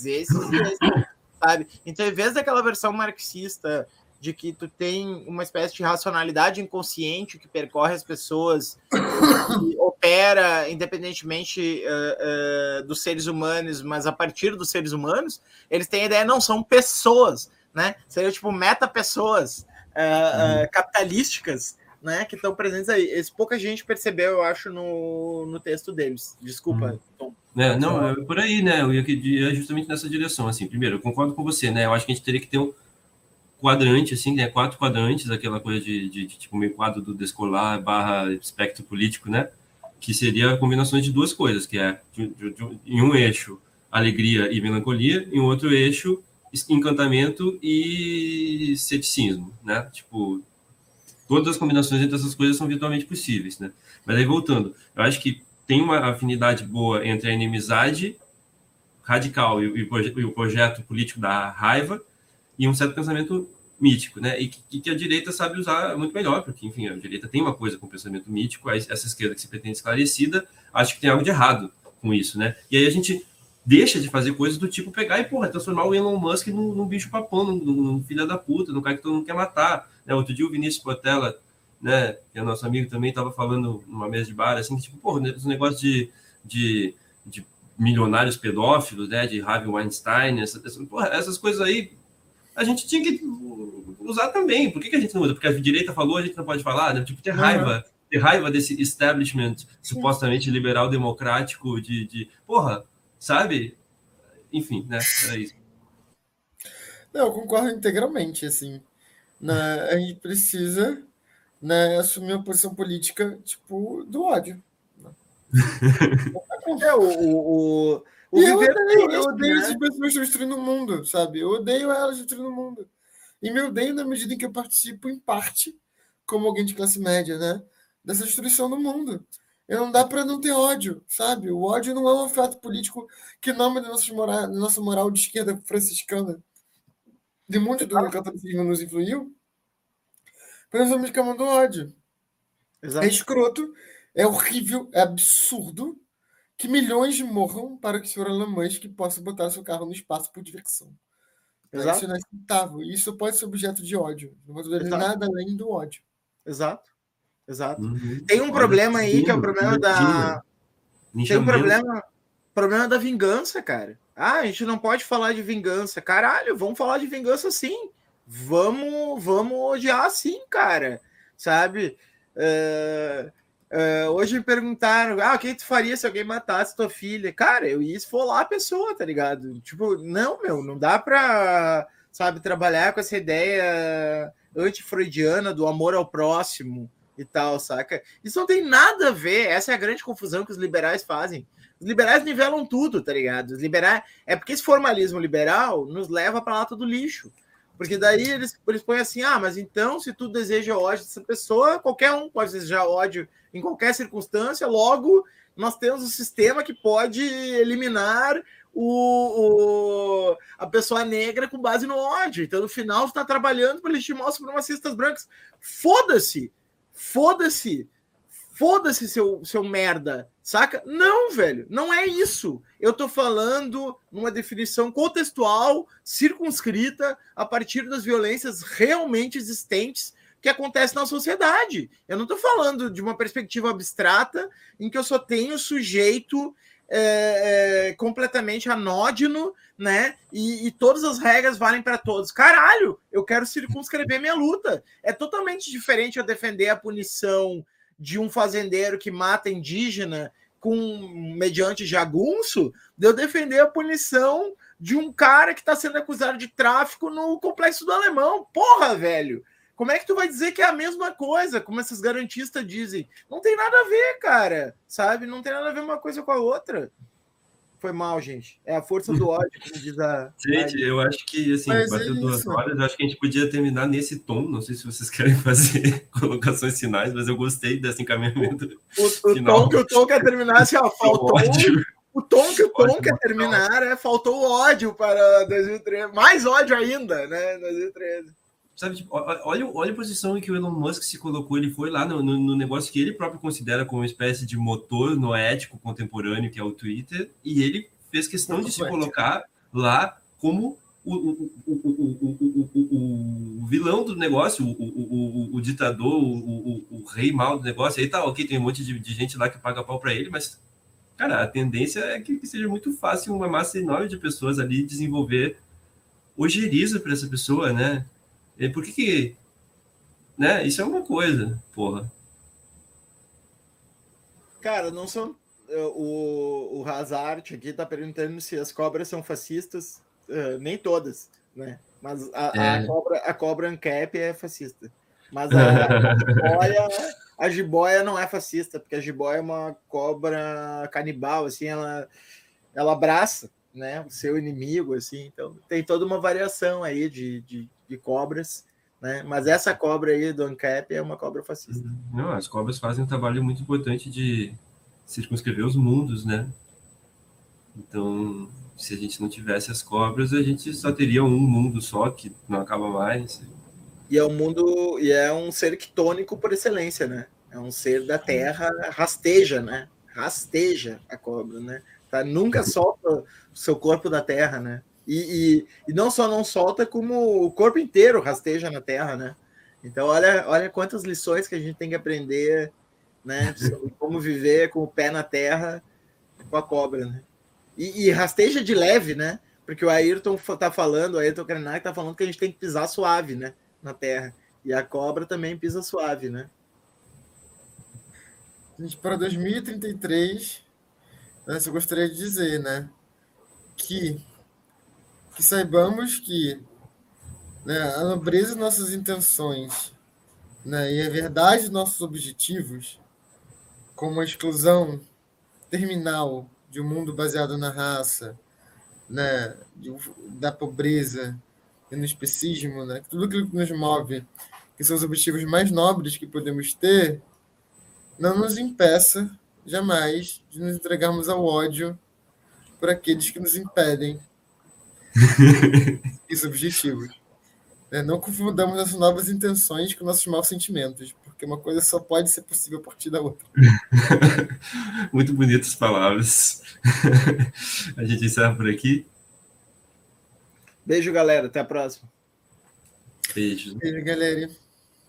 S5: sabe? Então, em vez daquela versão marxista de que tu tem uma espécie de racionalidade inconsciente que percorre as pessoas e opera independentemente dos seres humanos, mas a partir dos seres humanos, eles têm a ideia, não, são pessoas, né? Seriam tipo meta-pessoas capitalísticas, né, que estão presentes aí. Pouca gente percebeu, eu acho, no texto deles. Desculpa, Tom.
S1: Não, é por aí, né? Eu ia justamente nessa direção, assim. Primeiro, eu concordo com você, né? Eu acho que a gente teria que ter um quadrante, assim, né? 4 quadrantes, aquela coisa de tipo, meio quadro do Descolar / espectro político, né? Que seria combinações de duas coisas, que é, em um eixo, alegria e melancolia, em outro eixo, encantamento e ceticismo, né? Tipo, todas as combinações entre essas coisas são virtualmente possíveis, né? Mas aí, voltando, eu acho que tem uma afinidade boa entre a inimizade radical e o projeto político da raiva e um certo pensamento mítico, né? E que a direita sabe usar muito melhor, porque, enfim, a direita tem uma coisa com o pensamento mítico, essa esquerda que se pretende esclarecida, acho que tem algo de errado com isso, né? E aí a gente deixa de fazer coisas do tipo pegar e, transformar o Elon Musk num bicho papão, num filho da puta, num cara que todo mundo quer matar, né? Outro dia o Vinícius Portela, né, que é nosso amigo também, estava falando numa mesa de bar, assim, que, tipo, esse negócio de milionários pedófilos, né, de Harvey Weinstein, essas coisas aí, a gente tinha que usar também. Por que a gente não usa? Porque a direita falou, a gente não pode falar, né? Tipo, ter raiva desse establishment supostamente liberal democrático sabe? Enfim, né? Era isso.
S4: Não, eu concordo integralmente, assim. A gente precisa, né, assumir uma posição política, tipo, do ódio. Eu odeio essas pessoas destruindo o mundo, sabe? Eu odeio elas destruindo o mundo. E me odeio na medida em que eu participo, em parte, como alguém de classe média, né? Dessa destruição do mundo. E não dá para não ter ódio, sabe? O ódio não é um afeto político que, em nome da nossa moral de esquerda franciscana, de muito do catolicismo nos influiu, nós vamos ficar mandando ódio. Exato. É escroto, é horrível, é absurdo que milhões morram para que o senhor Elon Musk possa botar seu carro no espaço por diversão. Exato. Isso é inaceitável. Isso pode ser objeto de ódio. Não pode ter nada além do ódio.
S5: Exato. Tem um problema aí, que é o problema da... Tem um problema da vingança, cara. A gente não pode falar de vingança. Caralho, vamos falar de vingança sim. Vamos odiar sim, cara. Sabe? Hoje me perguntaram, o que tu faria se alguém matasse tua filha? Cara, eu ia esfolar a pessoa, tá ligado? Tipo, não dá pra, sabe, trabalhar com essa ideia anti-freudiana do amor ao próximo e tal, saca? Isso não tem nada a ver, essa é a grande confusão que os liberais fazem. Os liberais nivelam tudo, tá ligado? Os liberais... É porque esse formalismo liberal nos leva pra lata do lixo. Porque daí eles põem assim, mas então se tu deseja ódio dessa pessoa, qualquer um pode desejar ódio em qualquer circunstância, logo nós temos um sistema que pode eliminar a pessoa negra com base no ódio. Então, no final, você está trabalhando para legitimar os supremacistas brancos. Foda-se! Foda-se! Foda-se, seu merda! Saca? Não, velho, não é isso. Eu tô falando numa definição contextual, circunscrita, a partir das violências realmente existentes que acontecem na sociedade. Eu não tô falando de uma perspectiva abstrata em que eu só tenho sujeito completamente anódino, né? E todas as regras valem para todos. Caralho, eu quero circunscrever minha luta. É totalmente diferente eu defender a punição de um fazendeiro que mata indígena mediante jagunço, de eu defender a punição de um cara que está sendo acusado de tráfico no Complexo do Alemão. Porra, velho! Como é que tu vai dizer que é a mesma coisa, como esses garantistas dizem? Não tem nada a ver, cara, sabe? Não tem nada a ver uma coisa com a outra. Foi mal, gente. É a força do ódio, como diz a...
S1: Gente, eu acho que, assim, bateu 2 horas, eu acho que a gente podia terminar nesse tom, não sei se vocês querem fazer colocações finais, mas eu gostei desse encaminhamento final.
S5: Tom que o Tom quer terminar, assim, faltou... O tom que o Tom quer terminar faltou o ódio para 2013. Mais ódio ainda, né, 2013.
S1: Sabe, tipo, olha a posição em que o Elon Musk se colocou, ele foi lá no negócio que ele próprio considera como uma espécie de motor noético contemporâneo, que é o Twitter, e ele fez questão de se colocar lá como o vilão do negócio, o ditador, o rei mal do negócio. Aí tá, ok, tem um monte de gente lá que paga pau para ele, mas, cara, a tendência é que seja muito fácil uma massa enorme de pessoas ali desenvolver ojeriza para essa pessoa, né? Por que, né? Isso é uma coisa, porra.
S5: Cara, não são... O Hazard aqui tá perguntando se as cobras são fascistas. Nem todas, né? Mas a cobra ANCAP é fascista. Mas a jiboia não é fascista, porque a jiboia é uma cobra canibal, assim, ela abraça, né, o seu inimigo, assim. Então tem toda uma variação aí de cobras, né? Mas essa cobra aí do ANCAP é uma cobra fascista.
S1: Não, as cobras fazem um trabalho muito importante de circunscrever os mundos, né? Então, se a gente não tivesse as cobras, a gente só teria um mundo só, que não acaba mais.
S5: E é um ser quitônico por excelência, né? É um ser da terra, rasteja, né? Rasteja a cobra, né? Tá? Nunca solta o seu corpo da terra, né? E não só não solta, como o corpo inteiro rasteja na terra, né? Então, olha quantas lições que a gente tem que aprender, né? Sobre como viver com o pé na terra com a cobra, né? E rasteja de leve, né? Porque o Ayrton tá falando, o Ayrton Krenak tá falando que a gente tem que pisar suave, né? Na terra. E a cobra também pisa suave, né?
S4: Gente, para 2033, né, eu gostaria de dizer, né? Que saibamos que, né, a nobreza de nossas intenções, né, e a verdade dos nossos objetivos, como a exclusão terminal de um mundo baseado na raça, né, da pobreza e no especismo, né, tudo aquilo que nos move, que são os objetivos mais nobres que podemos ter, não nos impeça jamais de nos entregarmos ao ódio por aqueles que nos impedem esses objetivos. Não confundamos as novas intenções com nossos maus sentimentos, porque uma coisa só pode ser possível a partir da outra.
S1: Muito bonitas palavras. A gente encerra por aqui.
S5: Beijo, galera. Até a próxima.
S1: Beijo.
S4: Beijo, galera.